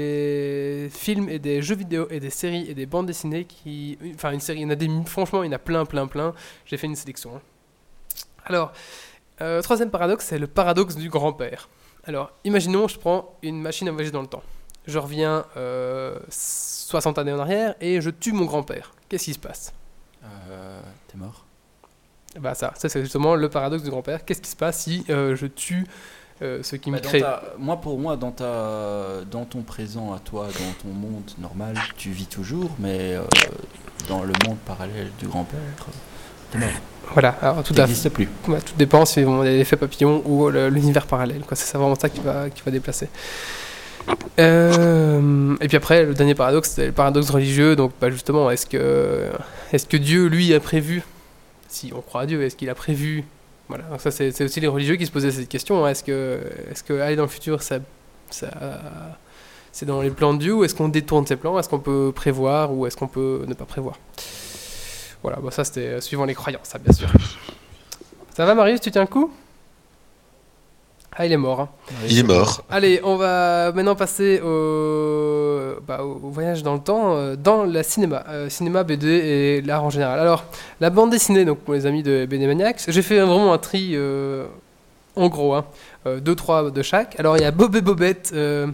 des films et des jeux vidéo et des séries et des bandes dessinées qui... Enfin, une série, il y en a des... Franchement, il y en a plein, plein, plein. J'ai fait une sélection. hein. Alors, euh, troisième paradoxe, c'est le paradoxe du grand-père. Alors, imaginons, je prends une machine à voyager dans le temps. Je reviens euh, soixante années en arrière et je tue mon grand-père. Qu'est-ce qui se passe? Euh, T'es mort. Bah ça, ça c'est justement le paradoxe du grand-père. Qu'est-ce qui se passe si euh, je tue euh, ce qui Bah, me dans crée? ta- Moi, pour moi, dans, ta... dans ton présent à toi, dans ton monde normal, tu vis toujours, mais euh, dans le monde parallèle du grand-père, euh, t'es mort. Voilà, alors tout Tu à fait. n'existes plus. Ouais, tout dépend si on a l'effet papillon ou le- l'univers parallèle. Quoi. C'est ça vraiment ça qui va, qui va déplacer. Euh, et puis après, le dernier paradoxe, c'est le paradoxe religieux. Donc, bah, justement, est-ce que, est-ce que Dieu, lui, a prévu, si on croit à Dieu, est-ce qu'il a prévu? Voilà, donc ça, c'est, c'est aussi les religieux qui se posaient cette question. hein. Est-ce que, est-ce que aller dans le futur, ça, ça, c'est dans les plans de Dieu ou est-ce qu'on détourne ses plans? Est-ce qu'on peut prévoir ou est-ce qu'on peut ne pas prévoir? Voilà, bon, ça, c'était suivant les croyances, ça, bien sûr. Ça va, Marius, tu tiens le coup? Ah, il est mort. Hein. Il est mort. Allez, on va maintenant passer au, bah, au voyage dans le temps, euh, dans le cinéma. Euh, cinéma, B D et l'art en général. Alors, la bande dessinée, donc pour les amis de B D Maniacs, j'ai fait vraiment un tri euh, en gros, hein, euh, deux, trois de chaque. Alors, il y a Bob et Bobette. Euh...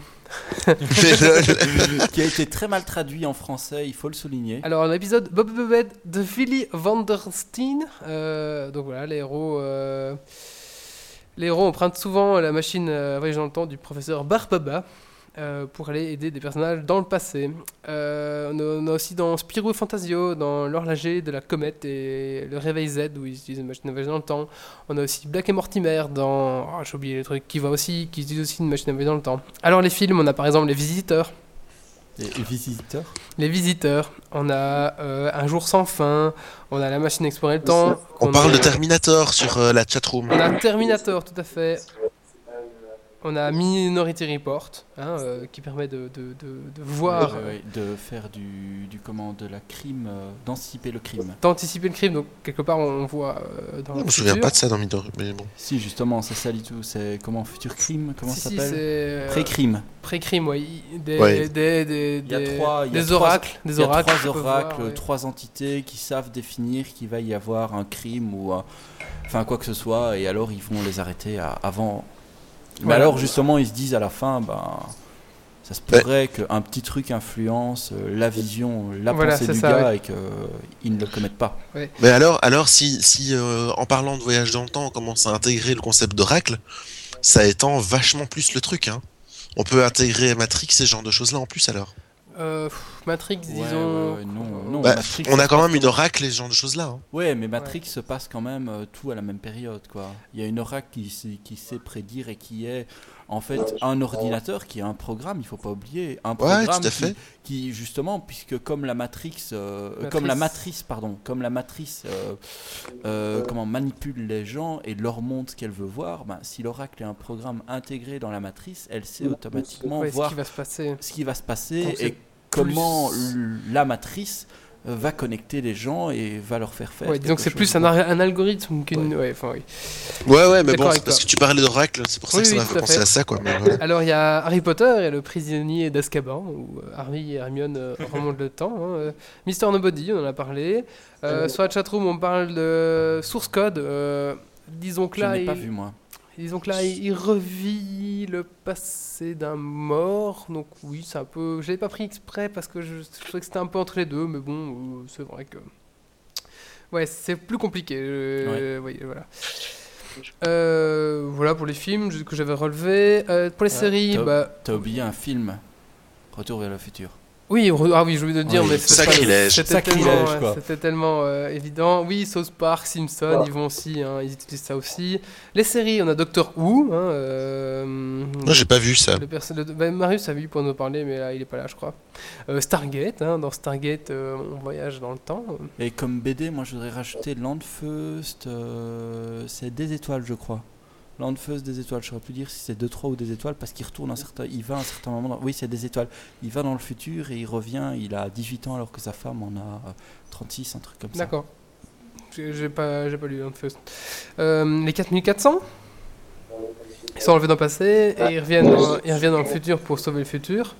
qui a été très mal traduit en français, il faut le souligner. Alors, l'épisode Bob et Bobette de Philly Vandersteen. Euh, donc voilà, les héros. Euh... Les héros empruntent souvent la machine à voyager dans le temps du professeur Barbaba euh, pour aller aider des personnages dans le passé. Euh, on, a, on a aussi dans Spirou et Fantasio, dans l'horloger de la comète et le réveil Z où ils utilisent une machine à voyager dans le temps. On a aussi Black et Mortimer dans... Oh, j'ai oublié le truc, qui va aussi, qui utilise aussi une machine à voyager dans le temps. Alors les films, on a par exemple Les Visiteurs. Les visiteurs Les Visiteurs. On a euh, Un jour sans fin. On a La machine à explorer le temps. On, on parle a... de Terminator sur euh, la chatroom. On a Terminator, tout à fait. On a Minority Report, hein, euh, qui permet de, de, de, de voir, oui, oui, oui, de faire du, du comment, de la crime, euh, d'anticiper le crime. D'anticiper le crime, donc quelque part on voit euh, dans Je le me futur. souviens pas de ça dans Midori, mais bon. Si, justement, c'est ça du tout. C'est comment, futur crime, comment si, ça si, s'appelle c'est euh, Pré-crime. Pré-crime, oui. Des, Ouais. des, des, Il y a des- trois, il y a des trois- oracles, des Il y a oracles. trois qu'on peut oracles, voir, ouais. trois entités qui savent définir qu'il va y avoir un crime ou un... enfin quoi que ce soit, et alors ils vont les arrêter à- avant. Mais Voilà. alors justement ils se disent à la fin, ben ça se pourrait qu'un petit truc influence euh, la vision, la Voilà, pensée c'est du ça, gars ouais. et qu'ils ne le commettent pas. Mais alors, alors si, si euh, en parlant de voyage dans le temps, on commence à intégrer le concept d'oracle, ça étend vachement plus le truc. Hein. On peut intégrer Matrix et ce genre de choses-là en plus alors. Euh, pff, Matrix, Ouais, disons. ouais, ouais, non, non, Bah, Matrix, on ça a quand se même passe une oracle et ce genre de choses là. Hein. Ouais, mais Matrix se passe quand même euh, tout à la même période, quoi. Il y a une oracle qui, sait- qui sait prédire et qui est en fait un ordinateur qui est un programme, il faut pas oublier, un programme tout à fait. Qui, qui, justement, puisque comme la Matrix, euh, Matrice. comme la matrice, pardon, comme la matrice, euh, euh, comment manipule les gens et leur montre ce qu'elle veut voir, ben, si l'oracle est un programme intégré dans la matrice, elle sait automatiquement Ouais, ce voir qui va se passer. ce qui va se passer Donc, c'est et comment plus- l- la matrice euh, va connecter les gens et va leur faire faire. Ouais, disons quelque que c'est chose, plus un, quoi. ar- un algorithme qu'une. Ouais, enfin oui. Ouais, ouais, mais D'accord bon, avec c'est parce toi. que tu parlais d'oracle, c'est pour ça Oui, que ça oui, m'a tout fait à penser fait. à ça quoi. Mais voilà. Alors il y a Harry Potter et le prisonnier d'Azkaban, où euh, Harry et Hermione euh, remontent le temps. Hein. Euh, Mister Nobody, on en a parlé. Euh, sur la chatroom, on parle de Source Code. Euh, disons que Je là, n'ai pas il, vu moi. disons que là, il, il revit le passé d'un mort. Donc oui, c'est un peu. Je l'avais pas pris exprès parce que je, je trouvais que c'était un peu entre les deux, mais bon, euh, c'est vrai que. Ouais, c'est plus compliqué. euh, oui, voilà. Euh, voilà pour les films que j'avais relevés. Euh, pour les Ouais, séries, t'as- bah. T'as oublié un film, Retour vers le futur. Oui, re- ah oui, j'ai oublié de le dire, Oui, mais c'est pas- sacrilège. c'était Sacrilège, tellement, ouais, quoi. c'était tellement euh, évident. Oui, South Park, Simpson, ils vont aussi, hein, ils utilisent ça aussi. Les séries, on a Doctor Who. Hein, euh, Moi j'ai pas vu ça. le perso- le- ben, Marius a vu pour nous parler, mais là, il est pas là, je crois. Euh, Stargate, hein, dans Stargate, euh, on voyage dans le temps. Et comme B D, moi je voudrais rajouter Landfeust, euh, c'est des étoiles je crois. Landfeust des étoiles, je saurais plus dire si c'est deux trois ou des étoiles parce qu'il retourne un certain, il va à un certain moment, dans- oui c'est des étoiles, il va dans le futur et il revient, il a dix-huit ans alors que sa femme en a euh, trente-six, un truc comme ça. D'accord. J'ai j'ai pas, j'ai pas lu Landfeust. Euh, les quatre mille quatre cents ils sont enlevés dans le passé et ils reviennent dans, ils reviennent dans le futur pour sauver le futur.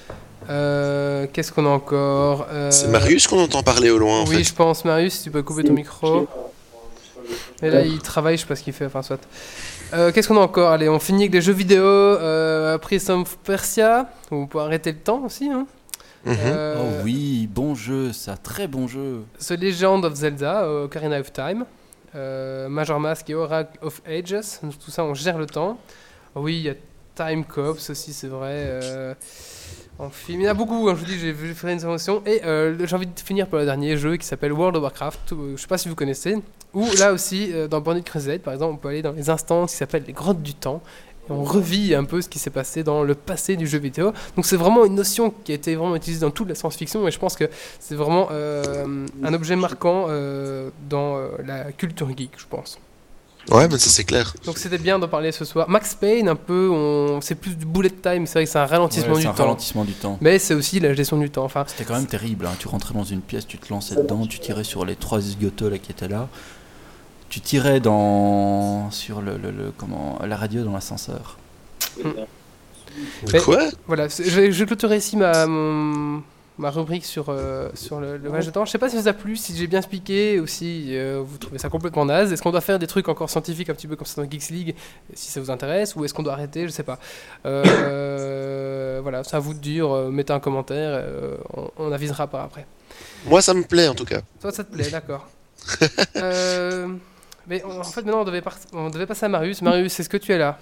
Euh, Qu'est-ce qu'on a encore Euh, C'est Marius qu'on entend parler au loin en Oui, fait. je pense. Marius, si tu peux couper ton micro. Et là, il travaille, je sais pas ce qu'il fait, enfin, soit. Euh, Qu'est-ce qu'on a encore Allez, on finit avec les jeux vidéo. Euh, Prince of Persia, où on peut arrêter le temps aussi. Hein. Mhm. Euh, Oh oui, bon jeu, ça, très bon jeu. The Legend of Zelda, euh, Ocarina of Time, euh, Major Mask et Oracle of Ages, tout ça on gère le temps. Oui, il y a Time Cops aussi, c'est vrai. euh, en film, il y en a beaucoup, hein, je vous dis, j'ai vu faire une sélection. Et euh, j'ai envie de finir par le dernier jeu qui s'appelle World of Warcraft, tout- euh, je sais pas si vous connaissez, où là aussi, euh, dans Bandit Crusade par exemple, on peut aller dans les instances qui s'appellent les grottes du temps. Et on revit un peu ce qui s'est passé dans le passé du jeu vidéo. Donc c'est vraiment une notion qui a été vraiment utilisée dans toute la science-fiction et je pense que c'est vraiment euh, un objet marquant euh, dans euh, la culture geek, je pense. Ouais, mais ça c'est clair. Donc c'était bien d'en parler ce soir. Max Payne, un peu, on... c'est plus du bullet time, c'est vrai que c'est un ralentissement Ouais, du c'est un temps. ralentissement du temps. Mais c'est aussi la gestion du temps. Enfin, C'était quand même terrible, hein. Tu rentrais dans une pièce, tu te lançais dedans, tu tirais sur les trois zigotos là qui étaient là. tu tirais dans sur le, le, le comment la radio dans l'ascenseur. Mais- Quoi? Voilà, c'est- je vais, je vais clôturer ici ma, mon- ma rubrique sur, euh, sur le, le voyage de temps. Je sais pas si ça vous a plu, si j'ai bien expliqué ou si euh, vous trouvez ça complètement naze. Est-ce qu'on doit faire des trucs encore scientifiques un petit peu comme ça dans Geeks League, si ça vous intéresse, ou est-ce qu'on doit arrêter? Je sais pas. Euh, voilà, c'est à vous de dire. euh, mettez un commentaire, euh, on, on avisera par après. Moi, ça me plaît en tout cas. Toi, ça te plaît, d'accord. Euh, mais en en fait, maintenant, on devait, par- on devait passer à Marius. Marius, est-ce que tu es là?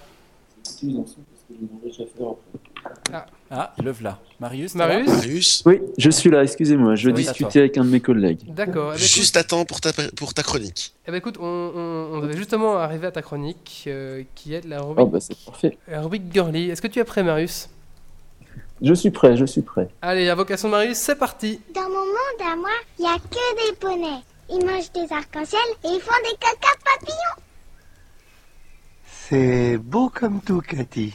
Ah, le voilà. Marius. t'es là Marius Marius, Oui, je suis là, excusez-moi, je Oui, à discutais toi. avec un de mes collègues. D'accord. Eh ben, écoute- juste à temps pour ta, pour ta chronique. Eh ben écoute, on, on- on devait justement arriver à ta chronique, euh, qui est la Oh rubrique, bah c'est parfait. la rubrique girly. Est-ce que tu es prêt, Marius? Je suis prêt, je suis prêt. Allez, invocation de Marius, c'est parti. Dans mon monde à moi, il n'y a que des poneys. Ils mangent des arcs-en-ciel et ils font des caca papillons. C'est beau comme tout, Cathy.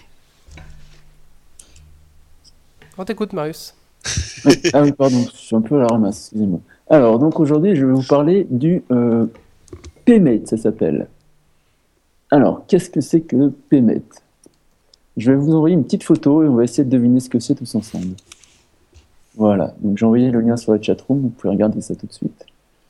On t'écoute, Marius. Oui, ah oui, pardon, je suis un peu à la ramasse, excusez-moi. Alors, donc aujourd'hui, je vais vous parler du euh, P M E T, ça s'appelle. Alors, qu'est-ce que c'est que le P M E T? Je vais vous envoyer une petite photo et on va essayer de deviner ce que c'est tous ensemble. Voilà, donc j'ai envoyé le lien sur la chatroom, vous pouvez regarder ça tout de suite.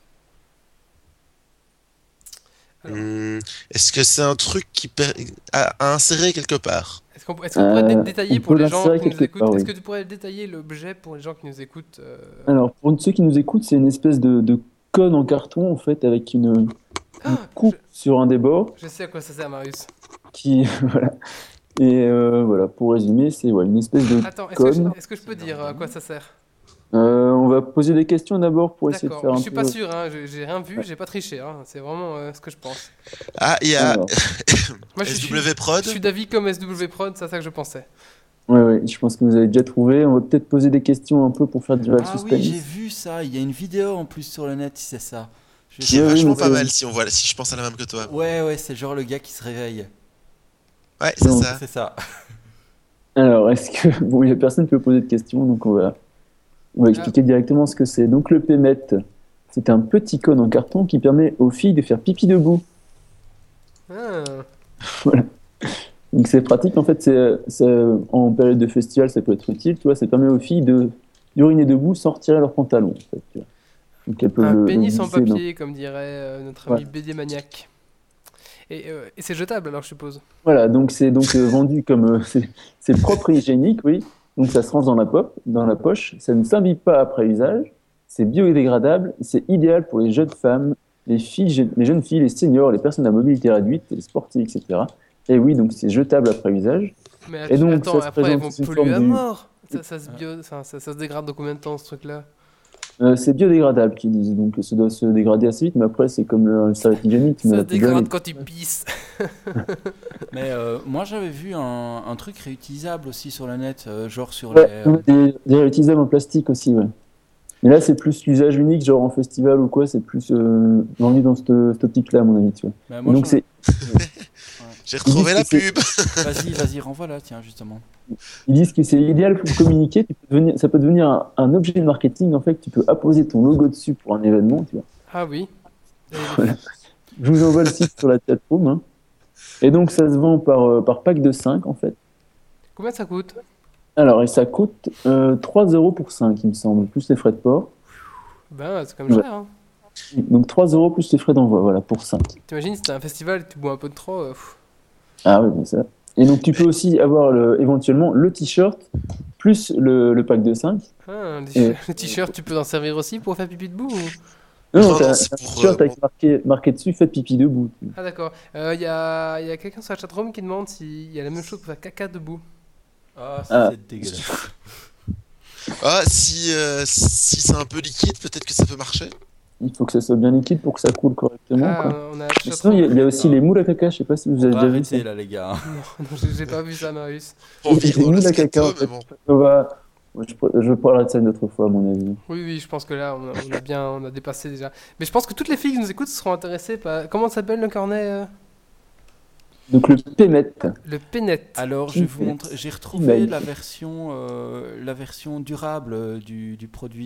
Alors. Hmm, Est-ce que c'est un truc qui per- à, à insérer quelque part? Est-ce qu'on est-ce qu'on pourrait dé- Euh, détailler on pour peut les gens l'insérer qui nous quelque écoutent? part, Est-ce oui. que tu pourrais détailler l'objet pour les gens qui nous écoutent euh, Alors, pour ceux qui nous écoutent, c'est une espèce de, de cône en carton, en fait, avec une, une Ah, coupe sur un des bords. Je sais à quoi ça sert, Marius. Qui, voilà. Et euh, voilà, pour résumer, c'est ouais, une espèce de Attends, est-ce que, je, cône. est-ce que je peux dire à quoi ça sert? Euh, on va poser des questions d'abord pour essayer de D'accord, faire je un suis peu. pas sûr, hein, j'ai j'ai rien vu, j'ai pas triché, hein, c'est vraiment euh, ce que je pense. Ah, il y a Alors, Moi, je, S suis- W Prod. je suis d'avis comme S W Prod, c'est ça que je pensais. ouais, ouais, je pense que vous avez déjà trouvé. On va peut-être poser des questions un peu pour faire durer le Ah suspense. oui, j'ai vu ça. Il y a une vidéo en plus sur le net, si c'est ça. Je Qui est Ouais, oui, vachement mais pas c'est- mal si on voit, si je pense à la même que toi. Ouais, ouais, c'est genre le gars qui se réveille. Ouais, c'est Non. ça. C'est ça. Alors, est-ce que. Bon, il n'y a personne qui peut poser de questions, donc on va, on va expliquer directement ce que c'est. Donc, le P M E T, c'est un petit cône en carton qui permet aux filles de faire pipi debout. Ah, Donc, c'est pratique. En fait, c'est, c'est- en période de festival, ça peut être utile. Tu vois, ça permet aux filles de d'uriner debout sans retirer leurs pantalons. En fait, tu vois. Donc, elles peuvent un le- le pénis en glisser dans- papier, comme dirait euh, notre ami B D Maniac. Et, euh, et c'est jetable alors, je suppose. Voilà, donc c'est donc euh, vendu comme euh, c'est, c'est propre et hygiénique, oui. Donc ça se range dans la pop, dans la poche, ça ne s'imbibe pas après usage, c'est biodégradable, c'est idéal pour les jeunes femmes, les filles, je- les jeunes filles, les seniors, les personnes à mobilité réduite, les sportifs, et cetera. Et oui, donc c'est jetable après usage. Mais Et donc, attends, ça se après, elles présente vont sous polluer forme à du- mort. Ça, ça, se bio... ça, ça- ça se dégrade dans combien de temps, ce truc-là? Euh, c'est biodégradable qu'ils disent, donc ça doit se dégrader assez vite, mais après c'est comme le, le serviette hygiénique. Ça mais se à poubelle, dégrade et- quand tu pisses. Mais euh, moi, j'avais vu un, un truc réutilisable aussi sur le net, euh, genre sur Ouais, les. euh, des, des réutilisables en plastique aussi, ouais. Mais là, c'est plus l'usage unique, genre en festival ou quoi, c'est plus euh, vendu dans cette, cette optique-là, à mon avis, tu vois. bah, Et moi, donc j'en- c'est J'ai retrouvé Ils la disent que pub. Vas-y, vas-y, renvoie-la, tiens, justement. Ils disent que c'est idéal pour communiquer. Tu peux devenir, ça peut devenir un, un objet de marketing. En fait, tu peux apposer ton logo dessus pour un événement. Tu vois. Ah oui. Et- Voilà. Je vous envoie le site sur la chatroom. Hein. Et donc, ça se vend par, euh, par pack de cinq, en fait. Combien ça coûte? Alors, et ça coûte euh, trois euros pour cinq, il me semble, plus les frais de port. Ben, c'est quand même Ouais. cher. Hein. Donc, trois euros plus les frais d'envoi, voilà, pour cinq. T'imagines, si t'as un festival et que tu bois un peu de trop. euh, pff. Ah oui, bon, ça. Et donc, tu peux aussi avoir le, éventuellement le t-shirt plus le, le pack de cinq. Ah, les Et- les t-shirts, tu peux en servir aussi pour faire pipi debout ou... Non, Non, non, t'as non, c'est un pour, t-shirt euh, avec marqué, marqué dessus, faites pipi debout. Ah d'accord. Il euh, y a, y a quelqu'un sur la chatroom qui demande s'il y a la même chose pour faire caca debout. Ah, Ah. c'est dégueulasse. Ah, si, euh, si c'est un peu liquide, peut-être que ça peut marcher. Il faut que ça soit bien liquide pour que ça coule correctement. Ah, quoi. on a la Mais sinon, chatroom. il y, a- il y a aussi les moules à caca, je sais pas si vous avez On va déjà vu ça. arrêter là, les gars. Non, non, j'ai j'ai pas vu ça, Marius. Bon, Les viro, moules le à caca, scato, en fait. mais bon. On va... moi, Je, pr- je parlerai de ça une autre fois, à mon avis. Oui, oui, je pense que là, on a, on a bien, on a dépassé déjà. Mais je pense que toutes les filles qui nous écoutent seront intéressées par... Comment ça s'appelle le cornet euh Donc le P M E T. Le Pénet. Alors, je vais vous montrer. J'ai retrouvé Email. la version, euh, la version durable euh, du, du produit.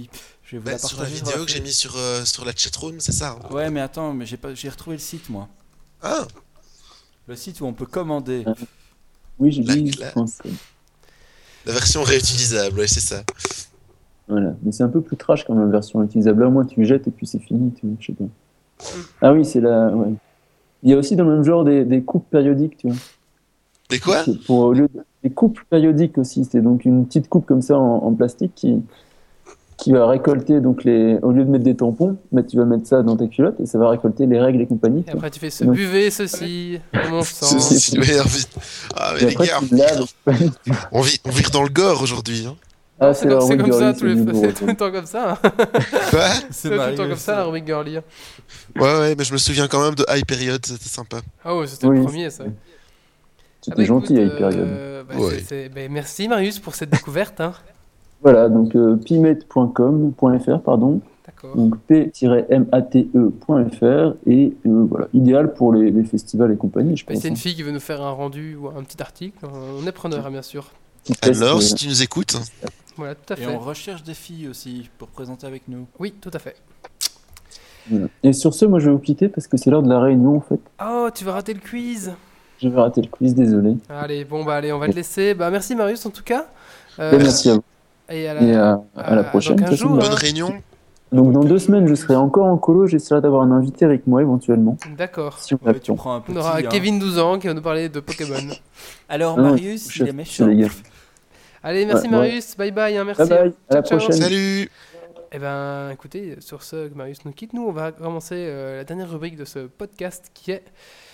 Je vais vous Bah, la sur la partager. vidéo la que j'ai feuille. mis sur, euh, sur la chatroom, c'est ça hein. Ouais, mais attends, mais j'ai pas, j'ai retrouvé le site moi. Ah, Le site où on peut commander. Ah. Oui, j'ai La dit. classe. je pense que- la version réutilisable, ouais, c'est ça. Voilà. Mais c'est un peu plus trash comme la version utilisable. Là, au moins, tu jettes et puis c'est fini. Tu vois, je sais pas. Ah oui, c'est la. Ouais. Il y a aussi dans le même genre des, des coupes périodiques, tu vois. Des quoi? C'est pour, au lieu de- des coupes périodiques aussi. C'est donc une petite coupe comme ça en, en plastique qui, qui va récolter, donc les, au lieu de mettre des tampons, bah, tu vas mettre ça dans tes culottes et ça va récolter les règles et compagnie. Et tu vois. après, tu fais ce Donc- buvez ceci, dans mon sang. Ceci. C'est- ouais, envie- Ah, mais Et les après, gars, tu te laves. on vire, on vire dans le gore aujourd'hui. Hein. Ah, C'est c'est la comme, c'est rubrique comme ça, girly, tous les c'est du fois, bourreau, c'est tout le temps comme ça. hein. Quoi? C'est tout le temps comme ça, la rubrique girly. Ouais, ouais, mais je me souviens quand même de High Period, c'était sympa. Ah ouais, c'était Oui, le premier, ça. C'était Ah bah, gentil écoute, à Hyperion. euh, bah, Ouais. c'est- c'est- bah, merci Marius pour cette découverte. Hein. Voilà, donc euh, pimate point com point f r, pardon. D'accord. Donc p tiret mate point f r et euh, voilà, idéal pour les, les festivals et compagnie, je Bah, pense. c'est une hein. fille qui veut nous faire un rendu ou un petit article. On est preneur, hein, bien sûr. Petit test, Alors, euh, si tu nous écoutes, Voilà, tout à Et fait. on recherche des filles aussi pour présenter avec nous. Oui, tout à fait. voilà. Et sur ce, moi je vais vous quitter parce que c'est l'heure de la réunion en fait. Oh, tu vas rater le quiz. Je vais rater le quiz, désolé. Allez, bon, bah, allez, on va te laisser. Bah, merci Marius, en tout cas. Euh, Et merci à vous. Et à la, Et à, à la à- prochaine. dans de quinze toute façon. jours, bonne hein. réunion. Donc dans deux semaines, je serai encore en colo. J'essaierai d'avoir un invité avec moi éventuellement. D'accord. Si on a Ouais, le tu temps. prends un petit. On aura hein. Kevin, douze ans, qui va nous parler de Pokémon. Alors Ah non, Marius, je- il est je- méchant. les gars. Allez, merci Ouais, Marius. Bye bye, hein, merci. Bye bye, à la Ciao, ciao. prochaine. Salut. Eh ben, écoutez, sur ce, que Marius nous quitte, nous, on va commencer euh, la dernière rubrique de ce podcast qui est.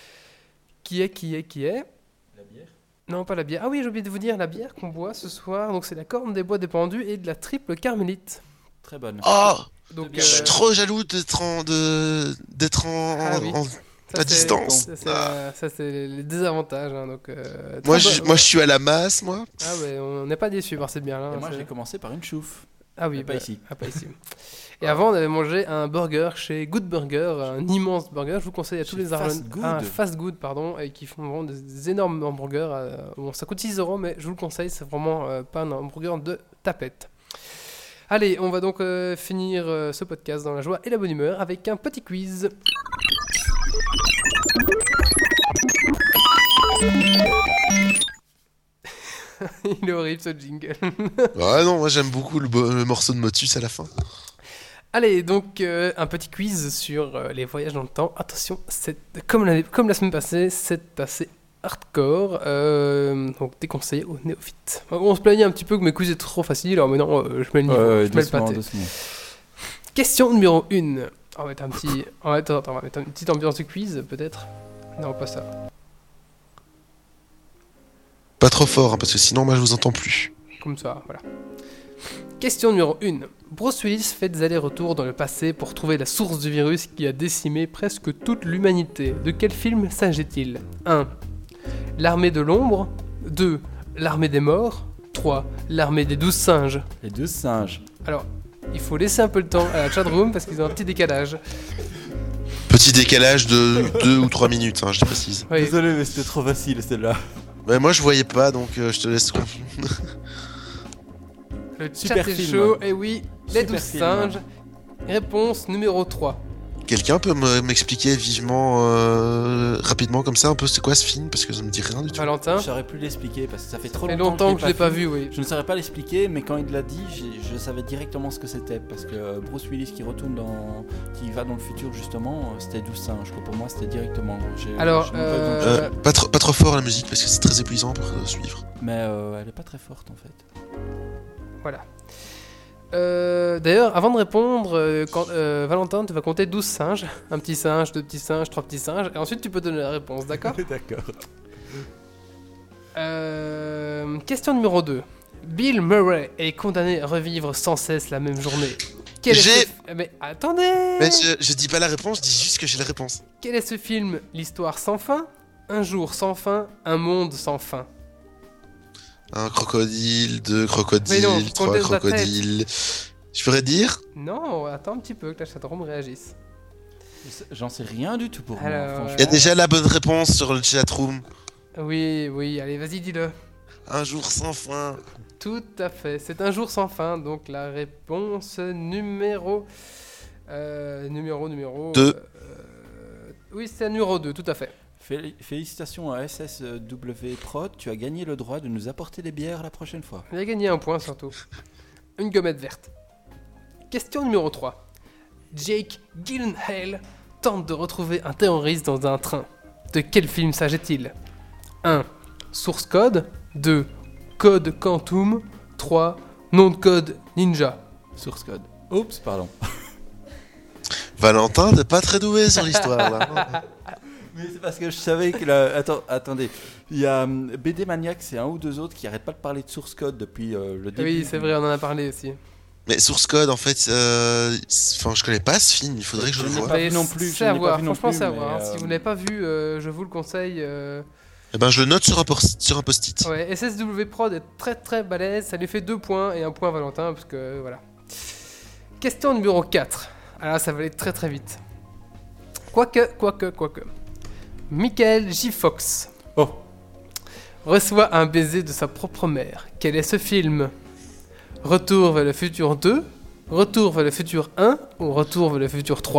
Qui est, qui est, qui est. La bière. Non, pas la bière. Ah oui, j'ai oublié de vous dire, la bière qu'on boit ce soir, donc c'est la corne des bois dépendus et de la triple carmélite. Très bonne. Oh, Donc, Je je suis euh, trop jaloux d'être en, de, d'être en, Ah oui. en- ça, à c'est- distance. Ça, c'est, euh, ça, c'est les désavantages. hein, donc, euh, Moi, très je, bon- moi, je suis à la masse, moi. Ah ouais, on n'est pas déçus par cette bière-là. Et hein, moi c'est- j'ai commencé par une chouffe. Ah oui, Mais pas bah, ici. ah, pas ici. Et avant, on avait mangé un burger chez Good Burger, un immense burger. Je vous conseille à tous Chez les Fast Arlon- Good. Ah, Fast Good, pardon, et qui font vraiment des, des énormes hamburgers. euh, bon, ça coûte six euros, mais je vous le conseille, c'est vraiment euh, pas un hamburger de tapette. Allez, on va donc euh, finir euh, ce podcast dans la joie et la bonne humeur avec un petit quiz. Il est horrible ce jingle. Ah non, moi, j'aime beaucoup le, bo- le morceau de Motus à la fin. Allez, donc euh, un petit quiz sur euh, les voyages dans le temps. Attention, c'est comme la, comme la semaine passée, c'est assez hardcore, euh, donc déconseillé aux néophytes. On se plaignait un petit peu que mes quiz étaient trop faciles, alors maintenant euh, je mets le niveau, Ouais, je mets le doucement, pâté. doucement. Question numéro un. On va mettre un petit, on va mettre, attends, on va mettre une petite ambiance de quiz peut-être. Non, pas ça. Pas trop fort, hein, parce que sinon, moi, je vous entends plus. Comme ça, voilà. Question numéro un. Bruce Willis fait des allers-retours dans le passé pour trouver la source du virus qui a décimé presque toute l'humanité. De quel film s'agit-il? un. L'armée de l'ombre. deux. L'armée des morts. trois. L'armée des douze singes. Les deux singes. Alors, il faut laisser un peu le temps à la chatroom parce qu'ils ont un petit décalage. Petit décalage de deux ou trois minutes, hein, je te précise. Oui. Désolé, mais c'était trop facile celle-là. Mais moi, je voyais pas, donc euh, je te laisse. conf- Le Super chat est film. chaud. Et oui, les Super douze film. singes. Réponse numéro trois. Quelqu'un peut me- m'expliquer vivement, euh, rapidement comme ça, un peu c'est quoi ce film? Parce que ça me dit rien du tout. Valentin. Je saurais plus l'expliquer parce que ça fait trop Ça fait longtemps, longtemps que je l'ai pas vu, oui. Je ne saurais pas l'expliquer, mais quand il l'a dit, j'ai- je savais directement ce que c'était. Parce que euh, Bruce Willis qui retourne dans. qui va dans le futur, justement, euh, c'était douze singes. Quoi. Pour moi, c'était directement. J'ai- Alors, j'ai même pas besoin de euh, chercher. Euh, pas, trop, pas trop fort la musique parce que c'est très épuisant pour euh, suivre. Mais euh, elle est pas très forte en fait. Voilà. Euh, D'ailleurs, avant de répondre, euh, quand, euh, Valentin, tu vas compter douze singes. Un petit singe, deux petits singes, trois petits singes. Et ensuite, tu peux donner la réponse, d'accord? D'accord. Euh, Question numéro deux. Bill Murray est condamné à revivre sans cesse la même journée. Quel est J'ai- ce... Eh, Mais attendez Mais je, je dis pas la réponse, je dis juste que j'ai la réponse. Quel est ce film? L'histoire sans fin? Un jour sans fin? Un monde sans fin? Un crocodile, deux Mais crocodiles, non, trois comptez dans ta crocodiles. Je pourrais dire Non, attends un petit peu que la chatroom réagisse. J'en sais rien du tout pour moi, Alors, franchement. Il y a déjà la bonne réponse sur le chatroom. Oui, oui, allez, vas-y, dis-le. Un jour sans fin. Tout à fait, c'est un jour sans fin, donc la réponse numéro... Euh, numéro, numéro... Deux. euh, oui, c'est numéro deux, tout à fait. Fél- Félicitations à S S W Prod, tu as gagné le droit de nous apporter des bières la prochaine fois. Il a gagné un point surtout. Une gommette verte. Question numéro trois. Jake Gyllenhaal tente de retrouver un terroriste dans un train. De quel film s'agit-il ? un. Source code. deux. Code Quantum. trois. Nom de code Ninja. Source code. Oups, pardon. Valentin, t'es pas très doué sur l'histoire là. Mais c'est parce que je savais que la... Attends, attendez. Il y a um, B D Maniac, c'est un ou deux autres qui arrêtent pas de parler de source code depuis euh, le début. Oui, c'est vrai, on en a parlé aussi. Mais Source Code, en fait, euh... enfin, je connais pas ce film. Il faudrait que je, Je le n'ai voie. pas vu non plus, je C'est à n'ai pas voir, vu non franchement plus, c'est à mais, voir. euh, Si vous l'avez pas vu, euh, je vous le conseille. euh, Eh ben, je le note sur un, post- sur un post-it. Ouais, S S W Prod est très très balèze, ça lui fait deux points et un point à Valentin, parce que voilà. Question numéro quatre. Alors ça va aller très très vite. Quoique, quoique, quoique. Michael J. Fox Oh. reçoit un baiser de sa propre mère. Quel est ce film ? Retour vers le futur deux, Retour vers le futur un ou Retour vers le futur trois ?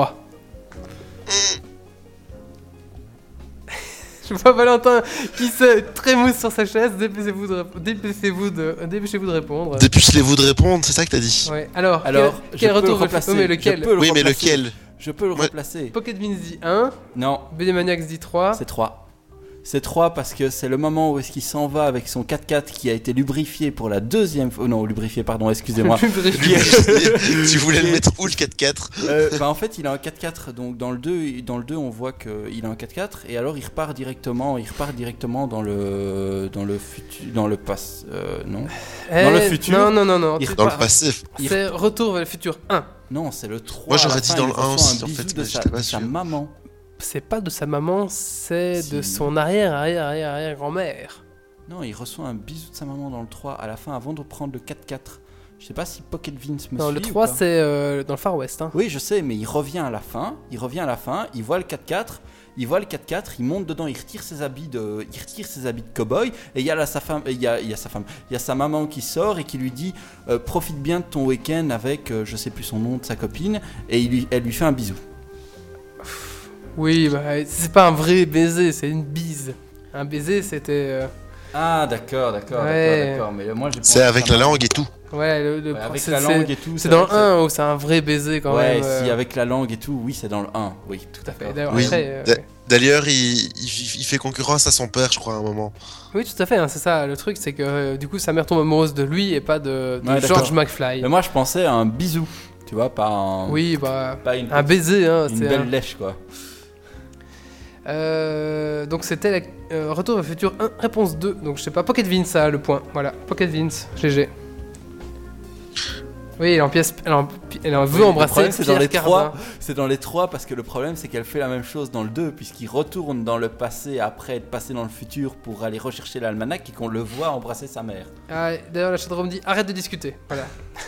Je vois Valentin qui se trémousse sur sa chaise. Dépêchez-vous de, rép- dépêchez-vous de, dépêchez-vous de répondre. Dépêchez-vous de répondre, c'est ça que t'as dit. Ouais. Alors, Alors, quel, je quel peux retour le vers le replacer. futur ? Mais lequel ? Je peux le Oui, mais replacer. lequel ? Je peux le Ouais. replacer. Pocket Vince dit un, Non, B D Maniacs dit trois. c'est trois. C'est trois parce que c'est le moment où est-ce qu'il s'en va avec son quatre-quatre qui a été lubrifié pour la deuxième fois. Oh non, lubrifié, pardon, excusez-moi. Tu voulais le mettre où le quatre-quatre ? Euh, bah en fait il a un quatre-quatre, donc dans le deux, dans le deux on voit qu'il a un quatre-quatre et alors il repart directement, il repart directement dans le dans le futur, dans le passe, euh, non Eh, Dans le futur, Non, non, non, non. il c'est Dans pas- le passé. il- C'est Retour vers le futur un. non c'est le trois. Moi, à la j'aurais dit fin, dans il le un reçoit aussi, en bisou fait, de mais sa, j'étais pas de sa sûr. maman. C'est pas de sa maman, c'est Si. de son arrière, arrière, arrière, arrière grand-mère. Non, il reçoit un bisou de sa maman dans le trois à la fin avant de prendre le quatre-quatre. Je sais pas si Pocket Vince me Non, suit le ou trois, pas. c'est euh, dans le Far West. Hein. Oui, je sais, mais il revient à la fin. Il revient à la fin. Il voit le quatre-quatre. Il voit le quatre-quatre. Il monte dedans. Il retire ses habits de, il retire ses habits de cow-boy. Et il y a là sa femme. Il y a, il y a sa femme. Il y a sa maman qui sort et qui lui dit euh, profite bien de ton week-end avec, euh, je sais plus son nom de sa copine. Et il lui, elle lui fait un bisou. Oui, bah, c'est pas un vrai baiser, c'est une bise. Un baiser, c'était. euh, Ah d'accord, d'accord, Ouais. d'accord, d'accord. Mais moi j'ai. C'est avec la langue et tout. Ouais, le, le Ouais, avec c'est- la c'est- langue et tout. C'est dans vrai le que un où c'est un vrai baiser quand ouais, même. euh, si avec la langue et tout, oui, c'est dans le un. Oui, Tout à fait. d'accord. D'ailleurs, Oui. après, euh, D- ouais. D'ailleurs, il, il, il fait concurrence à son père, je crois, à un moment. Oui, tout à fait, hein, c'est ça. Le truc, c'est que euh, du coup, sa mère tombe amoureuse de lui et pas de, de Ouais, George d'accord. McFly. Mais moi je pensais à un bisou, tu vois, pas un. Oui, bah. Pas une, Un baiser, hein. une c'est belle un- lèche quoi. Euh, donc c'était la... euh, Retour vers le futur un, réponse deux. Donc je sais pas, Pocket Vince a le point. Voilà, Pocket Vince, G G. Oui, elle en pièce, elle en, elle en veut Oui, le embrasser problème, c'est dans Pierre les Cardin. trois. C'est dans les trois parce que le problème c'est qu'elle fait la même chose dans le deux puisqu'il retourne dans le passé après être passé dans le futur pour aller rechercher l'almanach et qu'on le voit embrasser sa mère. Ah, d'ailleurs, la chatroom dit arrête de discuter. Voilà.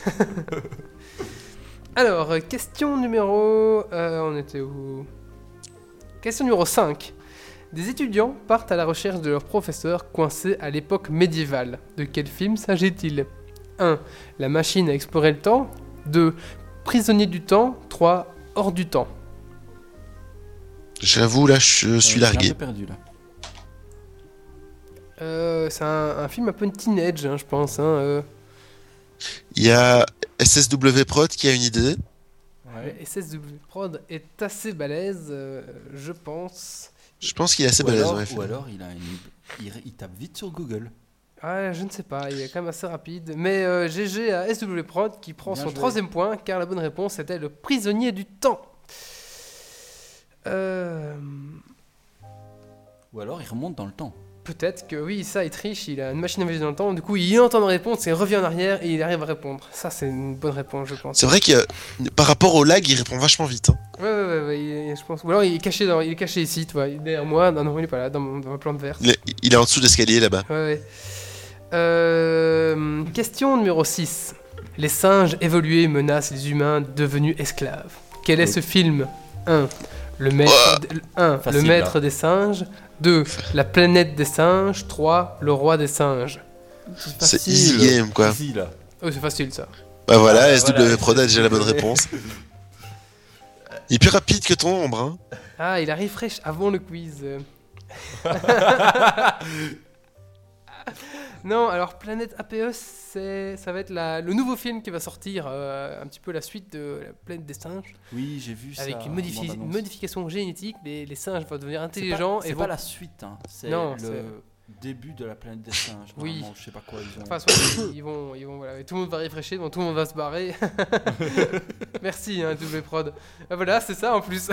Alors, euh, question numéro. euh, on était où? Question numéro cinq. Des étudiants partent à la recherche de leur professeur coincé à l'époque médiévale. De quel film s'agit-il? un. La machine à explorer le temps. deux. Prisonnier du temps. trois. Hors du temps. J'avoue, là, je suis Euh, largué. Je suis un peu perdu là. Euh, c'est un, un film un peu teenage, hein, je pense. Hein, euh. Il y a S S W Prod qui a une idée. Le S S W Prod est assez balèze, euh, je pense. Je pense qu'il est assez Ou balèze, alors, ouais. ou alors il, a une... il, il tape vite sur Google. Ah, je ne sais pas, il est quand même assez rapide. Mais euh, G G à S W Prod qui prend Bien son joué. troisième point, car la bonne réponse était le prisonnier du temps. Euh, Ou alors il remonte dans le temps. Peut-être que oui, ça il triche, il a une machine à voyager dans le temps, du coup il entend la réponse et il revient en arrière et il arrive à répondre. Ça c'est une bonne réponse, je pense. C'est vrai que euh, par rapport au lag, il répond vachement vite. Hein. Ouais, ouais, ouais, ouais, il est- je pense. Ou alors il est caché, dans, il est caché ici, tu vois, il est derrière moi. Non, non, il est pas là, dans, mon- dans ma plante verte. Il est, il est en dessous de l'escalier là-bas. Ouais, ouais. Euh, question numéro six. Les singes évolués menacent les humains devenus esclaves. Quel est Oui. ce film? un. Le maître, de- un, Facile, le maître là. des singes. deux. La planète des singes. trois. Le roi des singes. C'est facile. easy game, quoi. Easy, là. Oh, c'est facile ça. Bah voilà, Ah, S W voilà. Prod a déjà la bonne réponse. Il est plus rapide que ton ombre, hein. Ah, il arrive fraîche avant le quiz. Non, alors Planète A P E, c'est, ça va être la, le nouveau film qui va sortir, euh, un petit peu la suite de La Planète des singes, Oui, j'ai vu ça. avec une, modifi- bande-annonce. une modification génétique. Les, les singes vont devenir C'est intelligents pas, et c'est vont. pas la suite, hein. C'est Non, le c'est- début de la planète des singes. Oui. Normalement, je sais pas quoi ils ont. Enfin, soit, ils vont, ils vont, voilà, et tout le monde va réfléchir, donc tout le monde va se barrer. Merci, hein, W Prod. Ah, voilà, c'est ça en plus.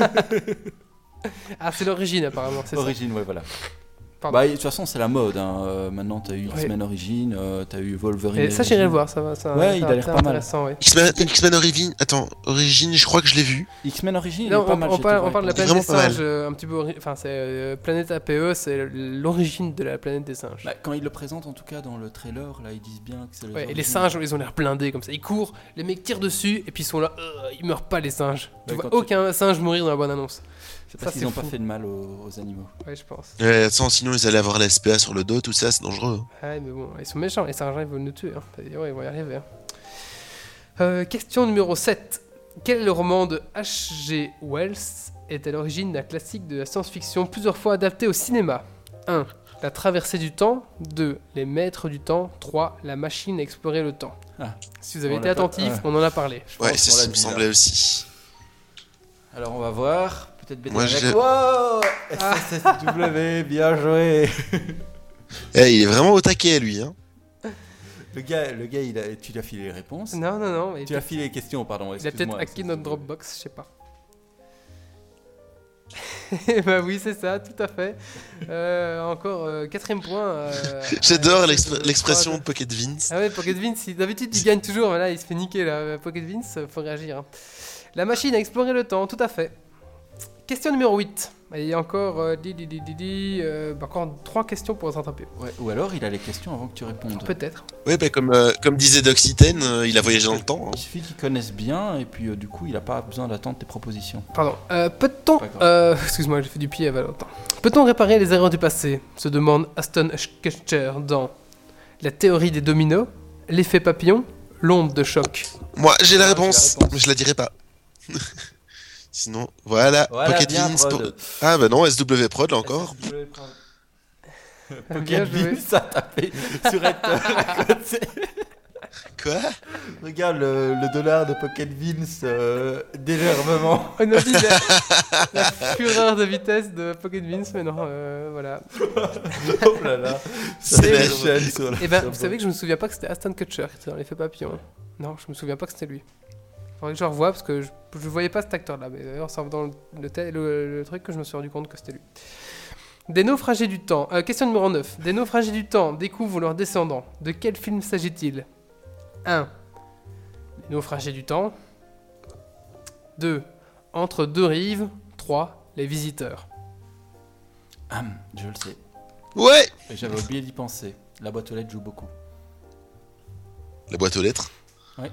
Ah, c'est l'origine apparemment, c'est ça. Origine, ouais, voilà. Pardon. Bah, de toute façon, c'est la mode. Hein. Euh, maintenant, t'as eu Ouais. X-Men Origin, euh, t'as eu Wolverine. Et ça, j'irai Origin. le voir, ça va. Ça, Ouais, ça il a va l'air être pas mal. intéressant, ouais. X-Men, X-Men Origin, attends, Origin, je crois que je l'ai vu. X-Men Origin, il Non, est pas on, mal. on j'ai parle, été on parle de la voir. planète- planète des Vraiment pas singes, euh, un petit peu. ori- Enfin, c'est euh, Planète A P E, c'est l'origine de la planète des singes. Bah, quand ils le présentent, en tout cas, dans le trailer, là, ils disent bien que c'est les Ouais, et les origines. singes, ils ont l'air blindés comme ça. Ils courent, les mecs tirent dessus, et puis ils sont là, euh, ils meurent pas les singes. Tu Ouais, vois quand tu- aucun singe mourir dans la bonne annonce. C'est Ça, parce qu'ils c'est n'ont pas fou. fait de mal aux, aux animaux. Ouais, je pense. Ouais, attends, sinon ils allaient avoir la S P A sur le dos, tout ça, c'est dangereux. Ouais, mais bon, ils sont méchants, les singes, ils veulent nous tuer. Hein. Ouais, ils vont y arriver. hein. Euh, question numéro sept. Quel est le roman de H G Wells est à l'origine d'un classique de la science-fiction plusieurs fois adapté au cinéma? un. La traversée du temps. deux. Les maîtres du temps. trois. La machine à explorer le temps. Ah. Si vous avez On été l'a pas- attentif, ouais. on en a parlé. Je Ouais, pense c'est qu'on ce l'a qui me dit, là. semblait aussi. Alors, on va voir. Peut-être B T Moi, avec- j'ai- Wow S S W, bien joué. Eh, il est vraiment au taquet, lui, hein. Le gars, le gars il a, tu lui as filé les réponses. Non, non, non. mais Tu as filé les questions, pardon. Il a excuse-moi, peut-être hacké c'est- notre Dropbox, je sais pas. Bah oui, c'est ça, tout à fait. Euh, encore euh, quatrième point. euh, J'adore à- l'expr- à- l'expression de Pocket Vince. Ah ouais, Pocket Vince, il- d'habitude il gagne toujours, mais là il se fait niquer là. Pocket Vince, euh, faut réagir. hein. La machine à explorer le temps, tout à fait. Question numéro huit. Il y a encore, euh, di, di, di, di, di, euh, bah, encore trois questions pour se rattraper. Ouais, ou alors il a les questions avant que tu répondes. Peut-être. Ouais, bah, comme, euh, comme disait Doxyten, euh, il a voyagé dans le temps. hein. Il suffit qu'ils connaissent bien et puis euh, du coup il a pas besoin d'attendre tes propositions. Pardon. Euh, Peut-on. Pas grave. euh, Excuse-moi, j'ai fait du pied à Valentin. Peut-on réparer les erreurs du passé se demande Aston Kutcher dans La théorie des dominos, L'effet papillon, L'onde de choc. Moi, j'ai la Ah, réponse, j'ai la réponse. mais je la dirai pas. Sinon, voilà, Voilà, Pocket bien, Vince. Prod. Pour... Ah bah non, S W Prod, là encore. Bien Pocket joué. Vince a tapé sur Enter à côté. Quoi? Regarde le, le dollar de Pocket Vince euh, d'énervement. On a dit la, la fureur de vitesse de Pocket Vince, mais non, euh, voilà. Oh là là. C'est Ça merde. déchaîne sur le Et ben, sur vous savez que je me souviens pas que c'était Aston Kutcher qui était dans l'effet papillon. hein. Non, je me souviens pas que c'était lui. Faudrait que je le revoie parce que je, je voyais pas cet acteur-là. Mais d'ailleurs, c'est dans le, le, tel- le- le truc que je me suis rendu compte que c'était lui. Des naufragés du temps. Euh, question numéro neuf. Des naufragés du temps découvrent leurs descendants. De quel film s'agit-il? un. Les naufragés du temps. deux. Entre deux rives. trois. Les visiteurs. Ah, je le sais. Ouais! Et j'avais oublié d'y penser. La boîte aux lettres joue beaucoup. La boîte aux lettres. Ouais.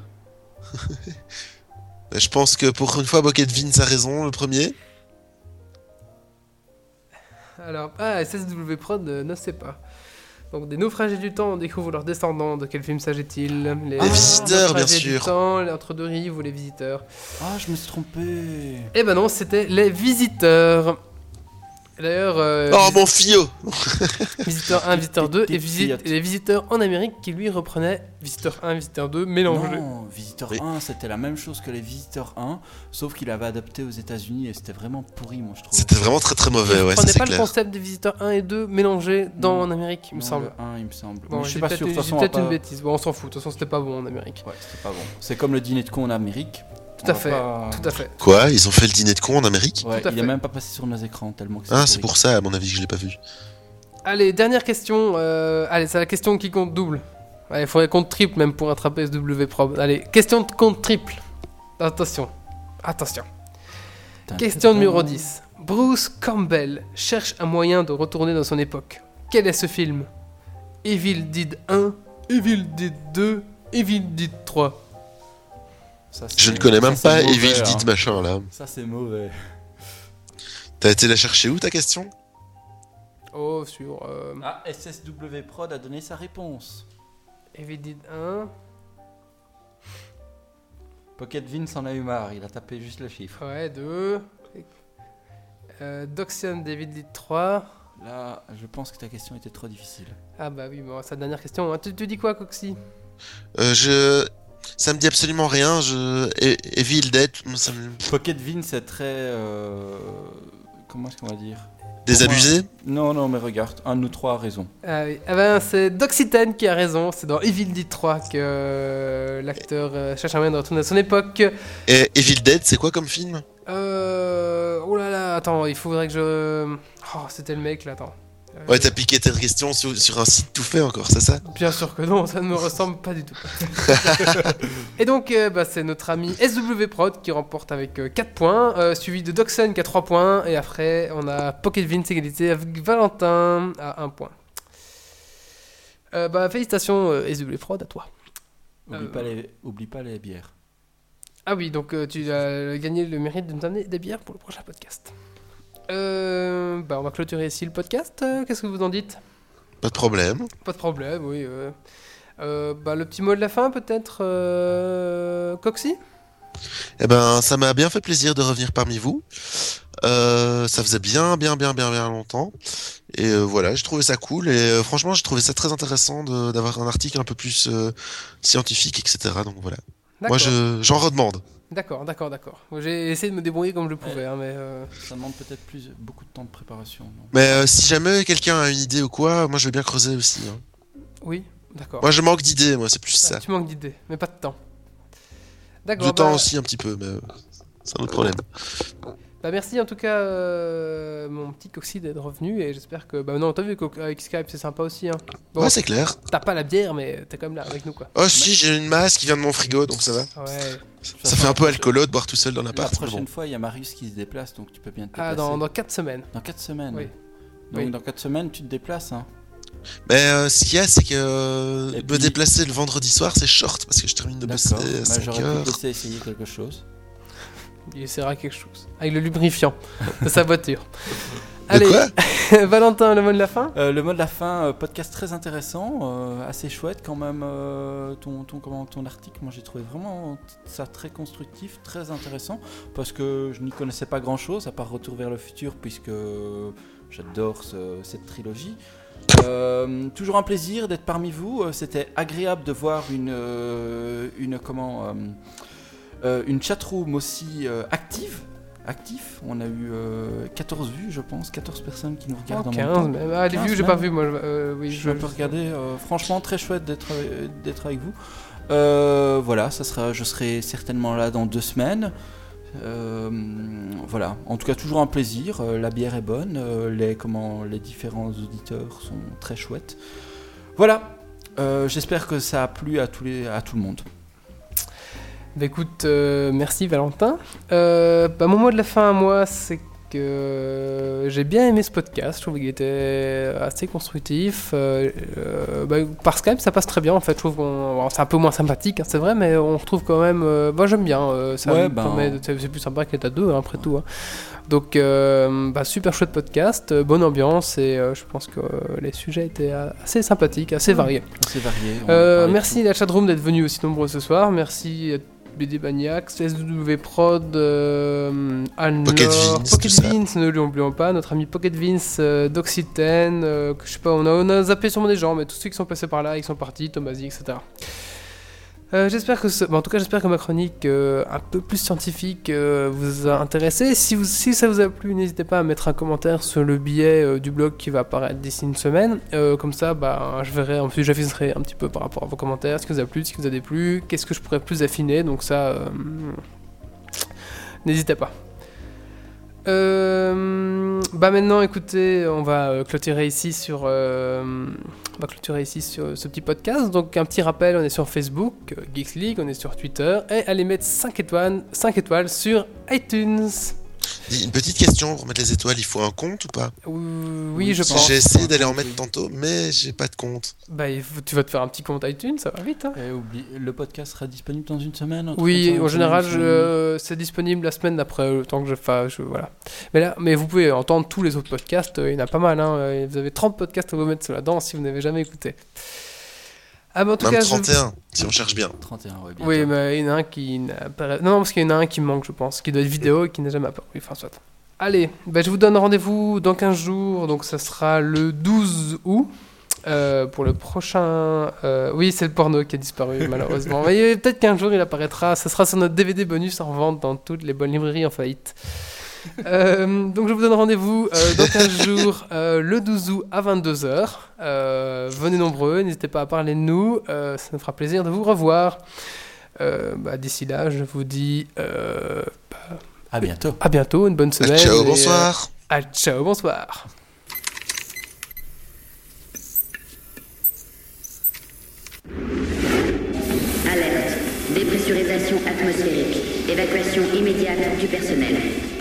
Bah, je pense que pour une fois, Pocket Vince a raison, le premier. Alors, ah, S S W Prod euh, ne sait pas. Donc, des naufragés du temps, on découvre leurs descendants. De quel film s'agit-il? Les, Les visiteurs, bien naufragés sûr. Du temps, les entre deux rives ou les visiteurs? Ah, je me suis trompé. Eh ben non, c'était les visiteurs. D'ailleurs, euh, Oh, mon fio! Visiteur un, Visiteur deux, et Petite visite, fillette. et les visiteurs en Amérique qui lui reprenaient Visiteur un, Visiteur deux mélangés. Non, Visiteur Oui. un, c'était la même chose que les Visiteurs un, sauf qu'il avait adapté aux États-Unis et c'était vraiment pourri, moi je trouve. C'était vraiment très très mauvais, ouais, ça Prenez c'est pas le clair. concept des Visiteurs un et deux mélangés dans Non. en Amérique, il me Non, semble. le un, il me semble. Bon, Mais je j'ai suis pas peut-être sûr, de j'ai toute façon. on peut-être va une pas- bêtise. Bon, on s'en fout. De toute façon, c'était pas bon en Amérique. Ouais, c'était pas bon. C'est comme le dîner de con en Amérique. Tout à fait. Tout à fait. Quoi? Ils ont fait le dîner de con en Amérique? Ouais, Tout à il fait. est même pas passé sur nos écrans tellement que Ah, c'est pourri. pour ça, à mon avis, que je l'ai pas vu. Allez, dernière question. euh, Allez, c'est la question qui compte double. Allez, il faudrait compte triple même pour attraper S W Probe. Allez, question de compte triple. Attention. Attention. Tin, Question tin, numéro tin. dix. Bruce Campbell cherche un moyen de retourner dans son époque. Quel est ce film? Evil Dead un, Evil Dead deux, Evil Dead trois. Ça, c'est- Je ne connais même ça, pas c'est mauvais, Evil hein. Dead machin là. Ça, c'est mauvais. T'as été la chercher où ta question? Oh, sur euh, Ah, S S W Prod a donné sa réponse. Evil Dead un. Pocket Vince en a eu marre, il a tapé juste le chiffre. Ouais, deux. Euh, Doxian Evil Dead trois. Là, je pense que ta question était trop difficile. Ah bah oui, bon, c'est la dernière question. Hein. Tu, tu dis quoi, Coxy? Euh, je... Ça me dit absolument rien. Je... E- Evil Dead, ça me... Pocket Vince est très... Euh... Comment est-ce qu'on va dire? Désabusé? Non, non, mais regarde, un de nous trois a raison. Ah oui, ah ben, c'est Doxyten qui a raison. C'est dans Evil Dead trois que euh, l'acteur euh, cherche un moyen de retourner à son époque. Et Evil Dead, c'est quoi comme film? Euh... Oh là là, attends, il faudrait que je... Oh, c'était le mec là, attends. Euh, Ouais, t'as piqué tes questions sur, sur un site tout fait encore, c'est ça? Bien sûr que non, ça ne me ressemble pas du tout. Et donc, euh, bah, c'est notre ami S W Prod qui remporte avec euh, quatre points, euh, suivi de Doxon qui a trois points, et après, on a Pocket Vince égalité avec Valentin à un point. Euh, bah, félicitations euh, S W Prod, à toi. Oublie, Euh, pas les... Oublie pas les bières. Ah oui, donc euh, tu as gagné le mérite de nous amener des bières pour le prochain podcast. Euh, bah, on va clôturer ici le podcast. Euh, Qu'est-ce que vous en dites? Pas de problème. Pas de problème, oui. Euh, euh, bah, le petit mot de la fin, peut-être, euh, Coxy? Eh ben, ça m'a bien fait plaisir de revenir parmi vous. Euh, ça faisait bien, bien, bien, bien, bien longtemps. Et euh, voilà, j'ai trouvé ça cool. Et euh, franchement, j'ai trouvé ça très intéressant de- d'avoir un article un peu plus euh, scientifique, et cetera. Donc voilà. Moi, D'accord. je, j'en redemande. D'accord, d'accord, d'accord. Moi, j'ai essayé de me débrouiller comme je pouvais, hein, mais... euh, Ça demande peut-être plus, beaucoup de temps de préparation. Non Mais euh, si jamais quelqu'un a une idée ou quoi, moi, je vais bien creuser aussi. Hein. Oui, d'accord. Moi, je manque d'idées, moi, c'est plus Ah, ça. tu manques d'idées, mais pas de temps. De D'accord, temps bah, aussi, un petit peu, mais euh, c'est un autre problème. bah merci en tout cas, euh, mon petit Coxy, d'être revenu, et j'espère que... Bah non, t'as vu qu'avec Skype, c'est sympa aussi, hein. Bon, Ouais, c'est clair. t'as pas la bière, mais t'es quand même là avec nous, quoi. Oh, si, j'ai une masse qui vient de mon frigo, donc ça va. Ouais. Ça fait un peu alcoolo de boire tout seul dans La l'appart. mais prochaine bon. fois, il y a Marius qui se déplace, donc tu peux bien te Ah, déplacer. dans, dans quatre semaines. Dans quatre semaines. Oui. Donc Oui. dans quatre semaines, tu te déplaces. Hein. Mais euh, ce qu'il y a, c'est que euh, Et me puis- déplacer le vendredi soir, c'est short parce que je termine de bosser D'accord. à Bah, cinq J'aurais pu heures. te laisser essayer quelque chose. Il essaiera quelque chose. Avec le lubrifiant de sa voiture. De Allez, quoi? Valentin, le mot de la fin? Euh, le mot de la fin, euh, podcast très intéressant, euh, assez chouette quand même. euh, ton, ton, comment, ton article, moi j'ai trouvé vraiment ça très constructif, très intéressant, parce que je n'y connaissais pas grand chose à part Retour vers le futur, puisque j'adore ce- cette trilogie. Euh, toujours un plaisir d'être parmi vous. euh, C'était agréable de voir une, euh, une comment, euh, euh, une chatroom aussi euh, active. Actif, on a eu euh, quatorze vues, je pense, quatorze personnes qui nous regardent Oh, en même quinze, temps. même. Ah, les quinze vues, j'ai même. pas vu, moi. je- euh, oui, Je peux regarder, euh, franchement très chouette d'être euh, d'être avec vous. Euh, voilà, ça sera, je serai certainement là dans deux semaines. Euh, voilà, en tout cas toujours un plaisir. Euh, la bière est bonne, euh, les comment, les différents auditeurs sont très chouettes. Voilà, euh, j'espère que ça a plu à tous les, à tout le monde. Bah écoute, euh, merci Valentin. Euh, bah, mon mot de la fin à moi, c'est que j'ai bien aimé ce podcast. Je trouve qu'il était assez constructif. Euh, euh, bah, par Skype, ça passe très bien en fait. Je trouve qu'on, bon, c'est un peu moins sympathique, hein, c'est vrai, mais on retrouve quand même. Euh, bah, j'aime bien. Euh, ça Ouais, me ben- permet de- c'est c'est plus sympa qu'être à deux, hein, après tout. Hein. Donc, euh, bah, super chouette podcast, euh, bonne ambiance, et euh, je pense que euh, les sujets étaient euh, assez sympathiques, assez variés. C'est varié. on Euh, parlait de merci la chatroom d'être venu aussi nombreux ce soir. Merci à B D Maniacs, S W Prod, euh, Anne Pocket Laure, Vince, Pocket tout ça. Vince, ne l'oublions pas, notre ami Pocket Vince, euh, Doxyten, euh, que je sais pas, on a, on a zappé sûrement des gens, mais tous ceux qui sont passés par là, ils sont partis, Tomasi, et cetera. Euh, j'espère que ce- bon, en tout cas j'espère que ma chronique euh, un peu plus scientifique euh, vous a intéressé. Si, vous, si ça vous a plu, n'hésitez pas à mettre un commentaire sur le billet euh, du blog qui va apparaître d'ici une semaine. Euh, comme ça, bah, je verrai, en plus j'aviserai un petit peu par rapport à vos commentaires, ce qui vous a plu, ce qui vous a déplu, qu'est-ce que je pourrais plus affiner. Donc ça, euh, n'hésitez pas. Euh, bah maintenant, écoutez, on va euh, clôturer ici sur, euh, on va clôturer ici sur ce petit podcast. Donc un petit rappel, on est sur Facebook, euh, Geeks League, on est sur Twitter, et allez mettre cinq étoiles, cinq étoiles sur iTunes. Dis, une petite question pour mettre les étoiles, il faut un compte ou pas? Euh, Oui, je Oui, pense. J'ai essayé un d'aller en compte, mettre oui. tantôt, mais j'ai pas de compte. Bah, il faut- tu vas te faire un petit compte iTunes, ça va vite. Hein. Et oublie, le podcast sera disponible dans une semaine. un truc Oui, comme ça, en une général, semaine, une je- c'est disponible la semaine d'après, le temps que je fasse. Je, voilà. Mais là, mais vous pouvez entendre tous les autres podcasts, euh, il y en a pas mal. Hein. euh, Vous avez trente podcasts à vous mettre là-dedans si vous n'avez jamais écouté. Ah, bah, en tout Même cas, je- trente et un, si on cherche bien. trente et un, ouais, bientôt. Oui, mais il y en a un qui n'apparaît. Non, non, parce qu'il y en a un qui manque, je pense, qui doit être vidéo et qui n'a jamais apparu. Enfin, soit. Allez, bah, je vous donne rendez-vous dans quinze jours, donc ça sera le douze août. euh, pour le prochain. euh, Oui, c'est le porno qui a disparu, malheureusement. Mais peut-être qu'un jour il apparaîtra. Ça sera sur notre D V D bonus en vente dans toutes les bonnes librairies en faillite. Euh, donc je vous donne rendez-vous euh, dans quinze jours, euh, le douze août à vingt-deux heures. Euh, venez nombreux, n'hésitez pas à parler de nous, euh, ça nous fera plaisir de vous revoir. Euh, bah, d'ici là, je vous dis euh, bah, À bientôt. à bientôt, une bonne Ah, semaine. ciao, et, euh, bonsoir. à ciao, bonsoir. Alerte. Dépressurisation atmosphérique. Évacuation immédiate du personnel.